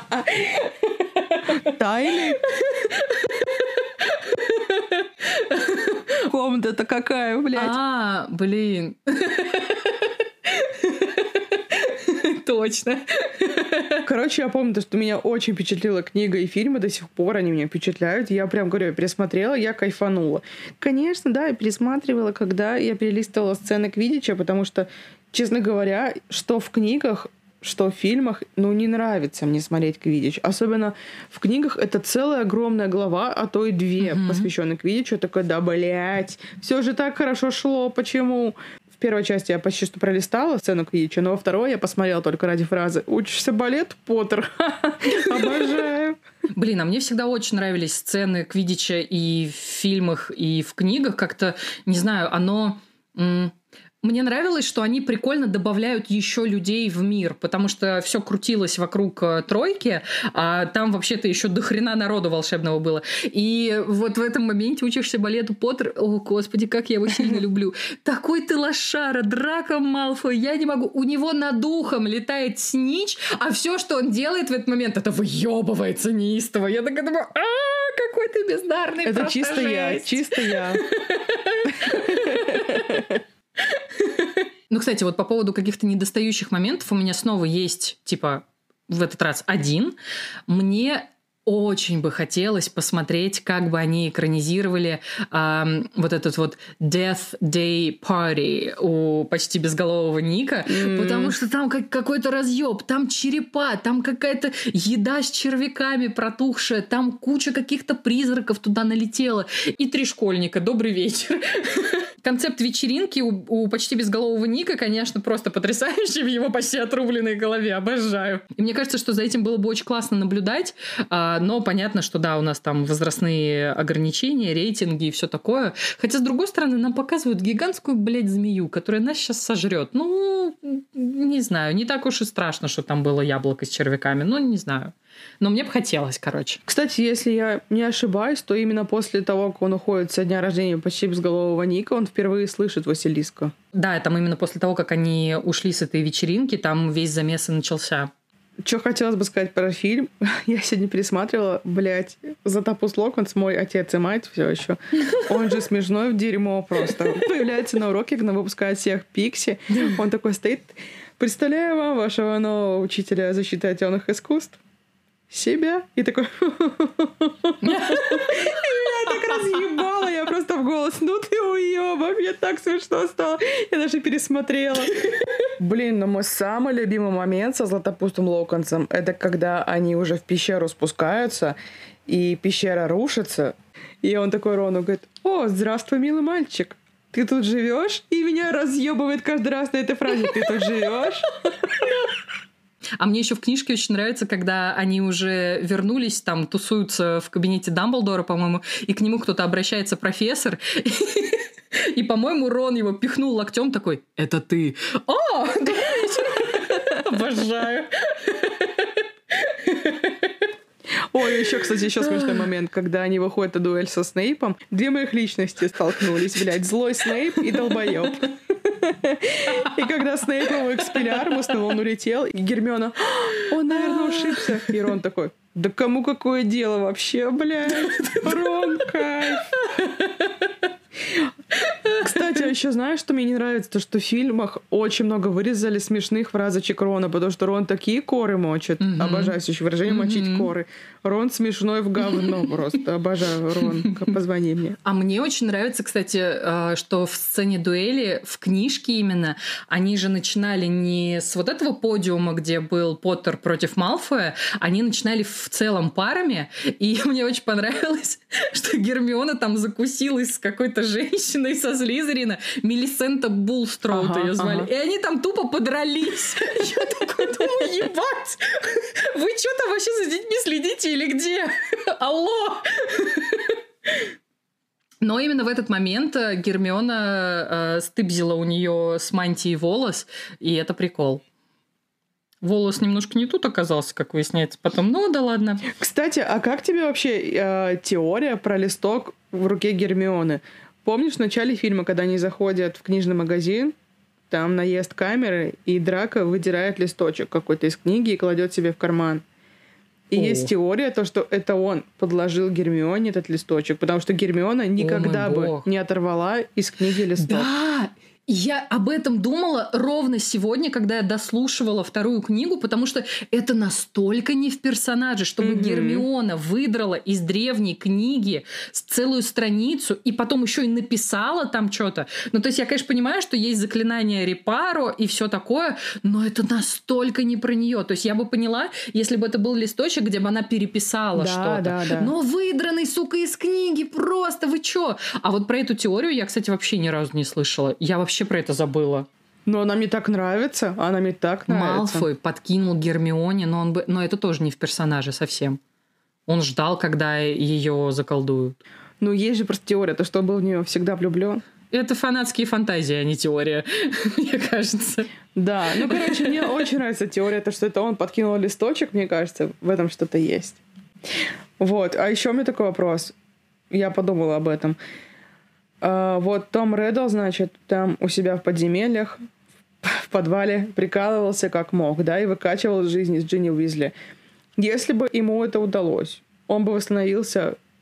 Тайны? Комната-то какая, блядь? Блин. Точно. Короче, я помню, что меня очень впечатлила книга и фильмы, до сих пор они меня впечатляют. Я прям, говорю, пересмотрела, я кайфанула. Конечно, да, я пересматривала, когда я перелистывала сцены Квиддича, потому что, честно говоря, что в книгах, что в фильмах, не нравится мне смотреть Квиддич. Особенно в книгах это целая огромная глава, а то и 2, посвященные Квиддичу. Я такая, да, блять, все же так хорошо шло, почему? В первой части я почти что пролистала сцену Квиддича, но во второй я посмотрела только ради фразы «Учишься балет, Поттер?» Обожаю. Блин, а мне всегда очень нравились сцены Квиддича и в фильмах, и в книгах. Как-то, не знаю, оно... Мне нравилось, что они прикольно добавляют еще людей в мир, потому что все крутилось вокруг тройки, а там вообще-то еще дохрена народу волшебного было. И вот в этом моменте учишься балету Поттер. О, господи, как я его сильно люблю. Такой ты лошара, Драко Малфой, я не могу. У него над ухом летает Снич, а все, что он делает в этот момент, это выебывается неистово. Я такая думаю, какой ты бездарный. Это чисто жесть. Чисто я. Ну, кстати, вот по поводу каких-то недостающих моментов у меня снова есть, типа, в этот раз один. Мне очень бы хотелось посмотреть, как бы они экранизировали вот этот вот Death Day Party у почти безголового Ника, потому что там какой-то разъеб, там черепа, там какая-то еда с червяками протухшая, там куча каких-то призраков туда налетела. И 3 школьника. Добрый вечер. Концепт вечеринки у почти безголового Ника, конечно, просто потрясающий в его почти отрубленной голове. Обожаю. И мне кажется, что за этим было бы очень классно наблюдать. Но понятно, что да, у нас там возрастные ограничения, рейтинги и все такое. Хотя, с другой стороны, нам показывают гигантскую, блядь, змею, которая нас сейчас сожрет. Ну, не знаю, не так уж и страшно, что там было яблоко с червяками. Ну, не знаю. Но мне бы хотелось, короче. Кстати, если я не ошибаюсь, то именно после того, как он уходит со дня рождения почти безголового Ника, он впервые слышит Василиска. Да, там именно после того, как они ушли с этой вечеринки, там весь замес и начался. Что хотелось бы сказать про фильм. Я сегодня пересматривала, блядь, Златопуст Локонс, мой отец и мать все еще. Он же смешной в дерьмо просто. Появляется на уроке, когда выпускает всех Пикси. Он такой стоит. Представляю вам вашего нового учителя защиты от темных искусств. Себя. И такой... И меня так разъебало. Я просто в голос. Ну ты уёбок. Мне так смешно стало. Я даже пересмотрела. Блин, но мой самый любимый момент со Златопустом Локонсом — это когда они уже в пещеру спускаются, и пещера рушится. И он такой Рону говорит: «О, здравствуй, милый мальчик. Ты тут живешь?» И меня разъебывает каждый раз на этой фразе. «Ты тут живешь?» А мне еще в книжке очень нравится, когда они уже вернулись, там тусуются в кабинете Дамблдора, по-моему, и к нему кто-то обращается, профессор, и, по-моему, Рон его пихнул локтем такой: «Это ты». О, добрый вечер. Обожаю. Ой, еще, кстати, еще смешной момент, когда они выходят на дуэль со Снейпом. 2 моих личности столкнулись, блядь. Злой Снейп и долбоеб. И когда Снейп его экспеллиармуснул, он улетел, и Гермиона: «Он, наверное, ушибся». И Рон такой: «Да кому какое дело вообще, блядь? Рон, кайф». Кстати, а еще знаешь, что мне не нравится? То, что в фильмах очень много вырезали смешных фразочек Рона, потому что Рон такие коры мочит. Обожаю еще выражение «мочить коры». Рон смешной в говно просто. Обожаю, Рон. Позвони мне. А мне очень нравится, кстати, что в сцене дуэли, в книжке именно, они же начинали не с вот этого подиума, где был Поттер против Малфоя, они начинали в целом парами, и мне очень понравилось, что Гермиона там закусилась с какой-то женщиной со Слизерина, Мелисента Булстроуд ее звали, и они там тупо подрались. Я такой думаю: ебать, вы что там вообще за детьми следите или где? Алло! Но именно в этот момент Гермиона стыбзила у нее с мантии волос, и это прикол. Волос немножко не тут оказался, как выясняется потом. Ну да ладно. Кстати, а как тебе вообще теория про листок в руке Гермионы? Помнишь в начале фильма, когда они заходят в книжный магазин, там наезд камеры, и Драко выдирает листочек какой-то из книги и кладет себе в карман. И есть теория, то, что это он подложил Гермионе этот листочек, потому что Гермиона никогда бы не оторвала из книги листок. Да! Я об этом думала ровно сегодня, когда я дослушивала 2 книгу, потому что это настолько не в персонаже, чтобы Гермиона выдрала из древней книги целую страницу и потом еще и написала там что-то. Ну, то есть я, конечно, понимаю, что есть заклинание Репаро и все такое, но это настолько не про нее. То есть я бы поняла, если бы это был листочек, где бы она переписала что-то. Да. Но выдранный, сука, из книги, просто вы чё? А вот про эту теорию я, кстати, вообще ни разу не слышала. Я вообще про это забыла. Но она мне так нравится. Она мне так нравится. Малфой подкинул Гермионе, но это тоже не в персонаже совсем. Он ждал, когда ее заколдуют. Ну, есть же просто теория, то, что он был в нее всегда влюблен. Это фанатские фантазии, а не теория, мне кажется. Да, ну, короче, мне очень нравится теория, то, что это он подкинул листочек, мне кажется, в этом что-то есть. Вот, а еще у меня такой вопрос. Я подумала об этом. Вот Том Реддл, значит, там у себя в подземельях, в подвале прикалывался как мог, да, и выкачивал из жизни с Джинни Уизли. Если бы ему это удалось, он бы восстановился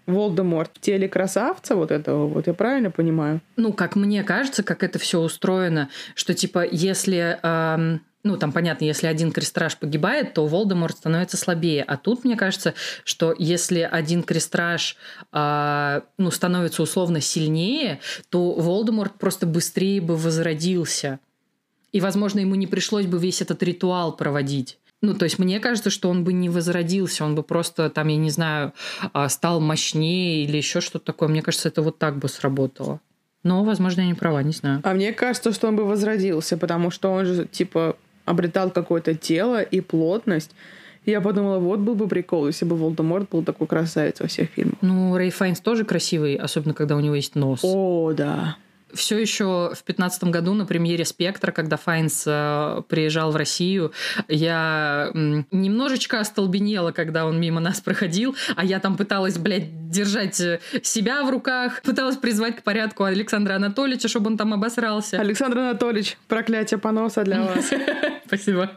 Волдеморт в теле красавца вот этого, вот я правильно понимаю? Ну, как мне кажется, как это все устроено, что типа если... Ну, там понятно, если один крестраж погибает, то Волдеморт становится слабее. А тут, мне кажется, что если один крестраж становится условно сильнее, то Волдеморт просто быстрее бы возродился. И, возможно, ему не пришлось бы весь этот ритуал проводить. Ну, то есть мне кажется, что он бы не возродился, он бы просто, там, я не знаю, стал мощнее или еще что-то такое. Мне кажется, это вот так бы сработало. Но, возможно, я не права, не знаю. А мне кажется, что он бы возродился, потому что он же, типа, обретал какое-то тело и плотность. И я подумала, вот был бы прикол, если бы Волдеморт был такой красавец во всех фильмах. Ну, Рэй Файнс тоже красивый, особенно когда у него есть нос. О, да. Все еще в 2015 году на премьере «Спектра», когда Файнс приезжал в Россию, я немножечко остолбенела, когда он мимо нас проходил, а я там пыталась, держать себя в руках, пыталась призвать к порядку Александра Анатольевича, чтобы он там обосрался. Александр Анатольевич, проклятие поноса для вас. Спасибо.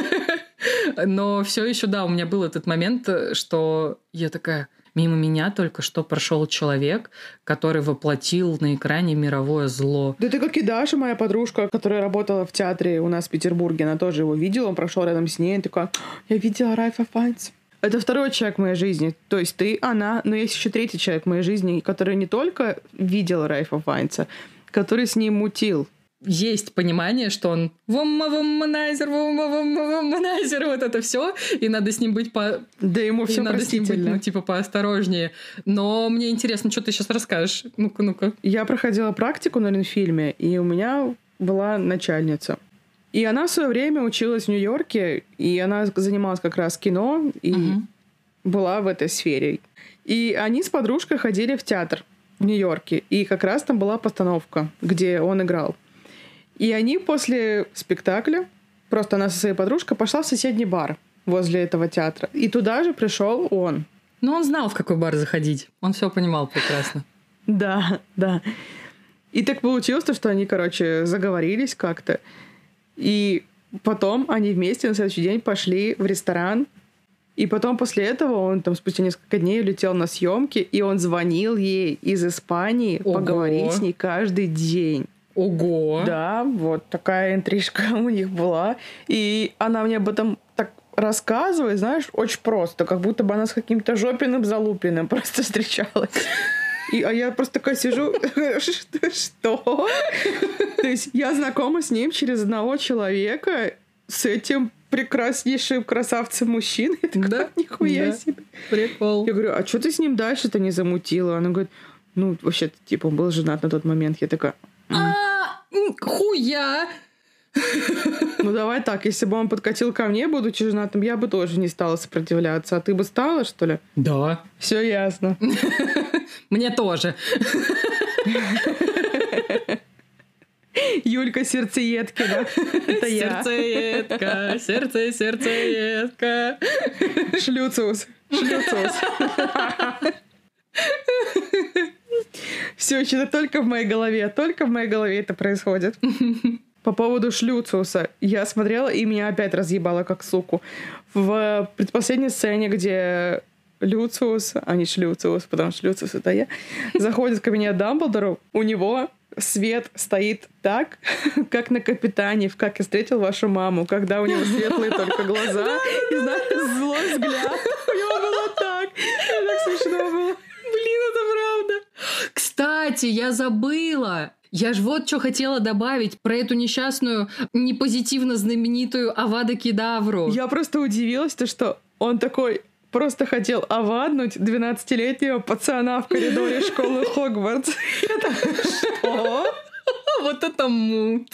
Но все еще, да, у меня был этот момент, что я такая... Мимо меня только что прошел человек, который воплотил на экране мировое зло. Да ты как и Даша, моя подружка, которая работала в театре у нас в Петербурге, она тоже его видела, он прошел рядом с ней, и такая, я видела Райфа Файнса. Это второй человек в моей жизни. То есть ты, она, но есть еще третий человек в моей жизни, который не только видел Райфа Файнса, который с ним мутил. Есть понимание, что он воманайзер, вот это все, и надо с ним быть Да ему все надо простительно. с ним быть, поосторожнее. Но мне интересно, что ты сейчас расскажешь. Ну-ка. Я проходила практику на Ленфильме, и у меня была начальница. И она в свое время училась в Нью-Йорке, и она занималась как раз кино, и была в этой сфере. И они с подружкой ходили в театр в Нью-Йорке, и как раз там была постановка, где он играл. И они после спектакля, просто она со своей подружкой пошла в соседний бар возле этого театра. И туда же пришел он. Ну, он знал, в какой бар заходить. Он все понимал прекрасно. Да. И так получилось, что они, заговорились как-то. И потом они вместе на следующий день пошли в ресторан. И потом после этого он там спустя несколько дней улетел на съемки, и он звонил ей из Испании поговорить с ней каждый день. Ого! Да, вот такая интрижка у них была. И она мне об этом так рассказывает, знаешь, очень просто. Как будто бы она с каким-то Жопиным Залупиным просто встречалась. А я просто такая сижу, что? То есть я знакома с ним через одного человека, с этим прекраснейшим красавцем мужчиной. Да? Нихуя себе. Прикол. Я говорю, а что ты с ним дальше-то не замутила? Она говорит, ну, вообще-то, типа, он был женат на тот момент. Я такая... Хуя! Ну, давай так, если бы он подкатил ко мне, будучи женатым, я бы тоже не стала сопротивляться. А ты бы стала, что ли? Да. Все ясно. Мне тоже. Юлька Сердцеедкина. Это я. Сердцеедка. Шлюциус. Все, что-то только в моей голове это происходит. По поводу Шлюциуса. Я смотрела, и меня опять разъебало как суку. В предпоследней сцене, где Люциус, а не Шлюциус, потому что Шлюциус — это я, заходит в кабинет Дамблдору, у него свет стоит так, как на «Капитане», в «Как я встретил вашу маму», когда у него светлые только глаза и, знаешь, злой взгляд. У него было так. Так смешно было. Блин, это правда. Кстати, я забыла. Я ж вот что хотела добавить про эту несчастную, непозитивно знаменитую Авада Кедавру. Я просто удивилась, что он такой просто хотел аваднуть 12-летнего пацана в коридоре школы Хогвартс. Что? Вот это мут.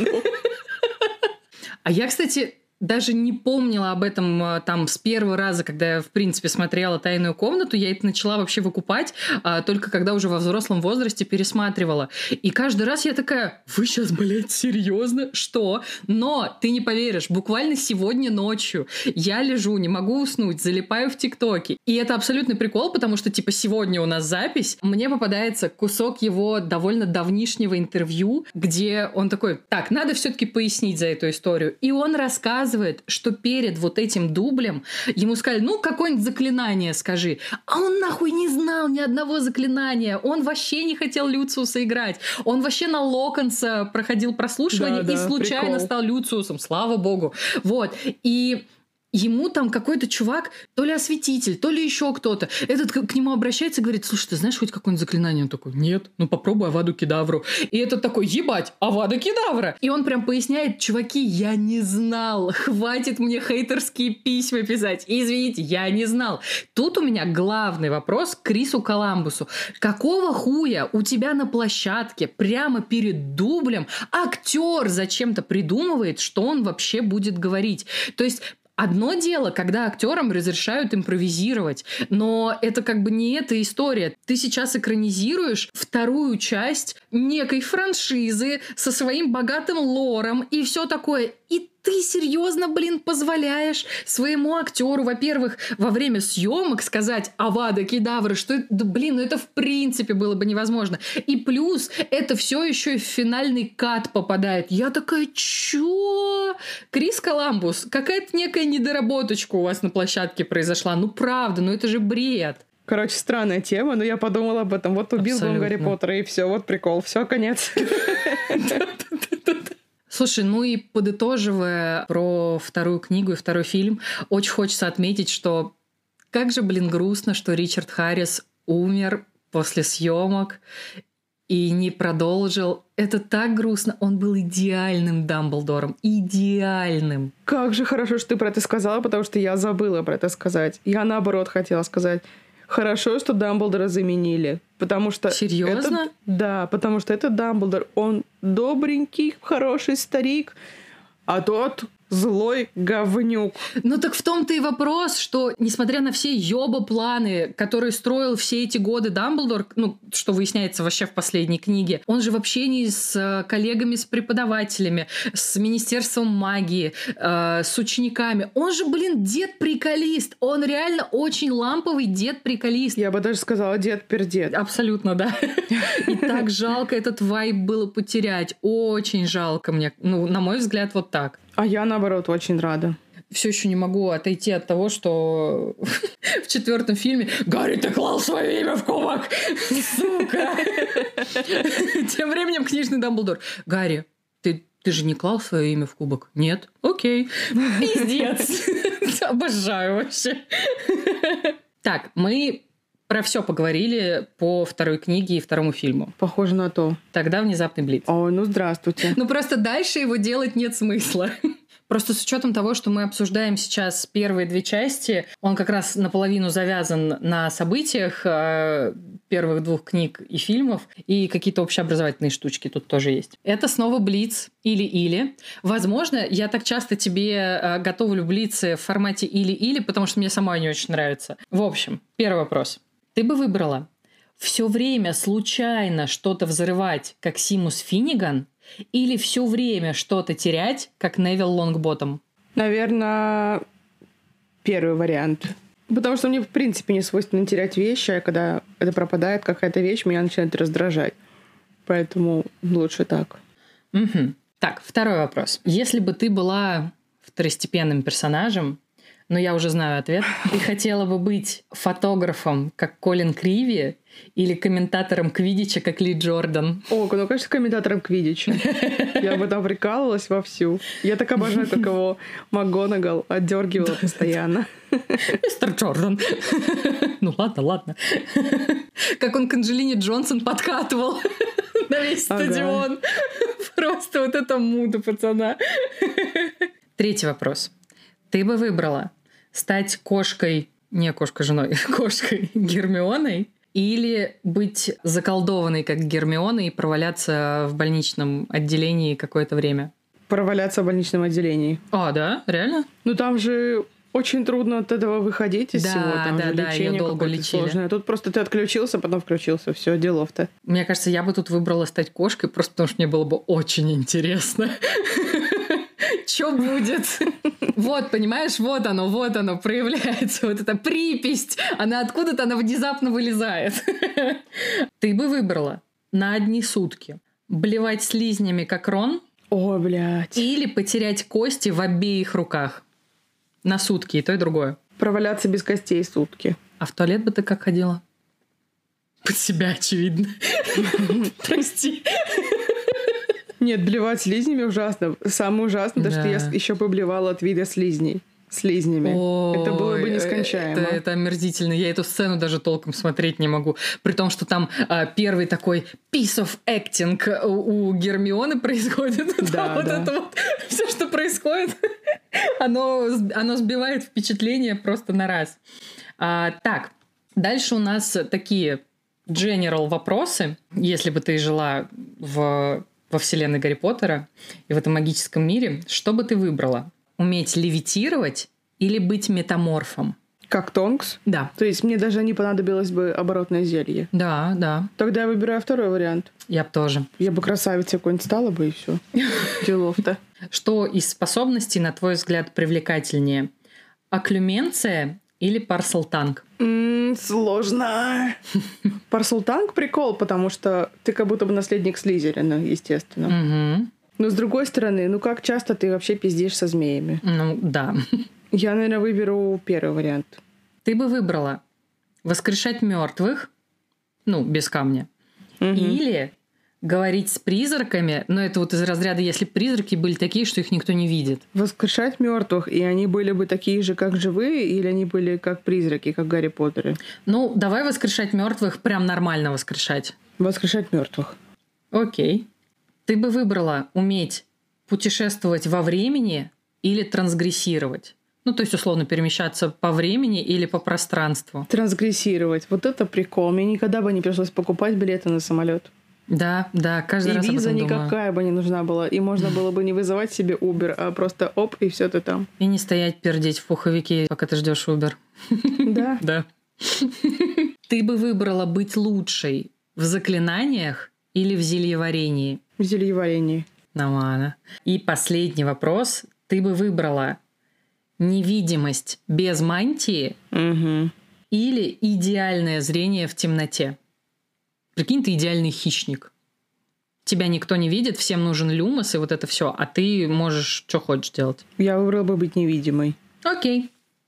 А я, кстати, даже не помнила об этом там с первого раза, когда я, в принципе, смотрела «Тайную комнату». Я это начала вообще выкупать только когда уже во взрослом возрасте пересматривала. И каждый раз я такая, вы сейчас, блядь, серьезно? Что? Но ты не поверишь, буквально сегодня ночью я лежу, не могу уснуть, залипаю в ТикТоке. И это абсолютный прикол, потому что, типа, сегодня у нас запись, мне попадается кусок его довольно давнишнего интервью, где он такой, так, надо все-таки пояснить за эту историю. И он рассказывает рассказывает, что перед вот этим дублем ему сказали, ну, какое-нибудь заклинание скажи. А он нахуй не знал ни одного заклинания. Он вообще не хотел Люциуса играть. Он вообще на Локонса проходил прослушивание и случайно стал Люциусом. Слава богу. Вот. И ему там какой-то чувак, то ли осветитель, то ли еще кто-то, этот к нему обращается и говорит, слушай, ты знаешь хоть какое-нибудь заклинание? Он такой, нет, ну попробуй Аваду Кедавру. И этот такой, ебать, Авада Кедавра. И он прям поясняет, чуваки, я не знал, хватит мне хейтерские письма писать. Извините, я не знал. Тут у меня главный вопрос к Крису Коламбусу. Какого хуя у тебя на площадке прямо перед дублем актер зачем-то придумывает, что он вообще будет говорить? То есть одно дело, когда актерам разрешают импровизировать, но это как бы не эта история. Ты сейчас экранизируешь вторую часть некой франшизы со своим богатым лором и все такое. И ты серьезно, позволяешь своему актеру, во-первых, во время съемок сказать Авада Кедавра, что это в принципе было бы невозможно. И плюс это все еще и в финальный кат попадает. Я такая, чё? Крис Коламбус, какая-то некая недоработочка у вас на площадке произошла. Ну правда, это же бред. Короче, странная тема, но я подумала об этом. Вот убил бы он Гарри Поттера, и все, вот прикол, все, конец. Слушай, и подытоживая про вторую книгу и второй фильм, очень хочется отметить, что как же, грустно, что Ричард Харрис умер после съемок и не продолжил. Это так грустно. Он был идеальным Дамблдором. Идеальным. Как же хорошо, что ты про это сказала, потому что я забыла про это сказать. Я, наоборот, хотела сказать... Хорошо, что Дамблдора заменили, потому что... Серьезно? Да, потому что этот Дамблдор, он добренький, хороший старик, а тот злой говнюк. Так в том-то и вопрос, что, несмотря на все ёба-планы, которые строил все эти годы Дамблдор, что выясняется вообще в последней книге, он же в общении с коллегами, с преподавателями, с Министерством магии, с учениками. Он же, дед-приколист. Он реально очень ламповый дед-приколист. Я бы даже сказала дед-пердед. Абсолютно, да. И так жалко этот вайб было потерять. Очень жалко мне. На мой взгляд, вот так. А я, наоборот, очень рада. Все еще не могу отойти от того, что в 4 фильме «Гарри, ты клал свое имя в кубок!» Сука! Тем временем книжный Дамблдор. «Гарри, ты же не клал свое имя в кубок?» «Нет». «Окей». Пиздец. Обожаю вообще. Так, мы про все поговорили по второй книге и второму фильму. Похоже на то. Тогда внезапный блиц. Ой, здравствуйте. Просто дальше его делать нет смысла. Просто с учетом того, что мы обсуждаем сейчас первые 2 части, он как раз наполовину завязан на событиях первых 2 книг и фильмов, и какие-то общеобразовательные штучки тут тоже есть. Это снова блиц или-или. Возможно, я так часто тебе готовлю блицы в формате или-или, потому что мне самой не очень нравится. В общем, первый вопрос. Ты бы выбрала все время случайно что-то взрывать, как Симус Финниган, или все время что-то терять, как Невил Лонгботтом? Наверное, первый вариант. Потому что мне, в принципе, не свойственно терять вещи, а когда это пропадает какая-то вещь, меня начинает раздражать. Поэтому лучше так. Угу. Так, второй вопрос. Если бы ты была второстепенным персонажем, но я уже знаю ответ, ты хотела бы быть фотографом, как Колин Криви, или комментатором квиддича, как Ли Джордан? Конечно, комментатором квиддича. Я бы там прикалывалась вовсю. Я так обожаю, как его МакГонагал отдергивала постоянно. Мистер Джордан. Ладно. Как он к Анджелине Джонсон подкатывал на весь стадион. Просто вот это муда пацана. Третий вопрос. Ты бы выбрала стать кошкой, не кошкой-женой, кошкой Гермионой, или быть заколдованной, как Гермиона, и проваляться в больничном отделении какое-то время? Проваляться в больничном отделении. А, да? Реально? Там же очень трудно от этого выходить из всего. Там же лечение долго лечили. Сложное. Тут просто ты отключился, потом включился. Все, делов-то. Мне кажется, я бы тут выбрала стать кошкой, просто потому что мне было бы очень интересно. Что будет? Вот, понимаешь, вот оно проявляется. Вот эта припись. Она откуда-то, она внезапно вылезает. Ты бы выбрала на одни сутки блевать слизнями, как Рон, О, блядь. Или потерять кости в обеих руках. На сутки, и то, и другое. Проваляться без костей сутки. А в туалет бы ты как ходила? Под себя, очевидно. Прости. Нет, блевать слизнями ужасно. Самое ужасное, что я еще поблевала от вида слизнями. Это было бы нескончаемо. Это омерзительно. Я эту сцену даже толком смотреть не могу. При том, что там первый такой piece of acting у Гермионы происходит. Да, вот это вот все, что происходит, оно сбивает впечатление просто на раз. Так, дальше у нас такие general вопросы. Если бы ты жила во вселенной Гарри Поттера и в этом магическом мире, что бы ты выбрала? Уметь левитировать или быть метаморфом? Как Тонкс? Да. То есть мне даже не понадобилось бы оборотное зелье? Да, да. Тогда я выбираю второй вариант. Я бы тоже. Я бы красавицей какой-нибудь стала бы, и все. Делов-то. Что из способностей, на твой взгляд, привлекательнее? Окклюменция или парселтанг? Сложно. Парселтанг прикол, потому что ты как будто бы наследник Слизерина, естественно. Угу. Но с другой стороны, как часто ты вообще пиздишь со змеями? Ну, да. Я, наверное, выберу первый вариант. Ты бы выбрала воскрешать мертвых, без камня, или говорить с призраками, но это вот из разряда, если призраки были такие, что их никто не видит. Воскрешать мертвых, и они были бы такие же, как живые, или они были как призраки, как Гарри Поттеры? Давай воскрешать мертвых, прям нормально воскрешать. Воскрешать мертвых. Окей. Ты бы выбрала уметь путешествовать во времени или трансгрессировать? То есть, условно, перемещаться по времени или по пространству. Трансгрессировать. Вот это прикол. Мне никогда бы не пришлось покупать билеты на самолет. Да, каждый раз об виза этом никакая бы не нужна была. И можно было бы не вызывать себе Uber, а просто оп, и все ты там. И не стоять пердеть в пуховике, пока ты ждешь Uber. Да. Да. Ты бы выбрала быть лучшей в заклинаниях или в зельеварении? В зельеварении. Нормально. И последний вопрос. Ты бы выбрала невидимость без мантии или идеальное зрение в темноте? Прикинь, ты идеальный хищник. Тебя никто не видит, всем нужен люмос и вот это все, а ты можешь что хочешь делать. Я выбрала бы быть невидимой. Окей.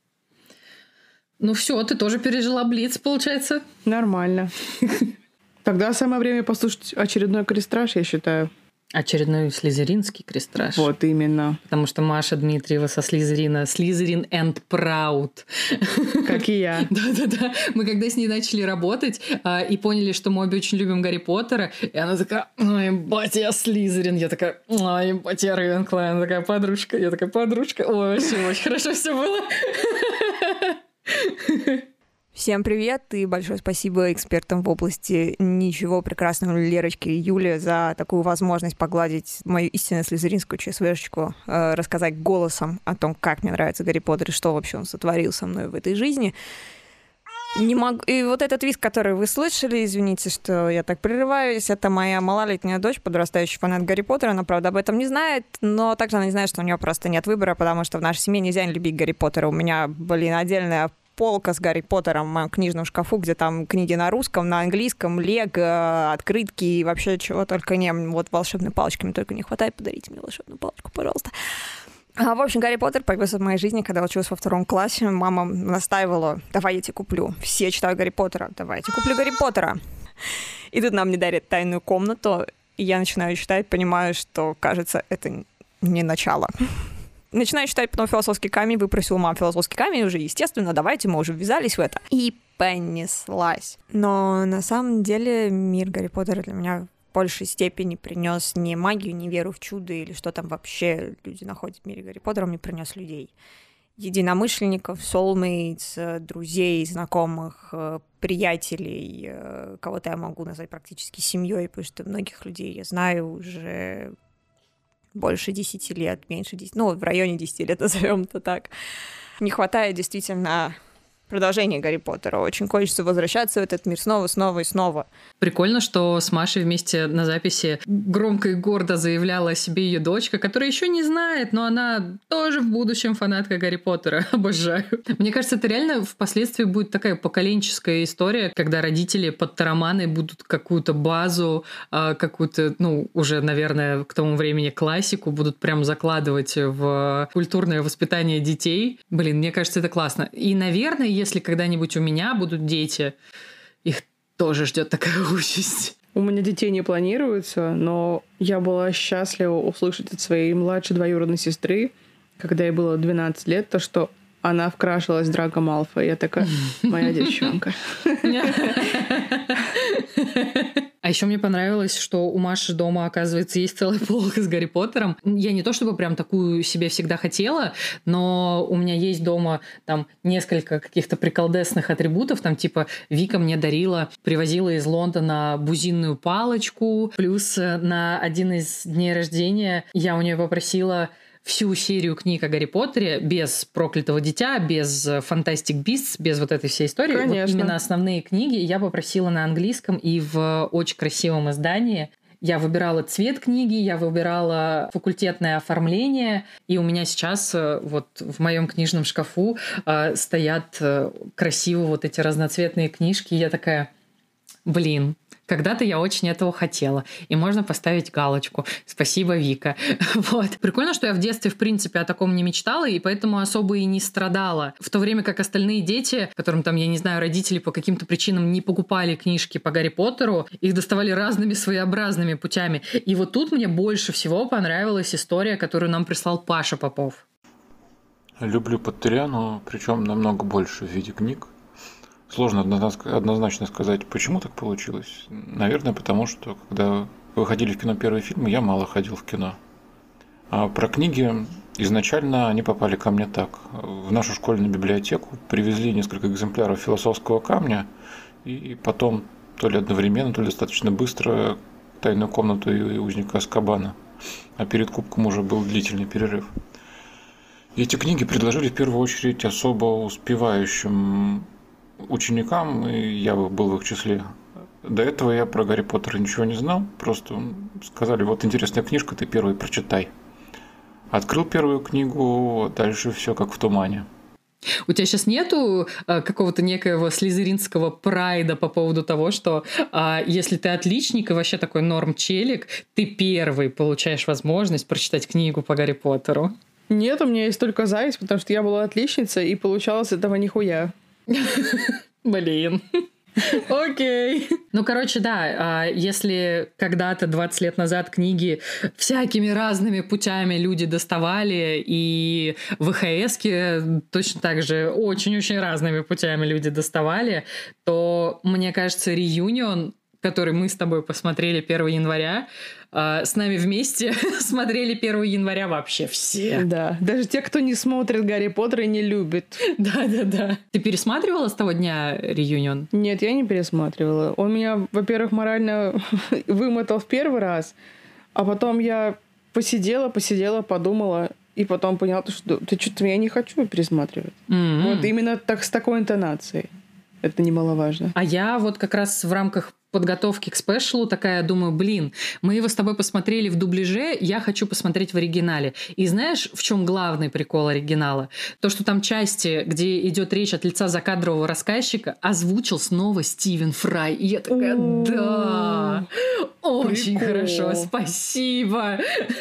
Все, ты тоже пережила блиц, получается. Нормально. Тогда самое время послушать очередной крестраж, я считаю. Очередной слизеринский крестраж. Вот именно. Потому что Маша Дмитриева со Слизерина. Слизерин and proud. Как и я. Да. Мы когда с ней начали работать и поняли, что мы обе очень любим Гарри Поттера, и она такая: ой, ебать, я Слизерин. Я такая: ой, ебать, я Рейвенклай. Она такая: подружка. Я такая: подружка. Ой, вообще очень хорошо все было. Всем привет и большое спасибо экспертам в области ничего прекрасного Лерочке и Юле за такую возможность погладить мою истинно слизеринскую ЧСВшечку, рассказать голосом о том, как мне нравится Гарри Поттер и что вообще он сотворил со мной в этой жизни. Не могу... И вот этот визг, который вы слышали, извините, что я так прерываюсь, это моя малолетняя дочь, подрастающий фанат Гарри Поттера. Она, правда, об этом не знает, но также она не знает, что у нее просто нет выбора, потому что в нашей семье нельзя не любить Гарри Поттера. У меня, отдельная полка с Гарри Поттером в моем книжном шкафу, где там книги на русском, на английском, лего, открытки и вообще чего только не. Вот волшебной палочки мне только не хватает. Подарите мне волшебную палочку, пожалуйста. В общем, Гарри Поттер появился в моей жизни, когда я училась во 2 классе. Мама настаивала: давай я тебе куплю. Все читают Гарри Поттера. Давай я тебе куплю Гарри Поттера. И тут нам не дарят тайную комнату. И я начинаю читать, понимаю, что, кажется, это не начало. Начинаю читать потом «Философский камень», выпросила мама «Философский камень», уже, естественно, давайте, мы уже ввязались в это. И понеслась. Но на самом деле мир Гарри Поттера для меня в большей степени принес не магию, не веру в чудо или что там вообще люди находят в мире Гарри Поттера, он мне принес людей. Единомышленников, soulmates, друзей, знакомых, приятелей, кого-то я могу назвать практически семьей, потому что многих людей я знаю уже больше 10 лет, меньше 10, в районе 10 лет, назовем это так. Не хватает действительно продолжение Гарри Поттера. Очень хочется возвращаться в этот мир снова, снова и снова. Прикольно, что с Машей вместе на записи громко и гордо заявляла о себе ее дочка, которая еще не знает, но она тоже в будущем фанатка Гарри Поттера. Обожаю. Мне кажется, это реально впоследствии будет такая поколенческая история, когда родители под тароманы будут какую-то базу, какую-то, уже, наверное, к тому времени классику будут прям закладывать в культурное воспитание детей. Блин, мне кажется, это классно. И, наверное, если когда-нибудь у меня будут дети, их тоже ждет такая участь. У меня детей не планируется, но я была счастлива услышать от своей младшей двоюродной сестры, когда ей было 12 лет, то, что она вкрашилась Драко Малфой. Я такая, моя девчонка. А еще мне понравилось, что у Маши дома, оказывается, есть целая полка с Гарри Поттером. Я не то чтобы прям такую себе всегда хотела, но у меня есть дома там несколько каких-то приколдесных атрибутов. Там типа Вика мне привозила из Лондона бузинную палочку. Плюс на один из дней рождения я у нее попросила всю серию книг о Гарри Поттере без «Проклятого дитя», без «Fantastic Beasts», без вот этой всей истории. Конечно. Вот именно основные книги я попросила на английском и в очень красивом издании. Я выбирала цвет книги, я выбирала факультетное оформление, и у меня сейчас вот в моем книжном шкафу стоят красиво вот эти разноцветные книжки. И я такая, блин, когда-то я очень этого хотела. И можно поставить галочку. Спасибо, Вика. Вот. Прикольно, что я в детстве, в принципе, о таком не мечтала, и поэтому особо и не страдала. В то время как остальные дети, которым там, я не знаю, родители по каким-то причинам не покупали книжки по Гарри Поттеру, их доставали разными своеобразными путями. И вот тут мне больше всего понравилась история, которую нам прислал Паша Попов. Люблю Поттериану, причем намного больше в виде книг. Сложно однозначно сказать, почему так получилось. Наверное, потому что, когда выходили в кино первые фильмы, я мало ходил в кино. А про книги изначально они попали ко мне так. В нашу школьную библиотеку привезли несколько экземпляров «Философского камня», и потом, то ли одновременно, то ли достаточно быстро, «Тайную комнату» и «Узника Азкабана». А перед кубком уже был длительный перерыв. И эти книги предложили в первую очередь особо успевающим ученикам, и я был в их числе. До этого я про Гарри Поттера ничего не знал, просто сказали, вот интересная книжка, ты первый прочитай. Открыл первую книгу, дальше все как в тумане. У тебя сейчас нету какого-то некоего слизеринского прайда по поводу того, что если ты отличник и вообще такой норм-челик, ты первый получаешь возможность прочитать книгу по Гарри Поттеру? Нет, у меня есть только зависть, потому что я была отличницей, и получалось этого нихуя. Блин. Окей. Ну, короче, да, если когда-то 20 лет назад книги всякими разными путями люди доставали, и ВХСки точно так же очень-очень разными путями люди доставали, то, мне кажется, реюнион, который мы с тобой посмотрели 1 января, с нами вместе смотрели 1 января вообще все. Да, даже те, кто не смотрит Гарри Поттера и не любит. Да. Ты пересматривала с того дня реюнион? Нет, я не пересматривала. Он меня, во-первых, морально вымотал в первый раз, а потом я посидела, подумала, и потом поняла, что ты что-то я не хочу пересматривать. Вот именно так, с такой интонацией. Это немаловажно. А я вот как раз в рамках подготовки к спешлу такая думаю, блин, мы его с тобой посмотрели в дубляже, я хочу посмотреть в оригинале. И знаешь, в чем главный прикол оригинала? То, что там части, где идет речь от лица закадрового рассказчика, озвучил снова Стивен Фрай. И я такая, да, очень хорошо, спасибо.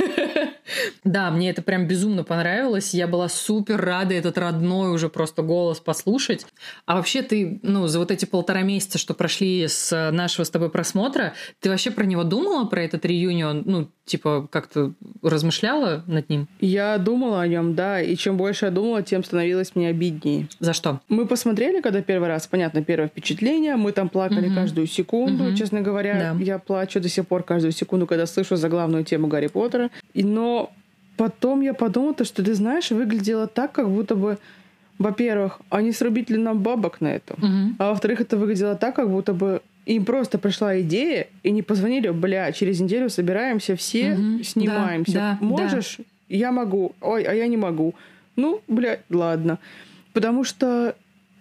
Да, мне это прям безумно понравилось. Я была супер рада этот родной уже просто голос послушать. А вообще ты, за вот эти 1,5 месяца, что прошли с нашего с тобой просмотра, ты вообще про него думала, про этот реюнион? Как-то размышляла над ним? Я думала о нем, да. И чем больше я думала, тем становилось мне обиднее. За что? Мы посмотрели, когда первый раз, понятно, первое впечатление. Мы там плакали каждую секунду. Честно говоря, я плачу до сих пор каждую секунду, когда слышу заглавную тему Гарри Поттера. Но потом я подумала, что, ты знаешь, выглядело так, как будто бы, во-первых, они срубили нам бабок на это. А во-вторых, это выглядело так, как будто бы им просто пришла идея, и не позвонили, через неделю собираемся все, снимаемся. Да, можешь? Да. Я могу. Ой, а я не могу. Ладно. Потому что,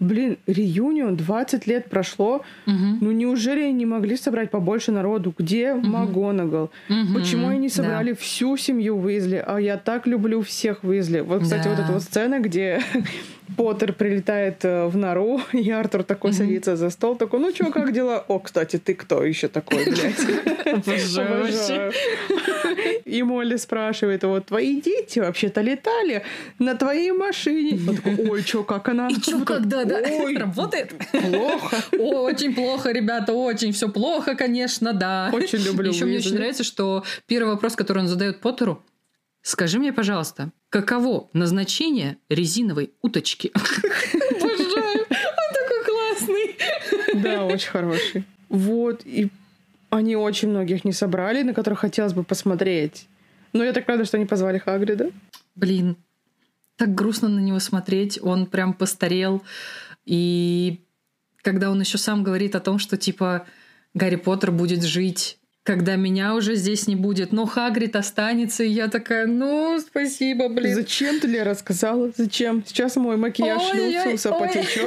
блин, реюнион, 20 лет прошло. Ну неужели они не могли собрать побольше народу? Где МакГонагал? Почему они не собрали всю семью Уизли? А я так люблю всех Уизли. Вот, кстати, вот эта вот сцена, где Поттер прилетает в нору, и Артур такой садится за стол, такой, ну чё, как дела? О, кстати, ты кто еще такой, блядь? Обожаю. И Молли спрашивает его, твои дети вообще-то летали на твоей машине. Он такой, ой, чё, как она? И чё, когда, да? Работает? Плохо. Очень плохо, ребята, очень все плохо, конечно, да. Очень люблю Еще мне очень нравится, что первый вопрос, который он задает Поттеру, скажи мне, пожалуйста, каково назначение резиновой уточки? Обожаю, он такой классный. Да, очень хороший. Вот, и они очень многих не собрали, на которых хотелось бы посмотреть. Но я так рада, что они позвали Хагрида. Блин, так грустно на него смотреть. Он прям постарел. И когда он еще сам говорит о том, что типа Гарри Поттер будет жить, когда меня уже здесь не будет, но Хагрид останется, и я такая, ну, спасибо, блин. Зачем ты, Лера, сказала? Зачем? Сейчас мой макияж Люциуса потечет.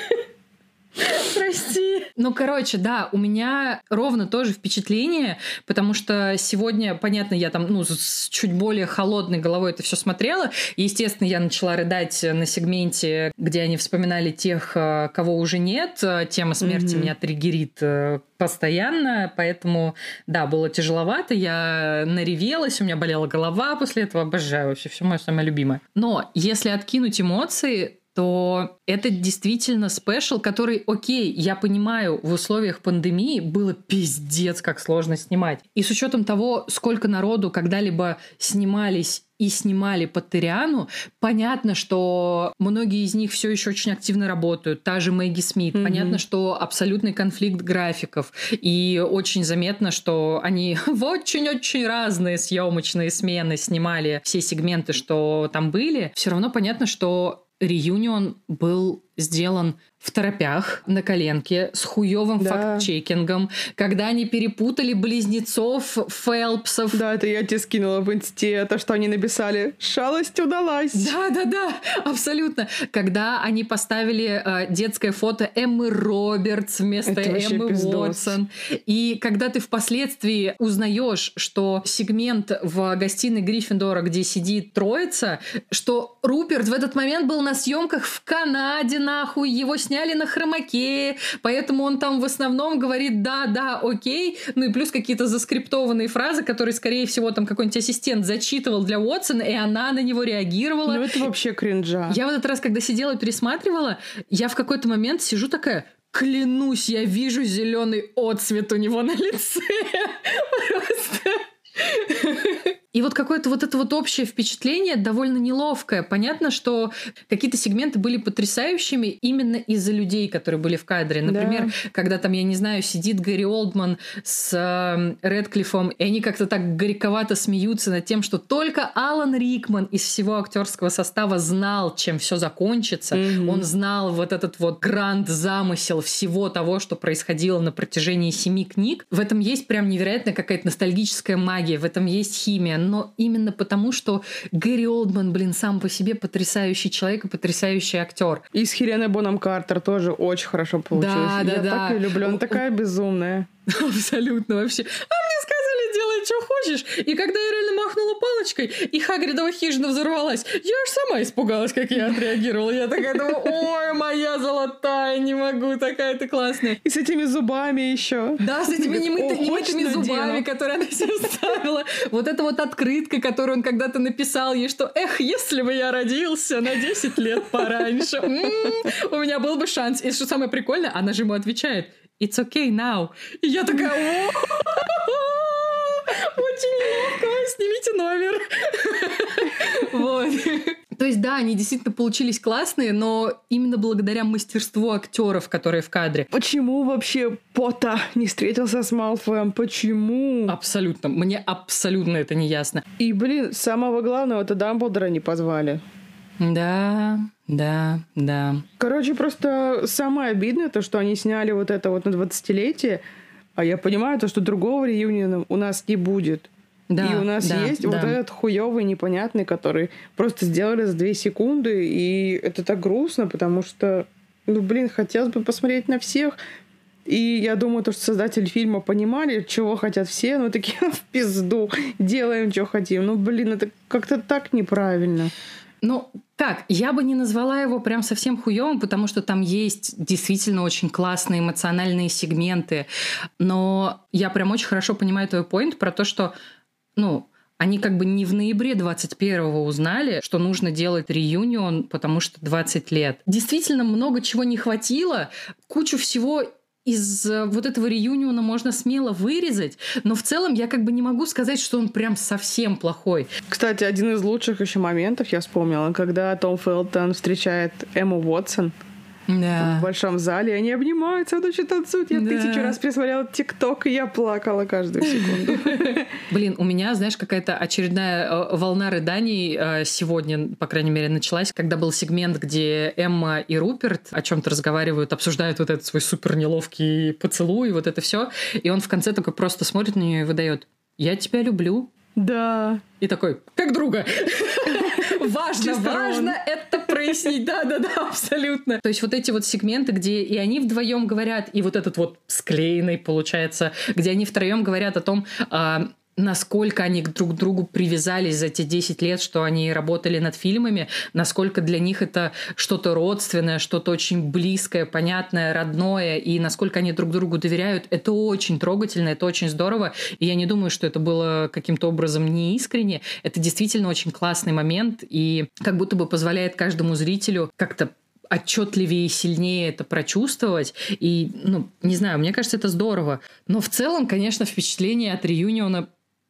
Прости. Ну, короче, да, у меня ровно тоже впечатление, потому что сегодня, понятно, я там, ну, с чуть более холодной головой это все смотрела. И, естественно, я начала рыдать на сегменте, где они вспоминали тех, кого уже нет. Тема смерти меня триггерит постоянно, поэтому, да, было тяжеловато, я наревелась, у меня болела голова после этого, обожаю вообще, все мое самое любимое. Но если откинуть эмоции, то это действительно спешл, который, окей, я понимаю, в условиях пандемии было пиздец, как сложно снимать. И с учетом того, сколько народу когда-либо снимались и снимали Поттериану, понятно, что многие из них все еще очень активно работают. Та же Мэгги Смит. Понятно, что абсолютный конфликт графиков. И очень заметно, что они в очень-очень разные съемочные смены снимали все сегменты, что там были. Все равно понятно, что реюнион был сделан в торопях, на коленке, с хуёвым факт-чекингом, когда они перепутали близнецов Фелпсов. Да, это я тебе скинула в инсте, то, что они написали «Шалость удалась». Да, абсолютно. Когда они поставили детское фото Эммы Робертс вместо Эммы Уотсон. И когда ты впоследствии узнаешь, что сегмент в гостиной Гриффиндора, где сидит троица, что Руперт в этот момент был на съемках в Канаде, нахуй, его сняли на хромаке, поэтому он там в основном говорит да, окей, ну и плюс какие-то заскриптованные фразы, которые, скорее всего, там какой-нибудь ассистент зачитывал для Уотсона, и она на него реагировала. Ну это вообще кринжа. Я в этот раз, когда сидела и пересматривала, я в какой-то момент сижу такая, клянусь, я вижу зеленый отцвет у него на лице. Просто... И вот какое-то вот это вот общее впечатление довольно неловкое. Понятно, что какие-то сегменты были потрясающими именно из-за людей, которые были в кадре. Например, когда там, я не знаю, сидит Гэри Олдман с Рэдклиффом, и они как-то так горьковато смеются над тем, что только Алан Рикман из всего актерского состава знал, чем все закончится. Он знал вот этот вот гранд-замысел всего того, что происходило на протяжении 7 книг. В этом есть прям невероятная какая-то ностальгическая магия, в этом есть химия. Но именно потому, что Гэри Олдман, блин, сам по себе потрясающий человек и потрясающий актер. И с Хеленой Бонем Картер тоже очень хорошо получилось. Я так ее люблю, она такая безумная. Абсолютно вообще. А мне сказали, делай, что хочешь. И когда я реально махнула палочкой, и Хагридова хижина взорвалась, я аж сама испугалась, как я отреагировала. Я такая думаю, ой, моя золотая, не могу, такая ты классная. И с этими зубами еще. Да, с этими немытыми зубами, которые она себе вставила. Вот эта вот открытка, которую он когда-то написал ей, что, эх, если бы я родился на 10 лет пораньше, у меня был бы шанс. И что самое прикольное, она же ему отвечает, it's okay now. И я такая, очень легко, снимите номер. Вот. То есть, да, они действительно получились классные, но именно благодаря мастерству актеров, которые в кадре. Почему вообще Поттер не встретился с Малфоем? Почему? Абсолютно. Мне абсолютно это не ясно. И, блин, самого главного, это Дамблдора не позвали. Да. Короче, просто самое обидное то, что они сняли вот это вот на 20-летие, а я понимаю то, что другого реюниона у нас не будет. Да, и у нас есть вот этот хуёвый, непонятный, который просто сделали за 2 секунды, и это так грустно, потому что хотелось бы посмотреть на всех. И я думаю, что создатели фильма понимали, чего хотят все, такие в пизду, делаем, что хотим. Это как-то так неправильно. Я бы не назвала его прям совсем хуёвым, потому что там есть действительно очень классные эмоциональные сегменты. Но я прям очень хорошо понимаю твой поинт про то, что, они как бы не в ноябре 21-го узнали, что нужно делать реюнион, потому что 20 лет. Действительно много чего не хватило, кучу всего из вот этого реюниона можно смело вырезать, но в целом я как бы не могу сказать, что он прям совсем плохой. Кстати, один из лучших еще моментов я вспомнила, когда Том Фелтон встречает Эмму Уотсон в большом зале, они обнимаются, он очень танцует. Я 1000 раз пересмотрела ТикТок, и я плакала каждую секунду. У меня, знаешь, какая-то очередная волна рыданий сегодня, по крайней мере, началась, когда был сегмент, где Эмма и Руперт о чем-то разговаривают, обсуждают вот этот свой супер неловкий поцелуй, вот это все, и он в конце такой просто смотрит на нее и выдает: «Я тебя люблю». Да. И такой: «Как друга». Важно это прояснить. Да, абсолютно. То есть вот эти вот сегменты, где и они вдвоем говорят, и вот этот вот склеенный, получается, где они втроем говорят о том, насколько они друг к другу привязались за те 10 лет, что они работали над фильмами, насколько для них это что-то родственное, что-то очень близкое, понятное, родное, и насколько они друг другу доверяют. Это очень трогательно, это очень здорово, и я не думаю, что это было каким-то образом неискренне. Это действительно очень классный момент, и как будто бы позволяет каждому зрителю как-то отчетливее и сильнее это прочувствовать. И, не знаю, мне кажется, это здорово. Но в целом, конечно, впечатления от реюниона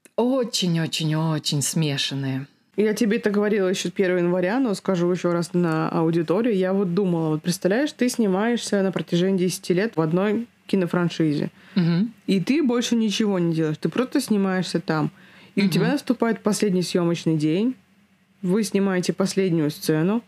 очень-очень-очень смешанные. Я тебе это говорила еще 1 января, но скажу еще раз на аудиторию. Я думала, представляешь, ты снимаешься на протяжении 10 лет в одной кинофраншизе. Угу. И ты больше ничего не делаешь. Ты просто снимаешься там. И у тебя наступает последний съемочный день. Вы снимаете последнюю сцену.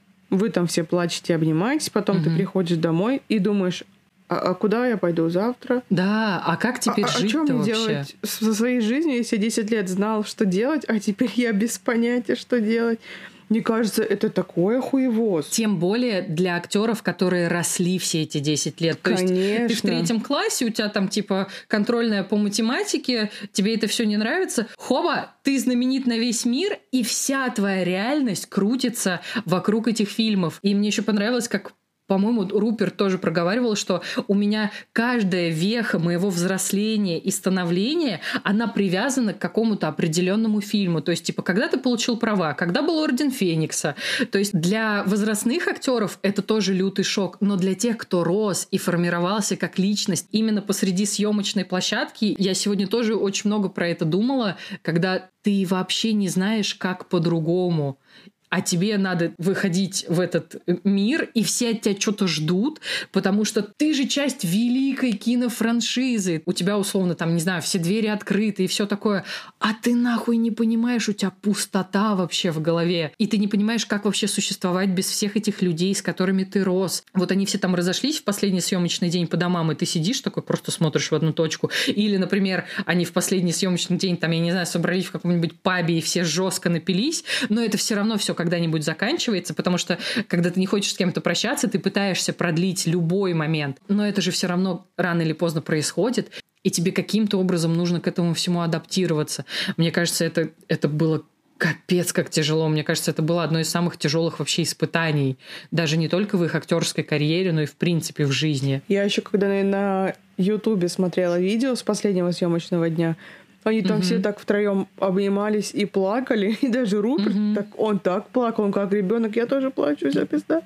Вы там все плачете, обнимаетесь. Потом ты приходишь домой и думаешь: а куда я пойду завтра? Да, а как теперь жить-то вообще? делать со своей жизнью, если я 10 лет знал, что делать, а теперь я без понятия, что делать? Мне кажется, это такое хуевоз. Тем более для актеров, которые росли все эти 10 лет. То Конечно. есть ты в 3 классе, у тебя там типа контрольная по математике, тебе это все не нравится. Хоба, ты знаменит на весь мир, и вся твоя реальность крутится вокруг этих фильмов. И мне еще понравилось, как, по-моему, Руперт тоже проговаривал, что у меня каждая веха моего взросления и становления, она привязана к какому-то определенному фильму. То есть, типа, когда ты получил права, когда был Орден Феникса. То есть для возрастных актеров это тоже лютый шок, но для тех, кто рос и формировался как личность именно посреди съемочной площадки, я сегодня тоже очень много про это думала, когда ты вообще не знаешь, как по-другому. А тебе надо выходить в этот мир, и все от тебя что-то ждут, потому что ты же часть великой кинофраншизы. У тебя, условно, там, не знаю, все двери открыты и все такое. А ты нахуй не понимаешь, у тебя пустота вообще в голове. И ты не понимаешь, как вообще существовать без всех этих людей, с которыми ты рос. Вот они все там разошлись в последний съемочный день по домам, и ты сидишь такой, просто смотришь в одну точку. Или, например, они в последний съемочный день, там, я не знаю, собрались в каком-нибудь пабе и все жестко напились, но это все равно все когда-нибудь заканчивается, потому что, когда ты не хочешь с кем-то прощаться, ты пытаешься продлить любой момент. Но это же все равно рано или поздно происходит, и тебе каким-то образом нужно к этому всему адаптироваться. Мне кажется, это было капец как тяжело. Мне кажется, это было одно из самых тяжелых вообще испытаний. Даже не только в их актерской карьере, но и в принципе в жизни. Я еще когда на Ютубе смотрела видео с последнего съемочного дня, они там все так втроем обнимались и плакали. И даже Руперт, он так плакал, он как ребенок. Я тоже плачу, вся пизда.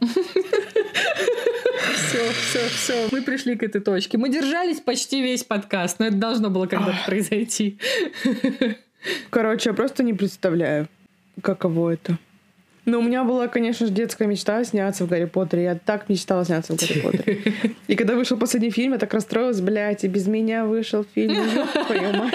Все. Мы пришли к этой точке. Мы держались почти весь подкаст, но это должно было когда-то произойти. Короче, я просто не представляю, каково это. Но у меня была, конечно же, детская мечта сняться в «Гарри Поттере». Я так мечтала сняться в «Гарри Поттере». И когда вышел последний фильм, я так расстроилась, блядь, и без меня вышел фильм. Ёб твою мать.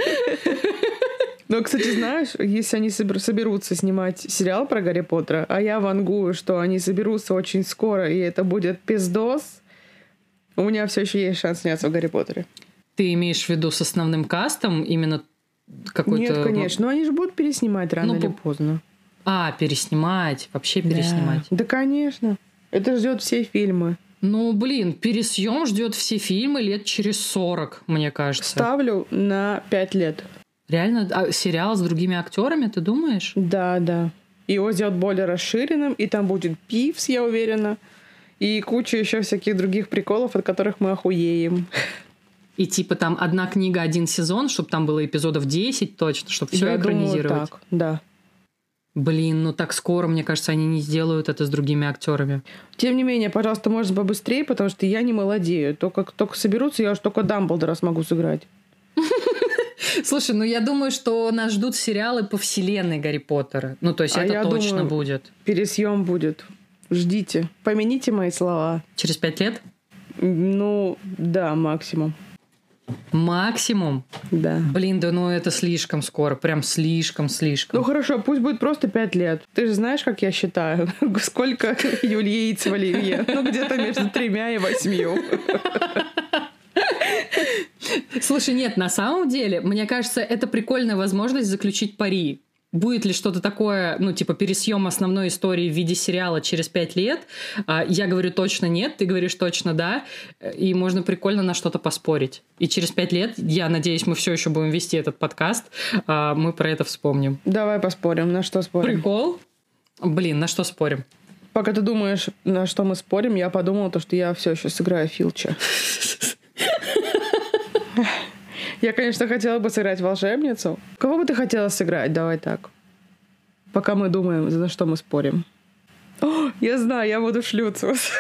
Но, кстати, знаешь, если они соберутся снимать сериал про Гарри Поттера, а я вангую, что они соберутся очень скоро, и это будет пиздос, у меня все еще есть шанс сняться в «Гарри Поттере». Ты имеешь в виду с основным кастом именно какой-то... Нет, конечно. Но они же будут переснимать рано или поздно. Переснимать. Вообще переснимать. Да, конечно. Это ждет все фильмы. Ну, блин, пересъем ждет все фильмы лет через 40, мне кажется. Ставлю на 5 лет. Реально? А сериал с другими актерами, ты думаешь? Да. Его сделают более расширенным, и там будет Пивз, я уверена, и куча еще всяких других приколов, от которых мы охуеем. И типа там одна книга, один сезон, чтобы там было эпизодов 10 точно, чтобы все Я экранизировать. думаю, так, да. Блин, ну так скоро, мне кажется, они не сделают это с другими актерами. Тем не менее, пожалуйста, можно побыстрее, потому что я не молодею. Только соберутся, я уж только Дамблдора смогу сыграть. Слушай, ну я думаю, что нас ждут сериалы по вселенной Гарри Поттера. Ну, то есть это точно думаю, будет. Пересъем будет. Ждите. Помяните мои слова. Через 5 лет? Ну, да, максимум. Максимум? Да. Блин, да ну это слишком скоро. Прям слишком. Ну хорошо, пусть будет просто 5 лет. Ты же знаешь, как я считаю? Сколько Юль яиц в оливье? Ну, где-то между 3 и 8. Слушай, нет, на самом деле, мне кажется, это прикольная возможность заключить пари. Будет ли что-то такое, ну, типа пересъем основной истории в виде сериала через 5 лет? Я говорю точно нет, ты говоришь точно да. И можно прикольно на что-то поспорить. И через 5 лет, я надеюсь, мы все еще будем вести этот подкаст, мы про это вспомним. Давай поспорим. На что спорим? Прикол? Блин, на что спорим? Пока ты думаешь, на что мы спорим, я подумала, что я все еще сыграю Филча. Я, конечно, хотела бы сыграть волшебницу. Кого бы ты хотела сыграть? Давай так. Пока мы думаем, за что мы спорим. О, я знаю, я буду Шлюциус.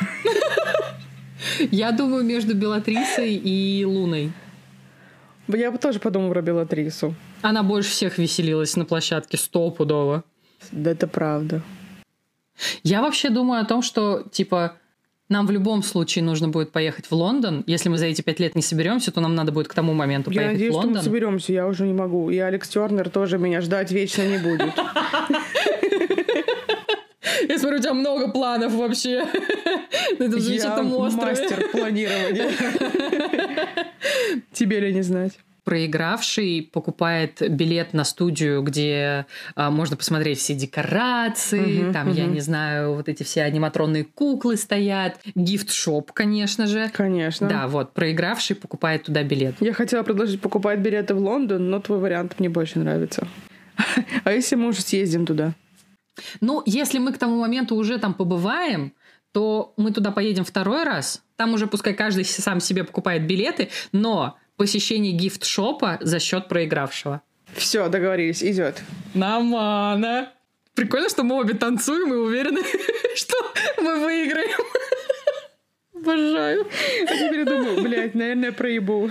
Я думаю, между Белатрисой и Луной. Я бы тоже подумала про Белатрису. Она больше всех веселилась на площадке, стопудово. Да, это правда. Я вообще думаю о том, что, типа, нам в любом случае нужно будет поехать в Лондон. Если мы за эти 5 лет не соберемся, то нам надо будет к тому моменту Я поехать надеюсь, в Лондон. что мы соберемся, я уже не могу. И Алекс Тернер тоже меня ждать вечно не будет. Я смотрю, у тебя много планов вообще. На этом замечательном острове. Мастер планирования. Тебе ли не знать? Проигравший покупает билет на студию, где можно посмотреть все декорации, там, я не знаю, вот эти все аниматронные куклы стоят, гифт-шоп, конечно же. Конечно. Да, вот, проигравший покупает туда билет. Я хотела предложить покупать билеты в Лондон, но твой вариант мне больше нравится. А если мы уже съездим туда? Ну, если мы к тому моменту уже там побываем, то мы туда поедем второй раз. Там уже пускай каждый сам себе покупает билеты, но посещение гифт-шопа за счет проигравшего. Все, договорились, идет. Нормально. Прикольно, что мы обе танцуем и уверены, что мы выиграем. Обожаю. А теперь думаю, блядь, наверное, проебу.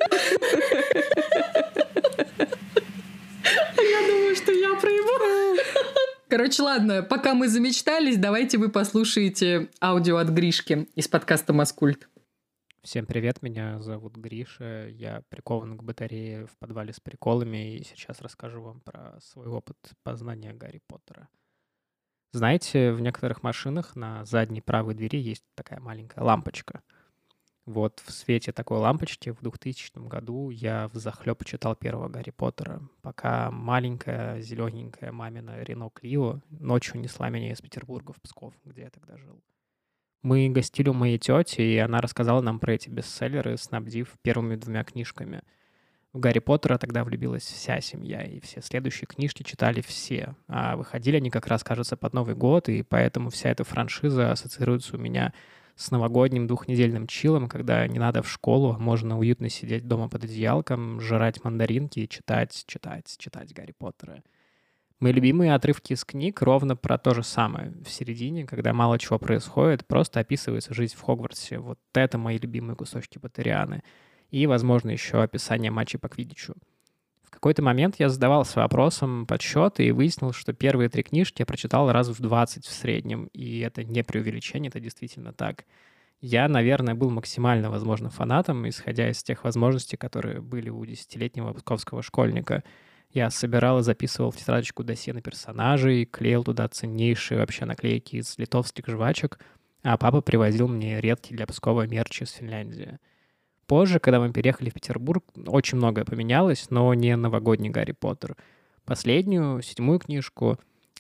Я думаю, что я проебу. Короче, ладно, пока мы замечтались, давайте вы послушаете аудио от Гришки из подкаста «Маскульт». Всем привет, меня зовут Гриша, я прикован к батарее в подвале с приколами, и сейчас расскажу вам про свой опыт познания Гарри Поттера. Знаете, в некоторых машинах на задней правой двери есть такая маленькая лампочка. Вот в свете такой лампочки в 2000 году я взахлёб читал первого Гарри Поттера, пока маленькая зелененькая мамина Рено Клио ночью несла меня из Петербурга в Псков, где я тогда жил. Мы гостили у моей тети, и она рассказала нам про эти бестселлеры, снабдив первыми 2 книжками. В Гарри Поттера тогда влюбилась вся семья, и все следующие книжки читали все. А выходили они как раз, кажется, под Новый год, и поэтому вся эта франшиза ассоциируется у меня с новогодним 2-недельным чилом, когда не надо в школу, можно уютно сидеть дома под одеялком, жрать мандаринки и читать Гарри Поттера. Мои любимые отрывки из книг ровно про то же самое. В середине, когда мало чего происходит, просто описывается жизнь в Хогвартсе. Вот это мои любимые кусочки Поттерианы. И, возможно, еще описание матчей по квиддичу. В какой-то момент я задавался вопросом подсчета и выяснил, что первые 3 книжки я прочитал раз в 20 в среднем. И это не преувеличение, это действительно так. Я, наверное, был максимально, возможно, фанатом, исходя из тех возможностей, которые были у 10-летнего псковского школьника. Я собирал и записывал в тетрадочку досье на персонажей, клеил туда ценнейшие вообще наклейки из литовских жвачек, а папа привозил мне редкий для Пскова мерч из Финляндии. Позже, когда мы переехали в Петербург, очень многое поменялось, но не новогодний Гарри Поттер. Последнюю, 7-ю книжку,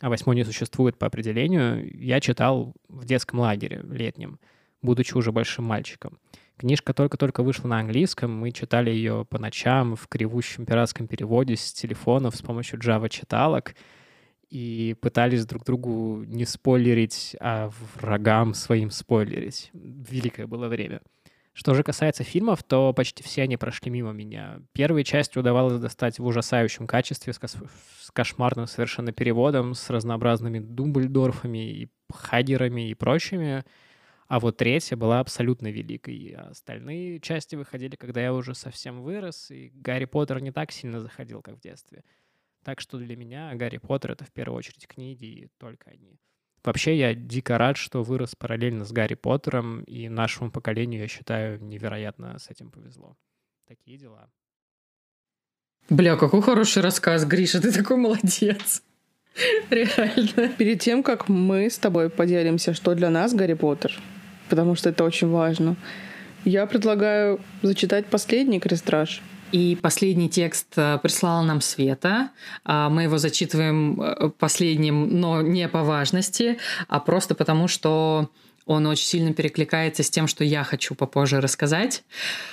а 8 не существует по определению, я читал в детском лагере летнем, будучи уже большим мальчиком. Книжка только-только вышла на английском, мы читали ее по ночам в кривущем пиратском переводе с телефонов с помощью Java-читалок и пытались друг другу не спойлерить, а врагам своим спойлерить. Великое было время. Что же касается фильмов, то почти все они прошли мимо меня. Первые части удавалось достать в ужасающем качестве, с кошмарным совершенно переводом, с разнообразными Думблдорфами и Хайдерами и прочими. А вот третья была абсолютно великой. А остальные части выходили, когда я уже совсем вырос, и Гарри Поттер не так сильно заходил, как в детстве. Так что для меня Гарри Поттер — это в первую очередь книги, и только они. Вообще, я дико рад, что вырос параллельно с Гарри Поттером, и нашему поколению, я считаю, невероятно с этим повезло. Такие дела. Бля, какой хороший рассказ, Гриша, ты такой молодец. Реально. Перед тем, как мы с тобой поделимся, что для нас Гарри Поттер, потому что это очень важно, я предлагаю зачитать последний крестраж. И последний текст прислала нам Света. Мы его зачитываем последним, но не по важности, а просто потому, что он очень сильно перекликается с тем, что я хочу попозже рассказать.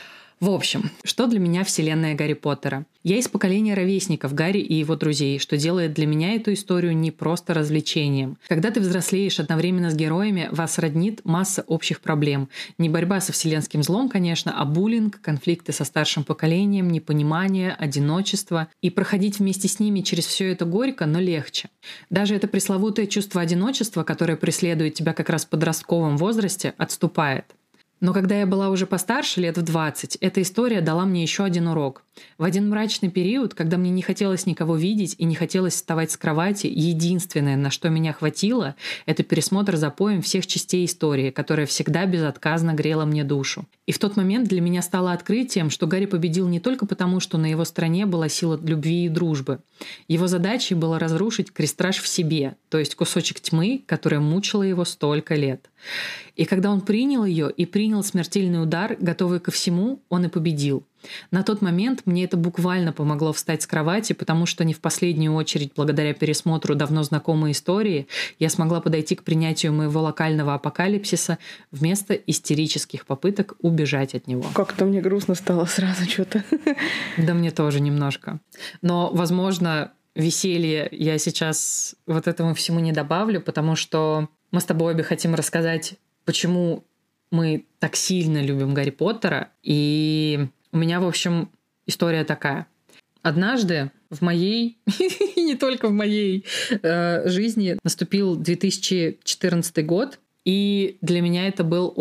В общем, что для меня вселенная Гарри Поттера? Я из поколения ровесников Гарри и его друзей, что делает для меня эту историю не просто развлечением. Когда ты взрослеешь одновременно с героями, вас роднит масса общих проблем. Не борьба со вселенским злом, конечно, а буллинг, конфликты со старшим поколением, непонимание, одиночество. И проходить вместе с ними через все это горько, но легче. Даже это пресловутое чувство одиночества, которое преследует тебя как раз в подростковом возрасте, отступает. Но когда я была уже постарше, лет в 20, эта история дала мне еще один урок. В один мрачный период, когда мне не хотелось никого видеть и не хотелось вставать с кровати, единственное, на что меня хватило, это пересмотр запоем всех частей истории, которая всегда безотказно грела мне душу. И в тот момент для меня стало открытием, что Гарри победил не только потому, что на его стороне была сила любви и дружбы. Его задачей было разрушить крестраж в себе, то есть кусочек тьмы, которая мучила его столько лет. И когда он принял ее и принял смертельный удар, готовый ко всему, он и победил. На тот момент мне это буквально помогло встать с кровати, потому что не в последнюю очередь благодаря пересмотру давно знакомой истории я смогла подойти к принятию моего локального апокалипсиса вместо истерических попыток убежать от него. Как-то мне грустно стало сразу что-то. Да мне тоже немножко. Но, возможно, веселье я сейчас вот этому всему не добавлю, потому что мы с тобой обе хотим рассказать, почему мы так сильно любим Гарри Поттера. И у меня, в общем, история такая. Однажды в моей, и не только в моей жизни, наступил 2014 год. И для меня это был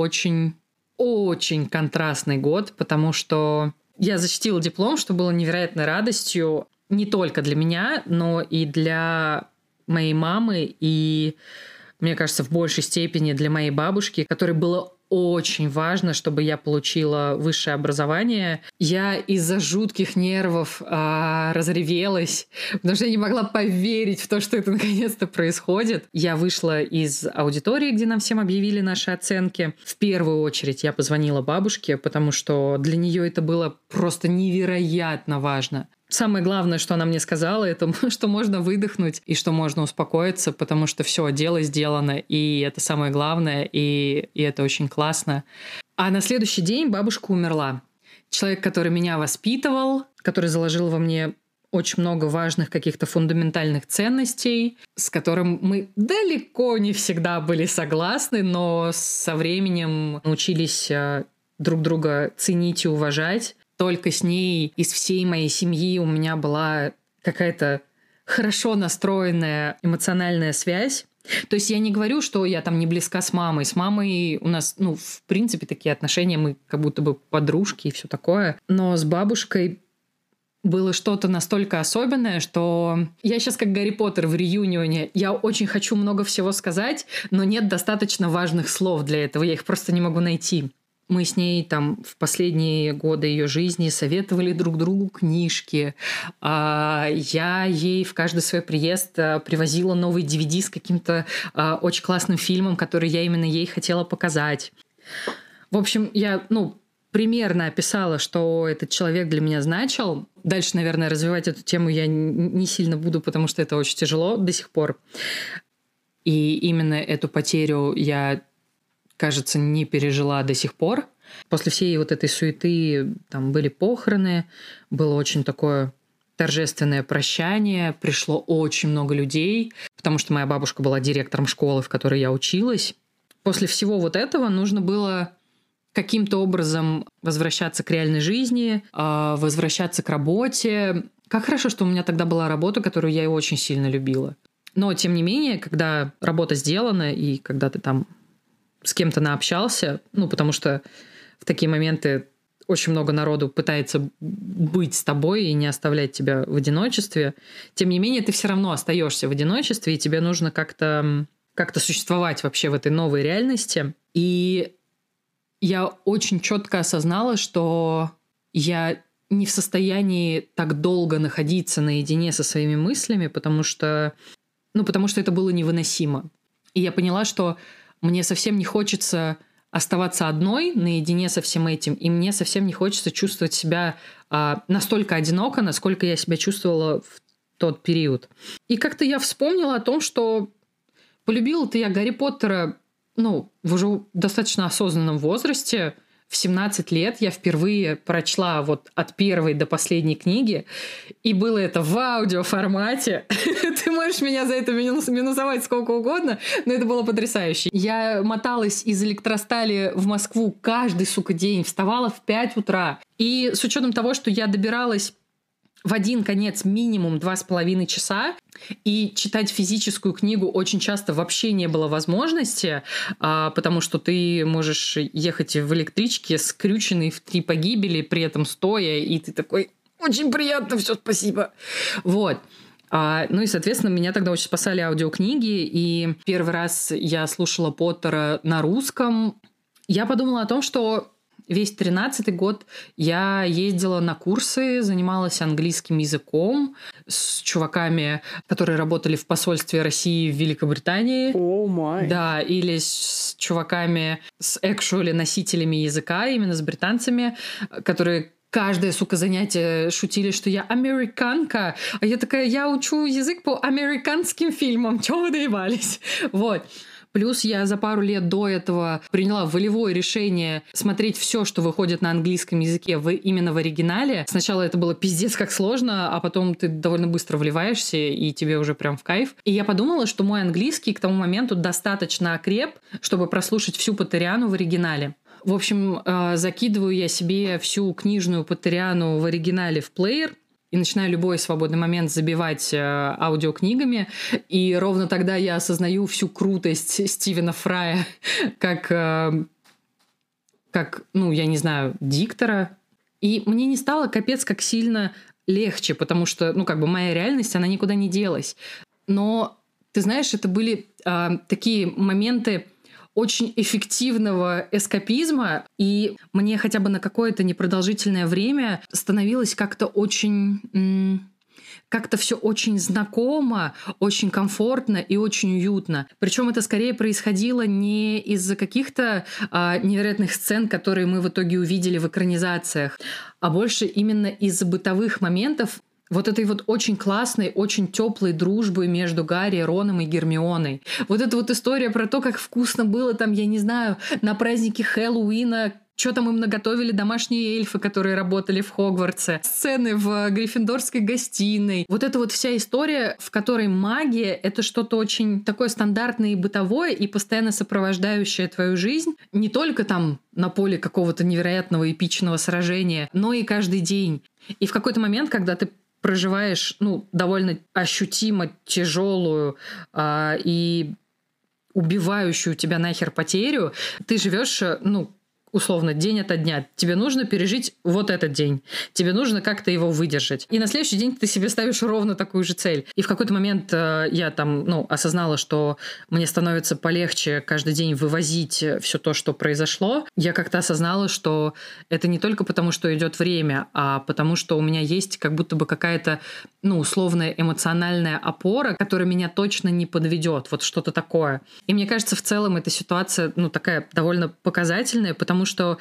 очень контрастный год, потому что я защитила диплом, что было невероятной радостью не только для меня, но и для моей мамы, и, мне кажется, в большей степени для моей бабушки, которой было очень важно, чтобы я получила высшее образование. Я из-за жутких нервов разревелась, потому что я не могла поверить в то, что это наконец-то происходит. Я вышла из аудитории, где нам всем объявили наши оценки. В первую очередь я позвонила бабушке, потому что для нее это было просто невероятно важно. Самое главное, что она мне сказала, это что можно выдохнуть и что можно успокоиться, потому что все, дело сделано, и это самое главное, и это очень классно. А на следующий день бабушка умерла. Человек, который меня воспитывал, который заложил во мне очень много важных каких-то фундаментальных ценностей, с которым мы далеко не всегда были согласны, но со временем научились друг друга ценить и уважать. Только с ней из всей моей семьи у меня была какая-то хорошо настроенная эмоциональная связь. То есть я не говорю, что я там не близка с мамой. С мамой у нас, в принципе, такие отношения, мы как будто бы подружки и все такое. Но с бабушкой было что-то настолько особенное, что я сейчас как Гарри Поттер в реюнионе. Я очень хочу много всего сказать, но нет достаточно важных слов для этого. Я их просто не могу найти. Мы с ней там в последние годы ее жизни советовали друг другу книжки. Я ей в каждый свой приезд привозила новый DVD с каким-то очень классным фильмом, который я именно ей хотела показать. В общем, я примерно описала, что этот человек для меня значил. Дальше, наверное, развивать эту тему я не сильно буду, потому что это очень тяжело до сих пор. И именно эту потерю я, кажется, не пережила до сих пор. После всей вот этой суеты там были похороны, было очень такое торжественное прощание, пришло очень много людей, потому что моя бабушка была директором школы, в которой я училась. После всего вот этого нужно было каким-то образом возвращаться к реальной жизни, возвращаться к работе. Как хорошо, что у меня тогда была работа, которую я очень сильно любила. Но, тем не менее, когда работа сделана, и когда ты там с кем-то наобщался, потому что в такие моменты очень много народу пытается быть с тобой и не оставлять тебя в одиночестве, тем не менее, ты все равно остаешься в одиночестве, и тебе нужно как-то существовать вообще в этой новой реальности. И я очень четко осознала, что я не в состоянии так долго находиться наедине со своими мыслями, потому что это было невыносимо. И я поняла, что мне совсем не хочется оставаться одной наедине со всем этим, и мне совсем не хочется чувствовать себя настолько одиноко, насколько я себя чувствовала в тот период. И как-то я вспомнила о том, что полюбила-то я Гарри Поттера в уже достаточно осознанном возрасте. В 17 лет я впервые прочла вот от первой до последней книги, и было это в аудиоформате. Ты можешь меня за это минусовать сколько угодно, но это было потрясающе. Я моталась из Электростали в Москву каждый, день, вставала в 5 утра. И с учетом того, что я добиралась в один конец минимум 2,5 часа, и читать физическую книгу очень часто вообще не было возможности, потому что ты можешь ехать в электричке, скрюченный в 3 погибели, при этом стоя, и ты такой: очень приятно, все, спасибо. Вот. И, соответственно, меня тогда очень спасали аудиокниги, и первый раз я слушала Поттера на русском. Я подумала о том, что весь 13-й год я ездила на курсы, занималась английским языком с чуваками, которые работали в посольстве России в Великобритании. Да, или с чуваками, с носителями языка, именно с британцами, которые каждое, занятие шутили, что я американка. А я такая: я учу язык по американским фильмам. Чего вы доебались? Вот. Плюс я за пару лет до этого приняла волевое решение смотреть все, что выходит на английском языке именно в оригинале. Сначала это было пиздец как сложно, а потом ты довольно быстро вливаешься, и тебе уже прям в кайф. И я подумала, что мой английский к тому моменту достаточно окреп, чтобы прослушать всю Поттериану в оригинале. В общем, закидываю я себе всю книжную Поттериану в оригинале в плеер и начинаю любой свободный момент забивать аудиокнигами. И ровно тогда я осознаю всю крутость Стивена Фрая как я не знаю, диктора. И мне не стало капец как сильно легче, потому что, моя реальность, она никуда не делась. Но, ты знаешь, это были такие моменты очень эффективного эскапизма, и мне хотя бы на какое-то непродолжительное время становилось как-то очень... как-то все очень знакомо, очень комфортно и очень уютно. Причем это скорее происходило не из-за каких-то невероятных сцен, которые мы в итоге увидели в экранизациях, а больше именно из-за бытовых моментов, вот этой вот очень классной, очень теплой дружбы между Гарри, Роном и Гермионой. Вот эта вот история про то, как вкусно было там, я не знаю, на празднике Хэллоуина, что там им наготовили домашние эльфы, которые работали в Хогвартсе, сцены в Гриффиндорской гостиной. Вот эта вот вся история, в которой магия — это что-то очень такое стандартное и бытовое, и постоянно сопровождающее твою жизнь, не только там на поле какого-то невероятного эпичного сражения, но и каждый день. И в какой-то момент, когда ты проживаешь, довольно ощутимо тяжелую и убивающую тебя нахер потерю, ты живешь, условно, день ото дня. Тебе нужно пережить вот этот день. Тебе нужно как-то его выдержать. И на следующий день ты себе ставишь ровно такую же цель. И в какой-то момент я там, осознала, что мне становится полегче каждый день вывозить все то, что произошло. Я как-то осознала, что это не только потому, что идет время, а потому, что у меня есть как будто бы какая-то, условная эмоциональная опора, которая меня точно не подведет. Вот что-то такое. И мне кажется, в целом эта ситуация, такая довольно показательная, потому что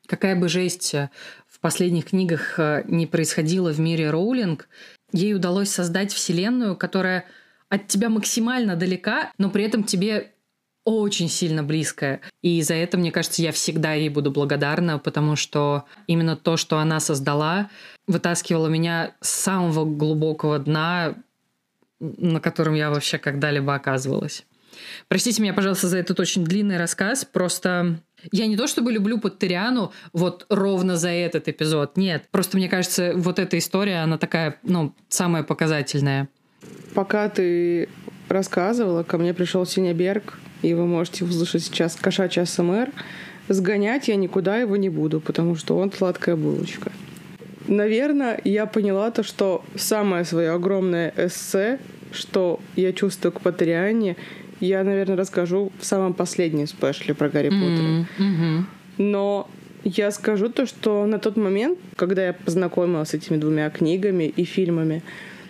какая бы жесть в последних книгах не происходила в мире Роулинг, ей удалось создать вселенную, которая от тебя максимально далека, но при этом тебе очень сильно близкая. И за это, мне кажется, я всегда ей буду благодарна, потому что именно то, что она создала, вытаскивало меня с самого глубокого дна, на котором я вообще когда-либо оказывалась. Простите меня, пожалуйста, за этот очень длинный рассказ. Просто я не то чтобы люблю Поттериану вот ровно за этот эпизод. Нет. Просто мне кажется, вот эта история, она такая, самая показательная. Пока ты рассказывала, ко мне пришел Синеберг, и вы можете услышать сейчас кошачий АСМР. Сгонять я никуда его не буду, потому что он сладкая булочка. Наверное, я поняла то, что самое свое огромное эссе, что я чувствую к Поттериане, я, наверное, расскажу в самом последнем спешле про Гарри Поттера. Но я скажу то, что на тот момент, когда я познакомилась с этими двумя книгами и фильмами,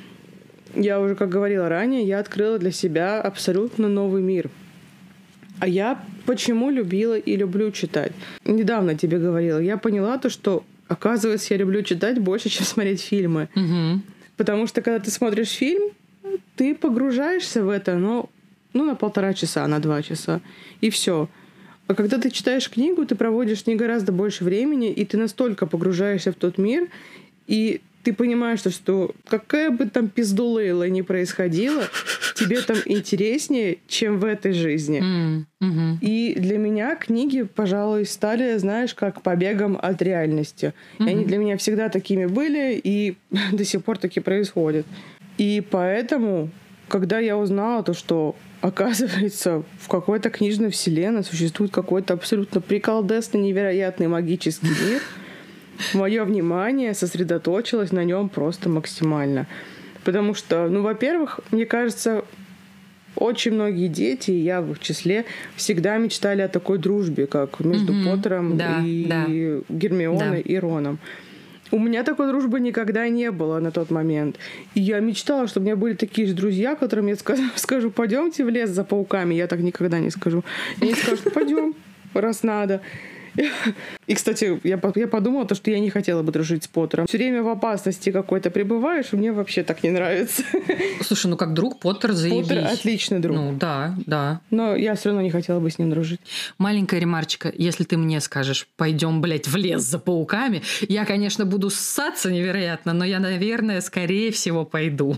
я уже, как говорила ранее, я открыла для себя абсолютно новый мир. А я почему любила и люблю читать? Недавно тебе говорила. Я поняла то, что, оказывается, я люблю читать больше, чем смотреть фильмы. Потому что, когда ты смотришь фильм, ты погружаешься в это, на 1,5 часа, на 2 часа. И все. А когда ты читаешь книгу, ты проводишь не гораздо больше времени, и ты настолько погружаешься в тот мир, и ты понимаешь, что какая бы там пиздулейла ни происходила, тебе там интереснее, чем в этой жизни. И для меня книги, пожалуй, стали, знаешь, как побегом от реальности. И они для меня всегда такими были, и до сих пор таки происходят. И поэтому, когда я узнала то, что, оказывается, в какой-то книжной вселенной существует какой-то абсолютно приколдесный, невероятный магический мир, мое внимание сосредоточилось на нем просто максимально. Потому что, во-первых, мне кажется, очень многие дети, и я в их числе, всегда мечтали о такой дружбе, как между Поттером и Гермионой и Роном. У меня такой дружбы никогда не было на тот момент. И я мечтала, чтобы у меня были такие же друзья, которым я скажу, пойдемте в лес за пауками. Я так никогда не скажу. Они скажут, пойдем, раз надо. И, кстати, я подумала, что я не хотела бы дружить с Поттером. Все время в опасности какой-то пребываешь, и мне вообще так не нравится. Слушай, как друг Поттер заебись. Поттер отличный друг. Да. Но я все равно не хотела бы с ним дружить. Маленькая ремарочка. Если ты мне скажешь, пойдем, блядь, в лес за пауками, я, конечно, буду ссаться невероятно, но я, наверное, скорее всего, пойду.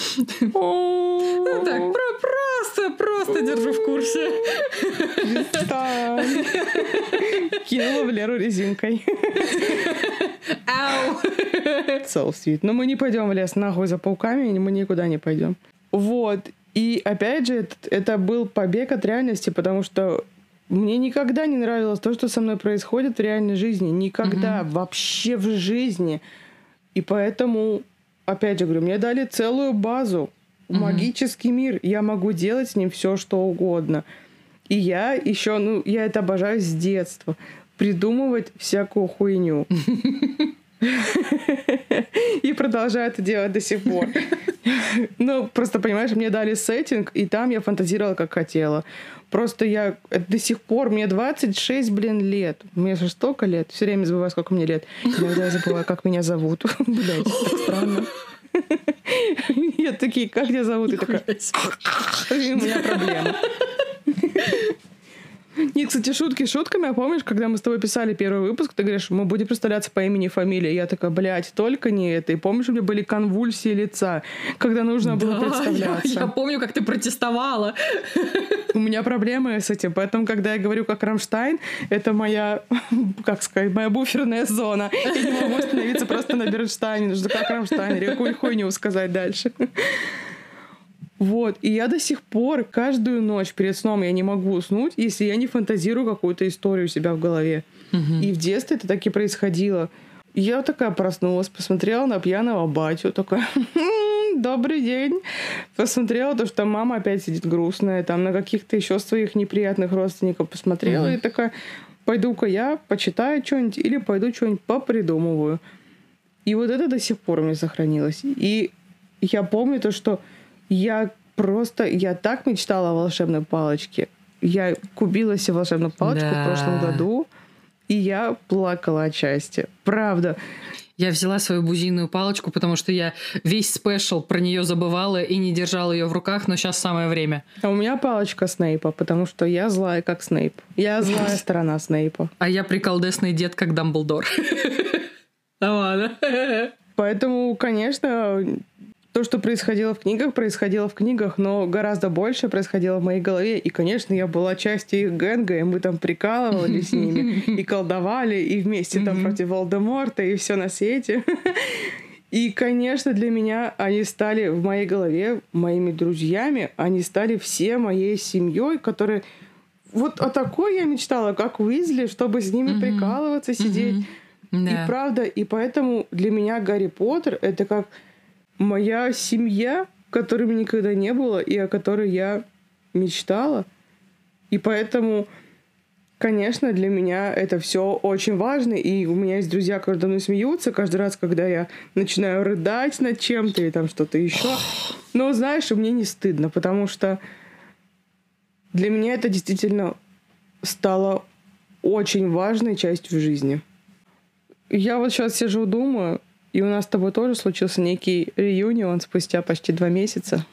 Так, просто держу в курсе. Кинула в Леру резинкой. Ау! So sweet. Но мы не пойдем в лес нахуй за пауками, мы никуда не пойдем. Вот. И опять же, это был побег от реальности, потому что мне никогда не нравилось то, что со мной происходит в реальной жизни. Никогда. Вообще в жизни. И поэтому, опять же говорю, мне дали целую базу. Магический мир. Я могу делать с ним все, что угодно. И я еще, я это обожаю с детства. Придумывать всякую хуйню. И продолжаю это делать до сих пор. Просто, понимаешь, мне дали сеттинг, и там я фантазировала, как хотела. Просто я до сих пор, мне 26, лет. Мне же столько лет. Все время забываю, сколько мне лет. Иногда я забываю, как меня зовут. Блядь, так странно. Я такие, как тебя зовут? И такая, у меня проблема. Нет, кстати, шутки шутками. А помнишь, когда мы с тобой писали первый выпуск, ты говоришь, мы будем представляться по имени и фамилии. Я такая, блядь, только не это. И помнишь, у меня были конвульсии лица, когда нужно было представляться. Я помню, как ты протестовала. У меня проблемы с этим. Поэтому, когда я говорю как Рамштайн, это моя, моя буферная зона. Я не могу остановиться просто на Бернштайне. Нужно как Рамштайн. Или какую хуйню сказать дальше. Вот. И я до сих пор каждую ночь перед сном я не могу уснуть, если я не фантазирую какую-то историю у себя в голове. И в детстве это так и происходило. И я такая проснулась, посмотрела на пьяного батю, такая, добрый день. Посмотрела то, что мама опять сидит грустная, там на каких-то еще своих неприятных родственников посмотрела и такая, пойду-ка я почитаю что-нибудь или пойду что-нибудь попридумываю. И вот это до сих пор у меня сохранилось. И я помню то, что я так мечтала о волшебной палочке. Я купила себе волшебную палочку в прошлом году. И я плакала от счастья. Правда. Я взяла свою бузийную палочку, потому что я весь спешл про нее забывала и не держала ее в руках, но сейчас самое время. А у меня палочка Снейпа, потому что я злая, как Снейп. Я злая сторона Снейпа. А я приколдесный дед, как Дамблдор. А ладно. Поэтому, конечно, то, что происходило в книгах, но гораздо больше происходило в моей голове. И, конечно, я была частью их гэнга, и мы там прикалывались с ними, и колдовали, и вместе там против Волдеморта, и все на свете. И, конечно, для меня они стали в моей голове моими друзьями, они стали все моей семьей, которые... Вот о такой я мечтала, как Уизли, чтобы с ними прикалываться, сидеть. Да. И правда, и поэтому для меня Гарри Поттер — это как моя семья, которой никогда не было, и о которой я мечтала. И поэтому, конечно, для меня это все очень важно. И у меня есть друзья, которые надо мной смеются каждый раз, когда я начинаю рыдать над чем-то или там что-то еще. Но, знаешь, мне не стыдно, потому что для меня это действительно стало очень важной частью жизни. Я вот сейчас сижу, думаю, и у нас с тобой тоже случился некий реюнион спустя почти 2 месяца.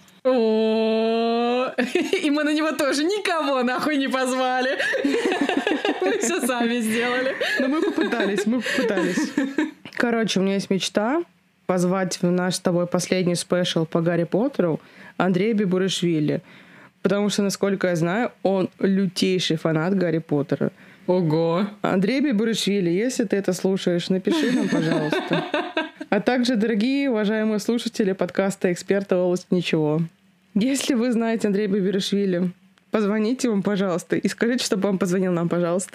И мы на него тоже никого нахуй не позвали. Мы все сами сделали. Но мы попытались. Короче, у меня есть мечта позвать в наш с тобой последний спешл по Гарри Поттеру Андрея Бибуришвили. Потому что, насколько я знаю, он лютейший фанат Гарри Поттера. Ого. Андрей Бибуришвили, если ты это слушаешь, напиши нам, пожалуйста. А также, дорогие, уважаемые слушатели подкаста «Эксперты в области ничего». Если вы знаете Андрея Бибуришвили, позвоните ему, пожалуйста, и скажите, чтобы он позвонил нам, пожалуйста.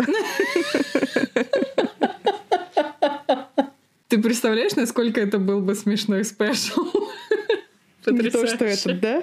Ты представляешь, насколько это был бы смешной спешл? Не то, что этот, да?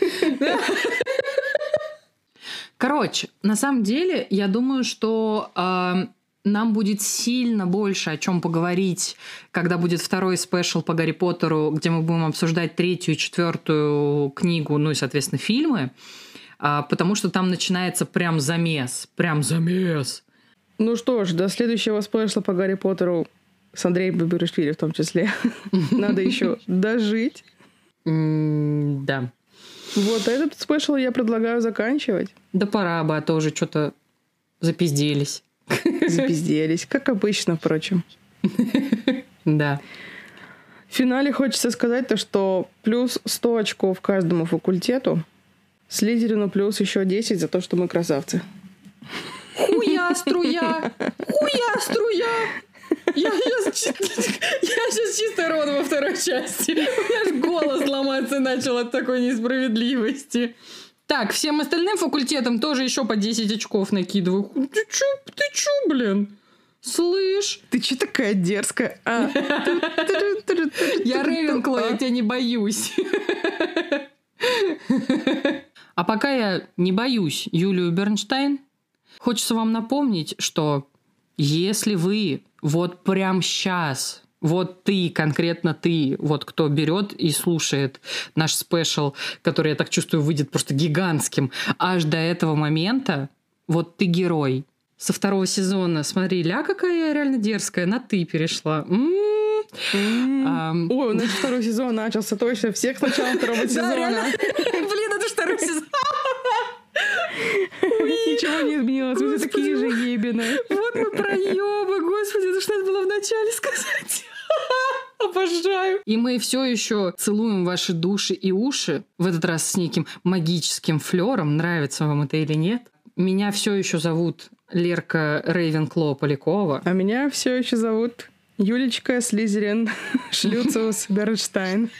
Короче, на самом деле, я думаю, что нам будет сильно больше о чем поговорить, когда будет второй спешл по Гарри Поттеру, где мы будем обсуждать 3-ю и 4-ю книгу, ну и, соответственно, фильмы, потому что там начинается прям замес. Ну что ж, до следующего спешла по Гарри Поттеру с Андреем Бибуришвили в том числе надо еще дожить. Да. Вот этот спешл я предлагаю заканчивать. Да пора бы, а то уже что-то запизделись. Запизделись, как обычно, впрочем. Да. В финале хочется сказать то, что плюс 100 очков каждому факультету, Слизерину плюс еще 10 за то, что мы красавцы. Хуя струя! Я сейчас чисто рот во второй части. У меня аж голос ломаться начал от такой несправедливости. Так, всем остальным факультетам тоже еще по 10 очков накидываю. Ты чё, блин? Слышь? Ты че такая дерзкая? Я Рейвенкло, я тебя не боюсь. А пока я не боюсь Юлию Бернштейн, хочется вам напомнить, что если вы вот прям сейчас, вот ты, конкретно ты, вот кто берет и слушает наш спешл, который, я так чувствую, выйдет просто гигантским, аж до этого момента, вот ты герой. Со 2-го сезона, смотри, какая я реально дерзкая, на «ты» перешла. Ой, у нас 2-й сезон начался точно, всех с начала 2-го сезона. Блин, это же 2-й сезон. Ничего не изменилось, вы такие же ебины. Вот мы проебы, господи, это что надо было вначале сказать. Обожаю. И мы все еще целуем ваши души и уши, в этот раз с неким магическим флером, нравится вам это или нет. Меня все еще зовут Лерка Рейвенкло Полякова. А меня все еще зовут Юлечка Слизерин Шлюциус Бернштейн.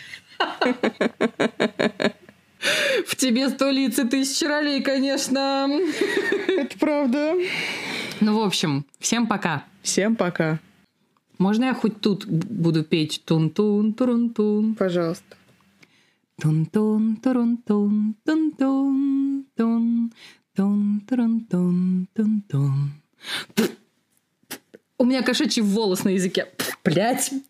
В тебе 100 лиц и 1000 ролей, конечно. Это правда. Ну, в общем, всем пока. Всем пока. Можно я хоть тут буду петь тун-тун-турун-тун? Пожалуйста. Тун-тун-турун-тун, тун-тун-тун, тун-турун-тун, тун-тун. У меня кошачий волос на языке. Блять.